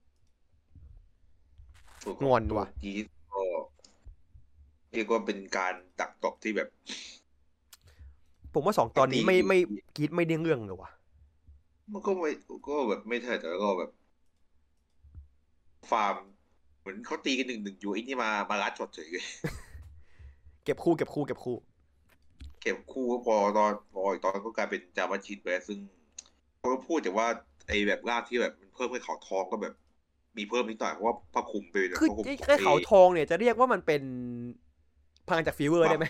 งอนว่ะกีก็เรียกว่าเป็นการตักตบที่แบบผมว่าสองตอนนี้ไม่ไม่กีดไม่ได้เรื่องเลยว่ะมันก็ไม่ก็แบบไม่เท่แต่ก็แบบฟาร์มเหมือนเขาตีกันหนึ่งหนึ่งอยู่ไอ้นี่มามาลัดช็อตเฉยเลยเก็บคู่เก็บคู่เก็บคู่เก็บคู่ก็พอตอนพออีกตอนก็กลายเป็นจามาชินไปซึ่งเขาก็พูดแต่ว่าไอ้แบบร่างที่แบบมันเพิ่มให้เขาทองก็แบบมีเพิ่มนิดหน่อยเพราะว่าผ้าคลุมไปแบบคือไอ้เขาทองเนี่ยจะเรียกว่ามันเป็นพลังจากฟีเวอร์ได้ไหม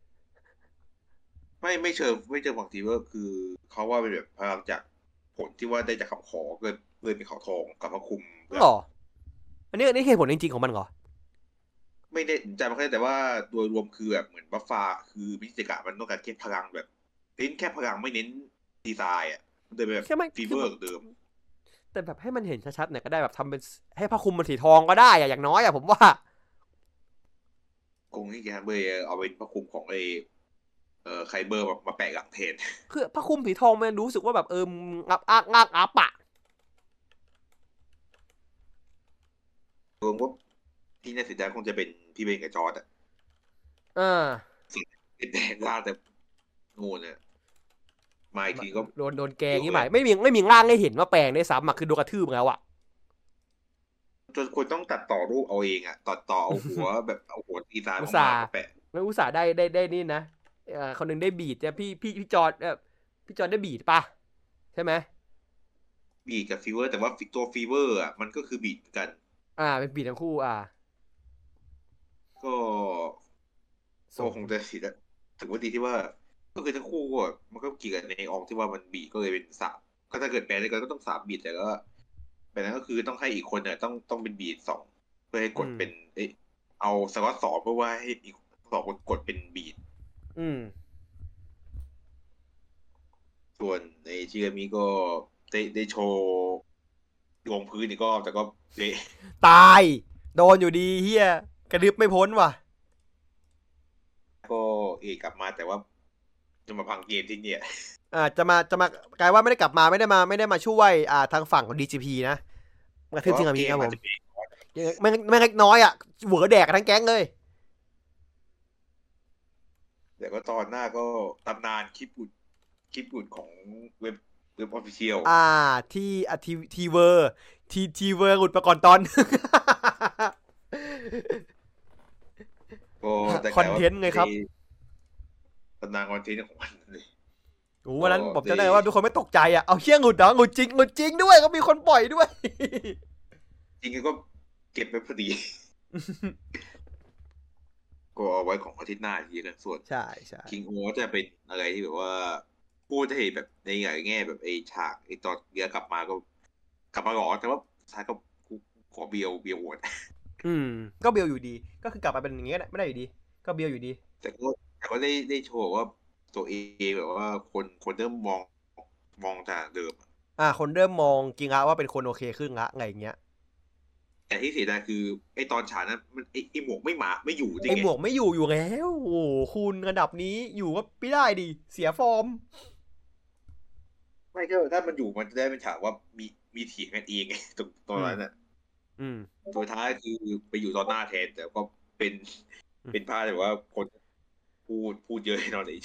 ไม่ไม่เชิงไม่เชิงฝั่งฟีเวอร์คือเขาว่าเป็นแบบพลังจากผลที่ว่าได้จากคำขอเกิดเลยเป็นเขาทองกับผ้าคลุมหรออันนี้อันนี้เหตุผลจริงๆของมันเหรอไม่ได้จำไม่ได้แต่ว่าโดยรวมคือแบบเหมือนบัฟฟาคือมิจิกะมันต้องการแค่พลังแบบเน้นแค่พลังไม่เน้นดีไซน์อ่ะมันเลยแบบฟีเวอร์เดิมแต่แบบให้มันเห็นชัดๆหน่อยก็ได้แบบทำเป็นให้ผ้าคลุมมันสีทองก็ได้อะอย่างน้อยอะผมว่าคงที่แกเบย์เอาเป็นผ้าคลุมของไอเอ่อไคเบอร์มาแปะหลังเทนคือผ้าคลุมสีทองมันรู้สึกว่าแบบเอองับอักงักอับอะรวมว่าที่น่าเสียดายคงจะเป็นพี่เบนกับจอร์ดอ่ะอ่าสีแดงล่าแต่งูเนี่ยมาอีกทีก็โดนโดนแกงนี่หมายไม่มีไม่มีร่างให้เห็นว่าแปลงได้ซ้ำอะคือโดนกระทืบแล้วอะจนคนต้องตัดต่อรูปเอาเองอ่ะตัดต่อเอาหัวแบบเอาหัวดีไซน์อุตมาส่าห์แปะไม่อุตส่าห์ได้ได้ได้นี่นะเอ่อคนนึงได้บีดจะพี่พี่พี่จอร์ดเอ่อพี่จอร์ดได้บีดป่ะใช่ไหมบีดกับฟีเวอร์แต่ว่าตัวฟีเวอร์อ่ะมันก็คือบีดกันอ่าเป็นบีดทั้งคู่อ่าก็ก็คงจะสิแล้วถึงว่าดีที่ว่าก็คือทั้งคู่ก็มันก็เกี่ยวกันในอองที่ว่ามันบีดก็เลยเป็นสามก็ถ้าเกิดแปลด้วยกันก็ต้องสามบีดแต่ก็แปลนั้นก็คือต้องให้อีกคนเนี่ยต้องต้องเป็นบีดสองเพื่อให้กดเป็นเอ้เอาสล็อตสองเพื่อว่าให้อีกสองคนกดเป็นบีดอืมส่วนในชิรามิก็ได้ได้โชว์ลงพื้นอีกรอบแต่ก็เละตายโดนอยู่ดีเฮียกระดึบไม่พ้นว่ะก็เอกกลับมาแต่ว่าจะมาพังเกมที่เนี่ยอ่าจะมาจะมากลายว่าไม่ได้กลับมาไม่ได้มาไม่ได้มาช่วยอ่าทางฝั่งของ ดี จี พี นะกระทืบจริงอะมีครับผมไม่ไม่เล็กน้อยอ่ะเหวอแดกทั้งแก๊งเลยแต่ก็ตอนหน้าก็ตำนานคลิปอุดคลิปอุดของเว็บเว็บออฟฟิเชียลอ่าที่อ่ทีทีเวอร์ทีทีเวอร์หลุดมาก่อนตอนคอนเทนต์ไงครับตำนานคอนเทนต์ของมันเลยโอ้วันนั้นผมจะได้ว่าทุกคนไม่ตกใจอ่ะเอาเชี่ยงหลุดเหรอหลุดจริงหลุดจริงด้วยก็มีคนปล่อยด้วยจริงก็เก็บไปพอดีก็เอาไว้ของอาทิตย์หน้าทีกันส่วนใช่ใช่คิงโอจะเป็นอะไรที่แบบว่าพูดได้แบบในหลายแง่แบบไอ้ฉากไอ้ตอนเบียกลับมาก็กลับมาหรอแต่ว่าท้ายก็ขอเบียวเบียววดอืมก็เบียวอยู่ดีก็คือกลับมาเป็นอย่างเงี้ยไม่ได้อยู่ดีก็เบียวอยู่ดีแต่ก็แต่ก็ได้ได้โชว์ว่าตัวเองแบบว่าคนคนเริ่มมองมองจากเดิมอ่าคนเริ่มมองกิงะว่าเป็นคนโอเคขึ้นละไงอย่างเงี้ยแต่ที่เสียดายคือไอ้ตอนฉากนั้นมันไอ้ไอ้หมวกไม่มาไม่อยู่จริงไอ้หมวกไม่อยู่อยู่แล้วโอ้คุณระดับนี้อยู่ก็ไม่ได้ดิเสียฟอร์มไม่ก็ถ้ามันอยู่มันจะได้เป็นฉากว่ามีมีเถียงกันเองตรงตอนนั้นน่ะอืมตัวท้ายคือไปอยู่ตอนหน้าแทนแต่ก็เป็นเป็นภาพแบบว่าคนพูดพูดเยอะนอนเลย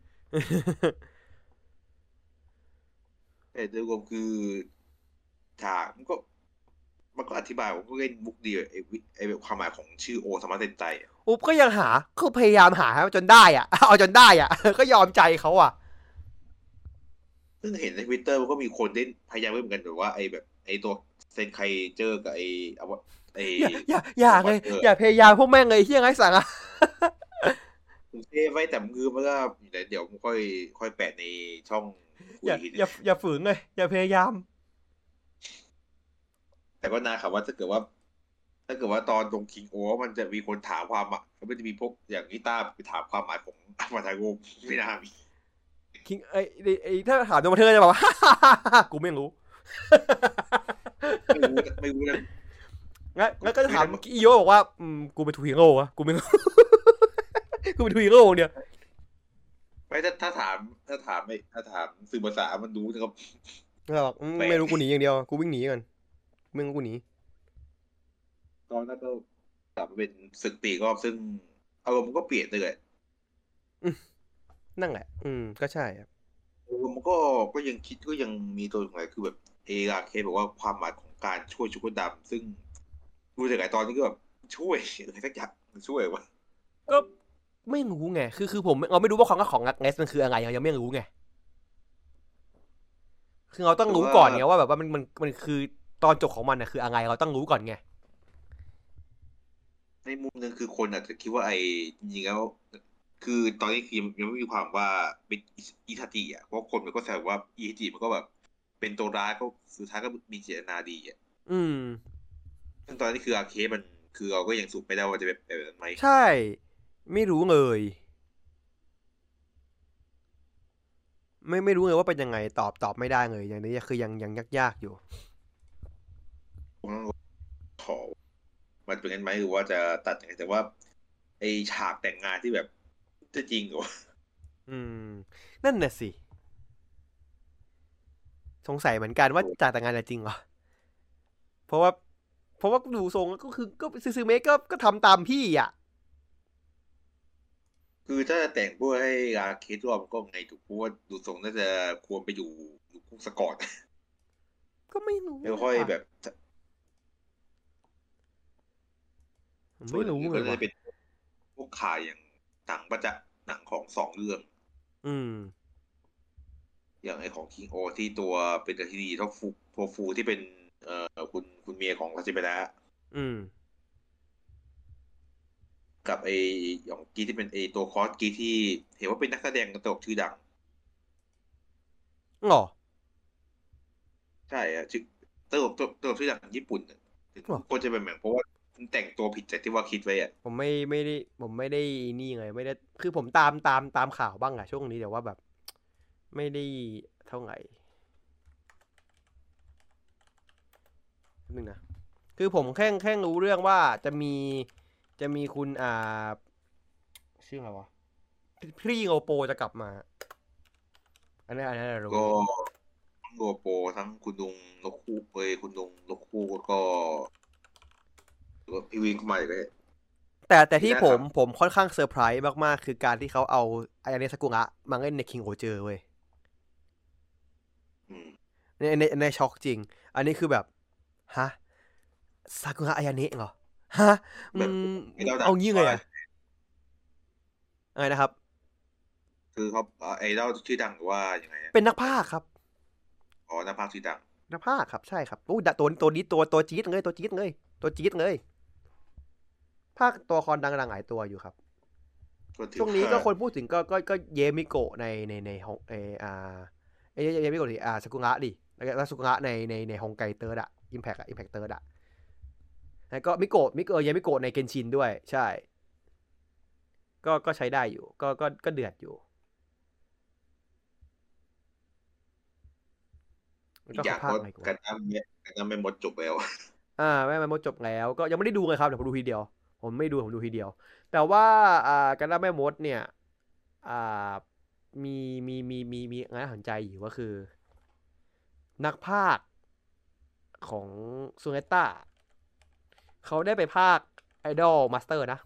แต่โดยรวมคือฉากมันก็มันก็อธิบายผมก็เล่นมุกดีไอ้ไอ้แบบความหมายของชื่อโอสมาเซนใจอุ๊บก็ยังหาก็พยายามหาจนได้อ่ะเอาจนได้อ่ะก็ยอมใจเขาอ่ะซึ่งเห็นในทวิตเตอร์มันก็มีคนเล่นพยายามเล่นเหมือนกันแต่ว่าไอ้แบบไอ้ตัวเซนไคเจอร์กับไอ้เอาไอ้อย่าอย่าอย่าเลยอย่าพยายามพวกแม่งเลยเฮี้ยไงสั่งอ่ะผมเซฟไว้แต่มือมันก็เดี๋ยวผมค่อยค่อยแปะในช่องอย่าอย่าอย่าฝืนเลยอย่าพยายามแต่ก็นาครับว่าถ้าเกิดว่าถ้าเกิดว่าตอนตรงคิงโอมันจะมีคนถามความอ่ะมันจะมีพวกอย่างนิต้าไปถามความหมายของมาทาโกไม่น่ามีคิงไอ้ไอ้ถ้าถามโดนเธอจะบอกว่ากูไม่รู้ไม่รู้ไม่รู้นะงั้นงั้นก็จะถามอีโยบอกว่าอืมกูเป็นทูฮิโร่อะกูไม่รู้กูเป็นทูฮิโร่เนี่ยไม่ถ้าถ้าถามถ้าถามไม่ถ้าถามสื่อภาษามันรู้นะครับบอกไม่รู้กูหนีอย่างเดียวกูวิ่งหนีกันมึงกูหนีตอนนั้นก็กลับมาเป็นศึกตีรอบซึ่งอารมณ์มันก็เปลี่ยนเลยนั่นแหละอืมก็ใช่ครับอารมณ์มันก็ก็ยังคิดก็ยังมีตัวไหนคือแบบเอราเคบอกว่าความหมายของการช่วยชุกดำซึ่งดูจากไอตอนนี้ก็แบบช่วยอะไรสักอย่างช่วยวะก็ไม่รู้ไงคือคือผมเราไม่รู้ว่าความของงักเนสมันคืออะไรยังไม่รู้ไงคือเราต้องรู้ก่อนไงว่าแบบว่ามันมันมันคือตอนจบของมันน่ะคืออะไรเราต้องรู้ก่อนไงในมุมนึงคือคนอาจจะคิดว่าไอ้จริงๆแล้วคือตอนนี้คือยังไม่มีความว่าเป็นอิทาจิอ่ะเพราะคนมันก็แซวว่าอิทาจิมันก็แบบเป็นตัวร้ายก็สุดท้ายก็มีเจตนาดีอ่ะอืมซึ่งตอนนี้คืออาเคมันคือเราก็ยังสุดไม่ได้ว่าจะเป็นแบบนั้นไหมใช่ไม่รู้เลยไม่ไม่รู้เลยว่าเป็นยังไงตอบตอบไม่ได้เลยอย่างนี้คือยังยังยากยากอยู่ขอมันเป็นกันไหมหรือว่าจะตัดยังไงแต่ว่าไอ้ฉากแต่งงานที่แบบจะจริงเหรออืมนั่นน่ะสิสงสัยเหมือนกันว่าจากแต่งงานจริงเหรอเพราะว่าเพราะว่าดูทรงก็คือก็ซูซูเมะก็ก็ทำตามพี่อ่ะคือถ้าแต่งเพื่อให้อาเคสรอบก็ไงถูกเพราะว่าดูทรงน่าจะควรไปอยู่อยู่คุกสกอตก็ไม่รู้ไม่ค่อยว่ะแบบส่วนไม่รู้อื่นเลยว่ะก็จะเป็นพวกข่ายอย่างหนังประจักษ์หนังของสองเรื่องอืมอย่างไอของคิงโอที่ตัวเป็นทีดีท็อฟูตัวฟูที่เป็นเอ่อคุณคุณเมียของราชิเบะอืมกับไออย่างกีที่เป็นไอตัวคอสกีที่เห็นว่าเป็นนักแสดงตลกชื่อดังหรอใช่อะชื่อตลกตลกตลกชื่อดังญี่ปุ่นถึงหรอคนจะเป็นเหมือนเพราะว่าแต่งตัวผิดจากที่ว่าคิดไว้อะผมไม่ไม่ได้ผมไม่ได้นี่ไงไม่ได้คือผมตามตามตามข่าวบ้างอะช่วงนี้แต่ว่าแบบไม่ได้เท่าไหร่นึงนะคือผมแค่แค่รู้เรื่องว่าจะมีจะมีคุณอ่าชื่ออะไรวะพี่โอโปจะกลับมาอันนี้อันนี้รู้ก็ทั้งโกโปทั้งคุณดุงนกคู่เอ้ยคุณดุงนกคู่ก็พี่วิงเข้ามาอีกเลยแต่แต่ที่ผมที่น่าขับผมค่อนข้างเซอร์ไพรส์มากๆคือการที่เขาเอาไออาเนสกุงะมาเล่นในคิงโอเจอเว้ยอืมในในในช็อกจริงอันนี้คือแบบฮะซากุระอายาเนะเหรอฮะอืแบบมไอ้เจ้าดัเอางว่างี้เลยอะอะไรนะครับคือเขาไอ้เจ้าชื่อดังหรือว่ายังไงเป็นนักพากย์ครับอ๋อนักพากย์ชื่อดังนักพากย์ครับใช่ครับโอ้ตัวตัวนี้ตัวตัวจี๊ดเลยตัวจี๊ดเลยตัวจี๊ดเลยภาคตัวคอนดังๆหลายตัวอยู่ครับก็ถืช่วงนี้อว่าก็คนพูดถึงก็ก็ก็เยมิโกะในในในฮงเออาเอเยมิโกะดิอ่าซากุระดิแล้วก็ซากุระในในในฮงไกเติร์ดอะอิมแพคอะอิมแพคเติร์ดอะแล้วก็มิโกะมิโกะเยมิโกะในเกนชินด้วยใช่ก็ก็ใช้ได้อยู่ก็ก็ก็เดือดอยู่แล้วอีก็เขากอย่างก็พากไงกูกันน้ำเนี่ยกันน้ำไม่หมดจบแล้วอ่าแม่มันหมดจบแล้วก็ยังไม่ได้ดูเลยครับเดี๋ยวผมดูทีเดียวผมไม่ดูผมดูทีเดียวแต่ว่าอ่ากันน้าแม่มดเนี่ยอ่ามีมีมีมีมีงานน่าสนใจอยู่ก็คือนักพากย์ของซูเนต้าเขาได้ไปพากย์ไอดอลมาสเตอร์นะ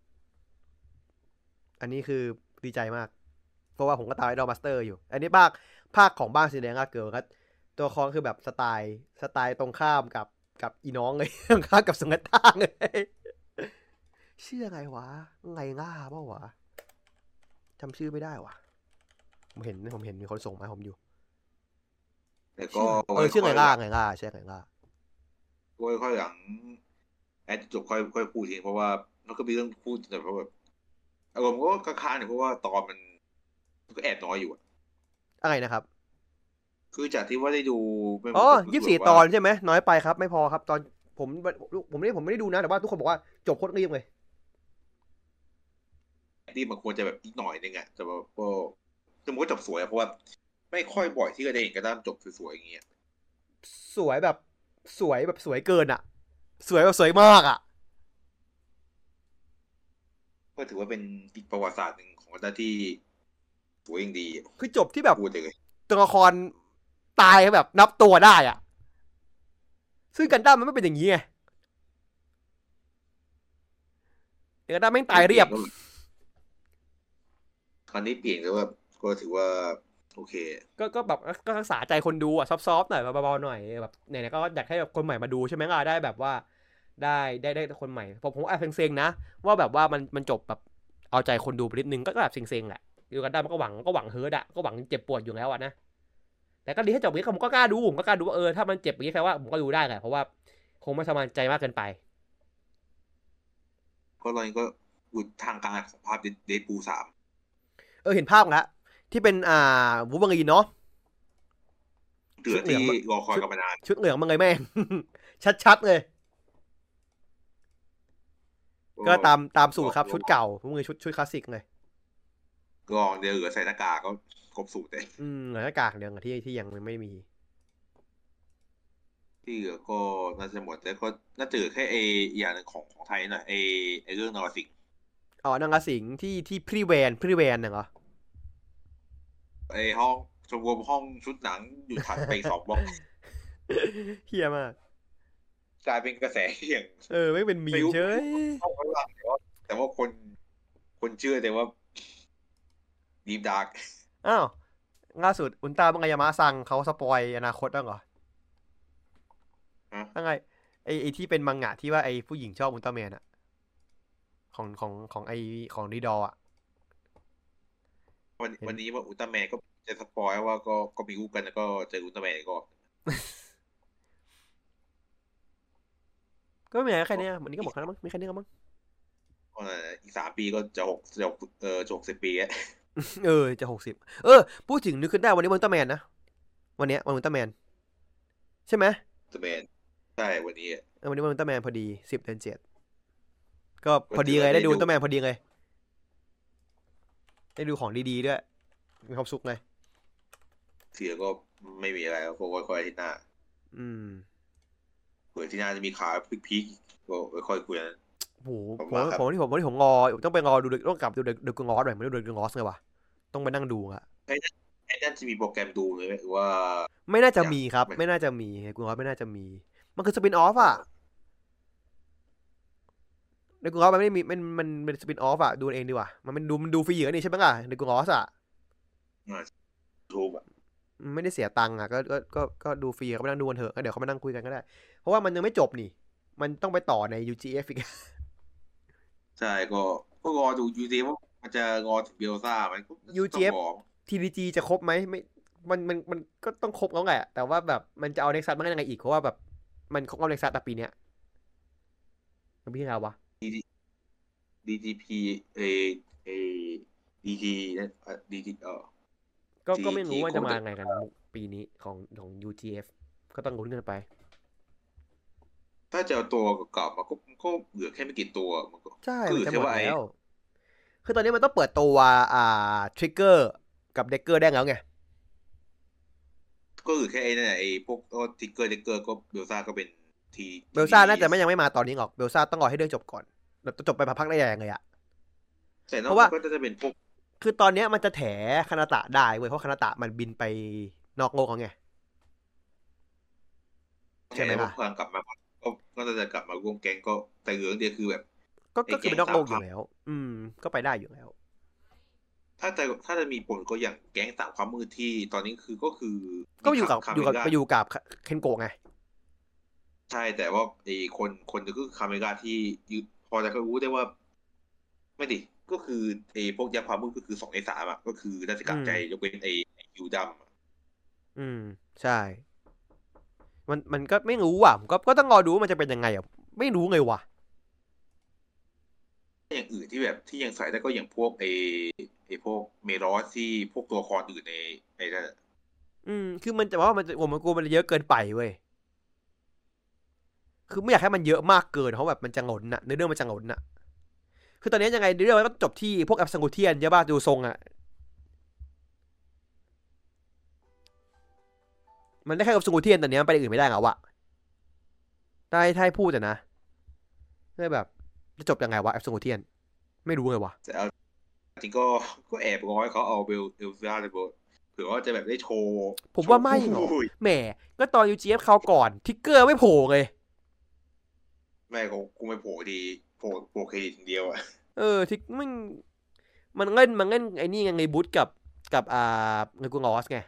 อันนี้คือดีใจมากเพราะว่าผมก็ตามไอดอลมาสเตอร์อยู่อันนี้ภาคภาคของบ้านซีเดงาเกิร์ลครับตัวคองคือแบบสไตล์สไตล์ตรงข้ามกับกับอีน้องเลยตรงข้ามกับซูเนต้าเลยชื่ออะไรวะไงง่าเปล่าวะจำชื่อไม่ได้วะผมเห็นผมเห็นมีคนส่งมาผมอยู่แต่ก็ชื่อเออชื่อไงค่อยๆหลังง่าไงง่าใช่ไงง่าค่อยๆหลังแอดจบค่อยค่อยพูดทีเพราะว่ามันก็มีเรื่องพูดแต่เพราะแบบอารมณ์ก็ค้างๆเนี่ยเพราะว่าตอนมันก็แอบน้อยอยู่อะอะไรนะครับคือจากที่ว่าได้ดูมันอ๋อก็ยี่สิบสี่คือแบบว่าตอนใช่ไหมน้อยไปครับไม่พอครับตอนผมผมไม่ได้ผมไม่ได้ดูนะแต่ว่าทุกคนบอกว่าจบโคตรรีบเลยที่มันควรจะแบบอีกหน่อยนึงอะแต่ว่าก็แต่มันก็จบสวยอะเพราะว่าไม่ค่อยบ่อยที่จะได้เห็นกระด้ามจบสวยๆอย่างเงี้ยสวยแบบสวยแบบสวยเกินอ่ะสวยแบบสวยมากอ่ะก็ถือว่าเป็นอีกประวัติศาสตร์หนึ่งของกระด้าที่สวยอย่างดีคือจบที่แบบพูดเลยตัวละครตายแบบนับตัวได้อ่ะซึ่งกันดั้มมันไม่เป็นอย่างนี้ไงกันดั้มแม่งตายเรียบเปลี่ยนก็คราวนี้เปลี่ยนก็ว่าก็ถือว่าโอเคก็ก็แบบก็รักษาใจคนดูอ่ะซอฟๆหน่อยเบาๆหน่อยแบบไหนๆก็อยากให้แบบคนใหม่มาดูใช่ไหมล่ะได้แบบว่าได้ได้ได้คนใหม่ผมผมแอบเซ็งๆนะว่าแบบว่ามันมันจบแบบเอาใจคนดูไปนิดนึงก็แบบเซ็งๆแหละดูกันได้มันก็หวังก็หวังเฮิร์ตอะก็หวังเจ็บปวดอยู่แล้วอะนะแต่ก็ดีให้จบอย่างนี้ผมก็กล้าดูผมก็กล้าดูว่าเออถ้ามันเจ็บอย่างนี้แปลว่าผมก็ดูได้แหละเพราะว่าคงไม่สมานใจมากเกินไปก็ตอนนี้ก็อุดทางการของภาพเดดพูลสามเออเห็นภาพแล้วที่เป็นอ่าวูบางอีเนาะเดือดที่ชุดเหลืองรอคอยชุดกันมานานชุดเหลืองมันเลยแม่งชัดๆเลยก็ตามตามสูตรครับชุดเก่าพวกมือชุดชุดคลาสสิกเลยก็เดี๋ยวเหลือใส่หน้ากากก็ครบสูตรเลยอืมหน้ากากเดียวกับที่ที่ยังไม่มีที่เหลือก็น่าจะหมดแล้วก็น่าจะเหลือแค่เออย่างหนึงของของไทยหน่อยเอไอเรื่องนรสิงห์อ๋อนางกระสิงที่ที่พรีแวนพรีแวนน่ะเหรอไอห้องชมรมห้องชุดหนังอยู่ถัดไปสองบล็อกเฮียมากกลายเป็นกระแสอย่างเออไม่เป็นมีไม่รู้มเฉยเข้าข้างหลังแต่ว่าแต่ว่าคนคนเชื่อแต่ว่าดีฟดาร์กอ้าวล่าสุดอุลตร้ามังกรยามะซังเขาสปอยอนาคตแล้วเหรอนะยังไงไอไอที่เป็นมังงะที่ว่าไอผู้หญิงชอบอุลตร้าแมนอะของของของไอของดีดออะวันเห็นวันนี้ว่าอุลตร้าแมนก็จะสปอยว่าก็ก็มีคู่กันแล้วก็เจออุลตร้าแมนอีกก็ก็ไม่มีอะไรแค่ก็เนี้ยวันนี้ก็หมดแล้วมั้งมีแค่นี้แล้วมั้งเอ่ออีกสามปีก็จะหกจะหกเออจะหกสิบปีแล้วเออจะหกสิบเออพูดถึงนึกขึ้นได้วันนี้วันอุลตร้าแมนนะวันเนี้ยวันอุลตร้าแมนใช่ไหมอุลตร้าแมนใช่วันนี้เออวันนี้วันอุลตร้าแมนพอดีสิบเดือนเจ็ดก็พก็อดีถือว่าได้ดูเลยได้ดูอุลตร้าแมนพอดีเลยได้ดูของดีๆด้วยมีความสุขเลยเสียก็ไม่มีอะไรแล้วก็ค่อยๆที่หน้าอืมเผื่อที่หน้าจะมีขาพีคๆก็ค่อยๆคุยกันโหผมผมว่าครับผมที่ผมที่ผมงอต้องไปงอดูต้องกลับดูเดอะเดอะกงอสหน่อยไม่ดูเดอะกงอสเลยวะต้องไปนั่งดูอะไอ้นั่นไอ้นั่นจะมีโปรแกรมดูเลยไหมหรือว่าไม่น่าจะอย่างมีครับไม่ไม่น่าจะมีกงอสไม่น่าจะมีมันคือสปินออฟอะเดอะกงอสมันไม่มีมันมันเป็นสปินออฟอะดูเองดีกว่ามันมันดูมันดูฟรีอยู่นี่ใช่ไหมล่ะเดอะกงอสอะทูบอ่ะไม่ได้เสียตังค์อะก็ก็ก็ก็ดูฟรีก็ไปนั่งดูกันเถอะเดี๋ยวเขามานั่งคุยกันก็ได้เพราะว่ามันยังไม่จบนี่มันต้องไปต่อใน ยู จี เอฟ อีกใช่ก็ก็รอดูยูดีว่ามันจะงอถึงเบลซ่ามันก็ต้องยู จี เอฟรอที ดี จี จะครบไหมไม่มันมันมันก็ต้องครบแล้วแหละแต่ว่าแบบมันจะเอาเน็กซัสมายังไงอีกเพราะว่าแบบมันครบเอาเน็กซัสแต่ปีเนี้ยมันพี่แล้ววะดีทีพีเอเอดีทีนะดีทีเออก็ทีก็ไม่รู้ว่าทีโคจะมาไงกันปีนี้ของของ ยู จี เอฟ ก็ต้องลุ้นกันไปถ้าจะเอาตัวเก่ามาก็ก็เหลือแค่ไม่กี่ตัวมันก็ใช่ก็เหมันจะหมดลือแค่ว่าไอ้แล้วคือตอนนี้มันต้องเปิดตัวอ่าทริกเกอร์กับเด็กเกอร์ได้แล้วไงก็เหลือแค่ไอ้นั่นแหละไอ้พวกก็ทิกเกอร์ทิกเกอร์ก็เบลซ่าก็เป็นทีเบลซ่าน่าจะไม่ยังไม่มาตอนนี้หรอกเบลซ่าต้องรอให้เรื่องจบก่อนแบบจบไปพักได้ยังไงอะแต่นเพราะว่าอกนั้นก็จะเป็นพวกคือตอนนี้มันจะแถคานาตะได้เว้ยเพราะคานาตะมันบินไปนอกโลกแล้วไงใช่ไหมล่ะแห่ว่าพลังกลับมาก็ก็จะกลับมาร่วมแก๊งก็แต่เหลือเดียวคือแบบก็ไอ้แก๊ก็คือไปนอกงสามความโลกอยู่แล้วอืมก็ไปได้อยู่แล้วถ้าจะถ้าจะมีผลก็อย่างแก๊งสามความมืดที่ตอนนี้คือก็คือก็อยู่กับคาอยู่กับเมกาไปอยู่กับเคนโกะไงใช่แต่ว่าไอ้คนคนนึงก็คือคาเมกาที่ยึดพอจะรู้ได้ว่าไม่ดิก็คือไอ้พวกยักษ์ความมืดก็คือสองในสามอ่ะก็คือน่าจะกอืมลับใจยกเว้นไอ้ไอ้ยูดัมอะอืมใช่มันมันก็ไม่รู้อ่ะก็ก็ต้องรอดูว่ามันจะเป็นยังไงอ่ะไม่รู้ไงวะอย่างอื่นที่แบบที่ยังใส่ได้ก็อย่างพวกไอไอพวกเมรอสที่พวกตัวละครอื่นในไอ้นั่นอืมคือมันจะว่ามันผมมันกลัวมันเยอะเกินไปเว้ยคือไม่อยากให้มันเยอะมากเกินเพราะแบบมันจะหงนน่ะในเรื่องมันจะหงนน่ะคือตอนนี้ยังไงเรื่องมันก็จบที่พวกแอปซังกูเทียนใช่ป่ะดูทรงอ่ะมันได้แค่กับซังกูเทียนตอนนี้มันไปอื่นไม่ได้เหรอวะได้ถ้าให้พูดแต่นะได้แบบจะจบยังไงวะแอปซังกูเทียนไม่รู้เลยวะแต่เอาจริงก็ก็แอบร้อยเขาเอาเบลเอลซ่าเลยบเผื่อว่าจะแบบได้โชว์ผมว่าไม่หรอกแหมก็ตอน ยู จี เอฟ เขาก่อนทิกเกอร์ไม่โผล่เลยแม่เขาคงไม่โผล่ดีโผล่โผล่เครดิตเดียวอ่ะเออทิกมันมันเล่นมันเล่นไอ้นี่ไงไงบูธกับกับอ่าเงินกูงอสไง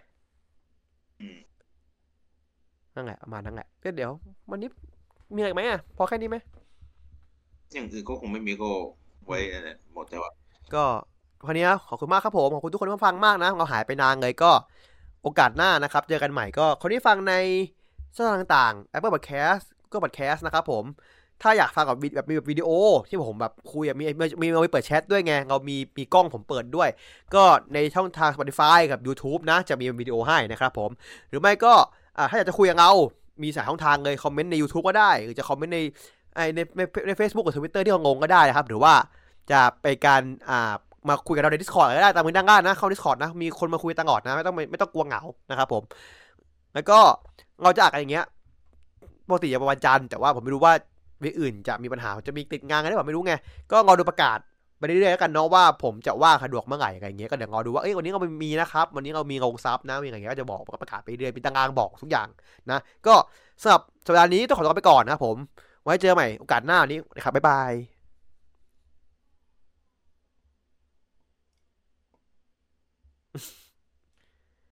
นั่นแหละประมาณนั้นแหละเดี๋ยววันนี้มีอะไรไหมอ่ะพอแค่นี้ไหมอย่างอื่นก็คงไม่มีก็ไว้หมดแล้วอ่ะก็วันนี้ขอบคุณมากครับผมขอบคุณทุกคนที่ฟังมากนะเราหายไปนานเลยก็โอกาสหน้านะครับเจอกันใหม่ก็คนที่ฟังในช่องทางต่างๆ Apple Podcast ก็ Podcast นะครับผมถ้าอยากฟังกับแบบมีแบบวิดีโอที่ผมแบบคุยมีมีมีเราเปิดแชทด้วยไงเรามีมีกล้องผมเปิดด้วยก็ในช่องทาง Spotify กับ YouTube นะจะมีวิดีโอให้นะครับผมหรือไม่ก็ถ้าอยากจะคุยกับเรามีสายช่องทางเลยคอมเมนต์ใน YouTube ก็ได้หรือจะคอมเมนต์ในในในใน Facebook กับ Twitter ที่เรางงก็ได้นะครับหรือว่าจะไปการอ่ามาคุยกับเราใน Discord ก็ได้ตามมือด้านล่างนะเข้า Discord นะมีคนมาคุยตลอดนะไม่ต้องไม่ต้องกลัวเหงานะครับผมแล้วก็เราจะอ่านกันอย่างเงี้ยปกติจะประมาณจันทร์แต่ว่าผมไม่รู้ว่าวีอื่นจะมีปัญหาจะมีติดงานกันหรือเปล่าไม่รู้ไงก็รอดูประกาศไปเรื่อยๆกันเนาะว่าผมจะว่างสะดวกเมื่อไหร่อะไรเงี้ยก็เดี๋ยวรอดูว่าเอ้ยวันนี้เรามีนะครับวันนี้เรามีลงซับนะอย่างเงี้ยก็จะบอกประกาศไปเรื่อยมีตารางบอกทุกอย่างนะก็สำหรับสัปดาห์นี้ต้องขอตัวไปก่อนนะผมไว้เจอใหม่โอกาสหน้านี้นะครับบ๊ายบาย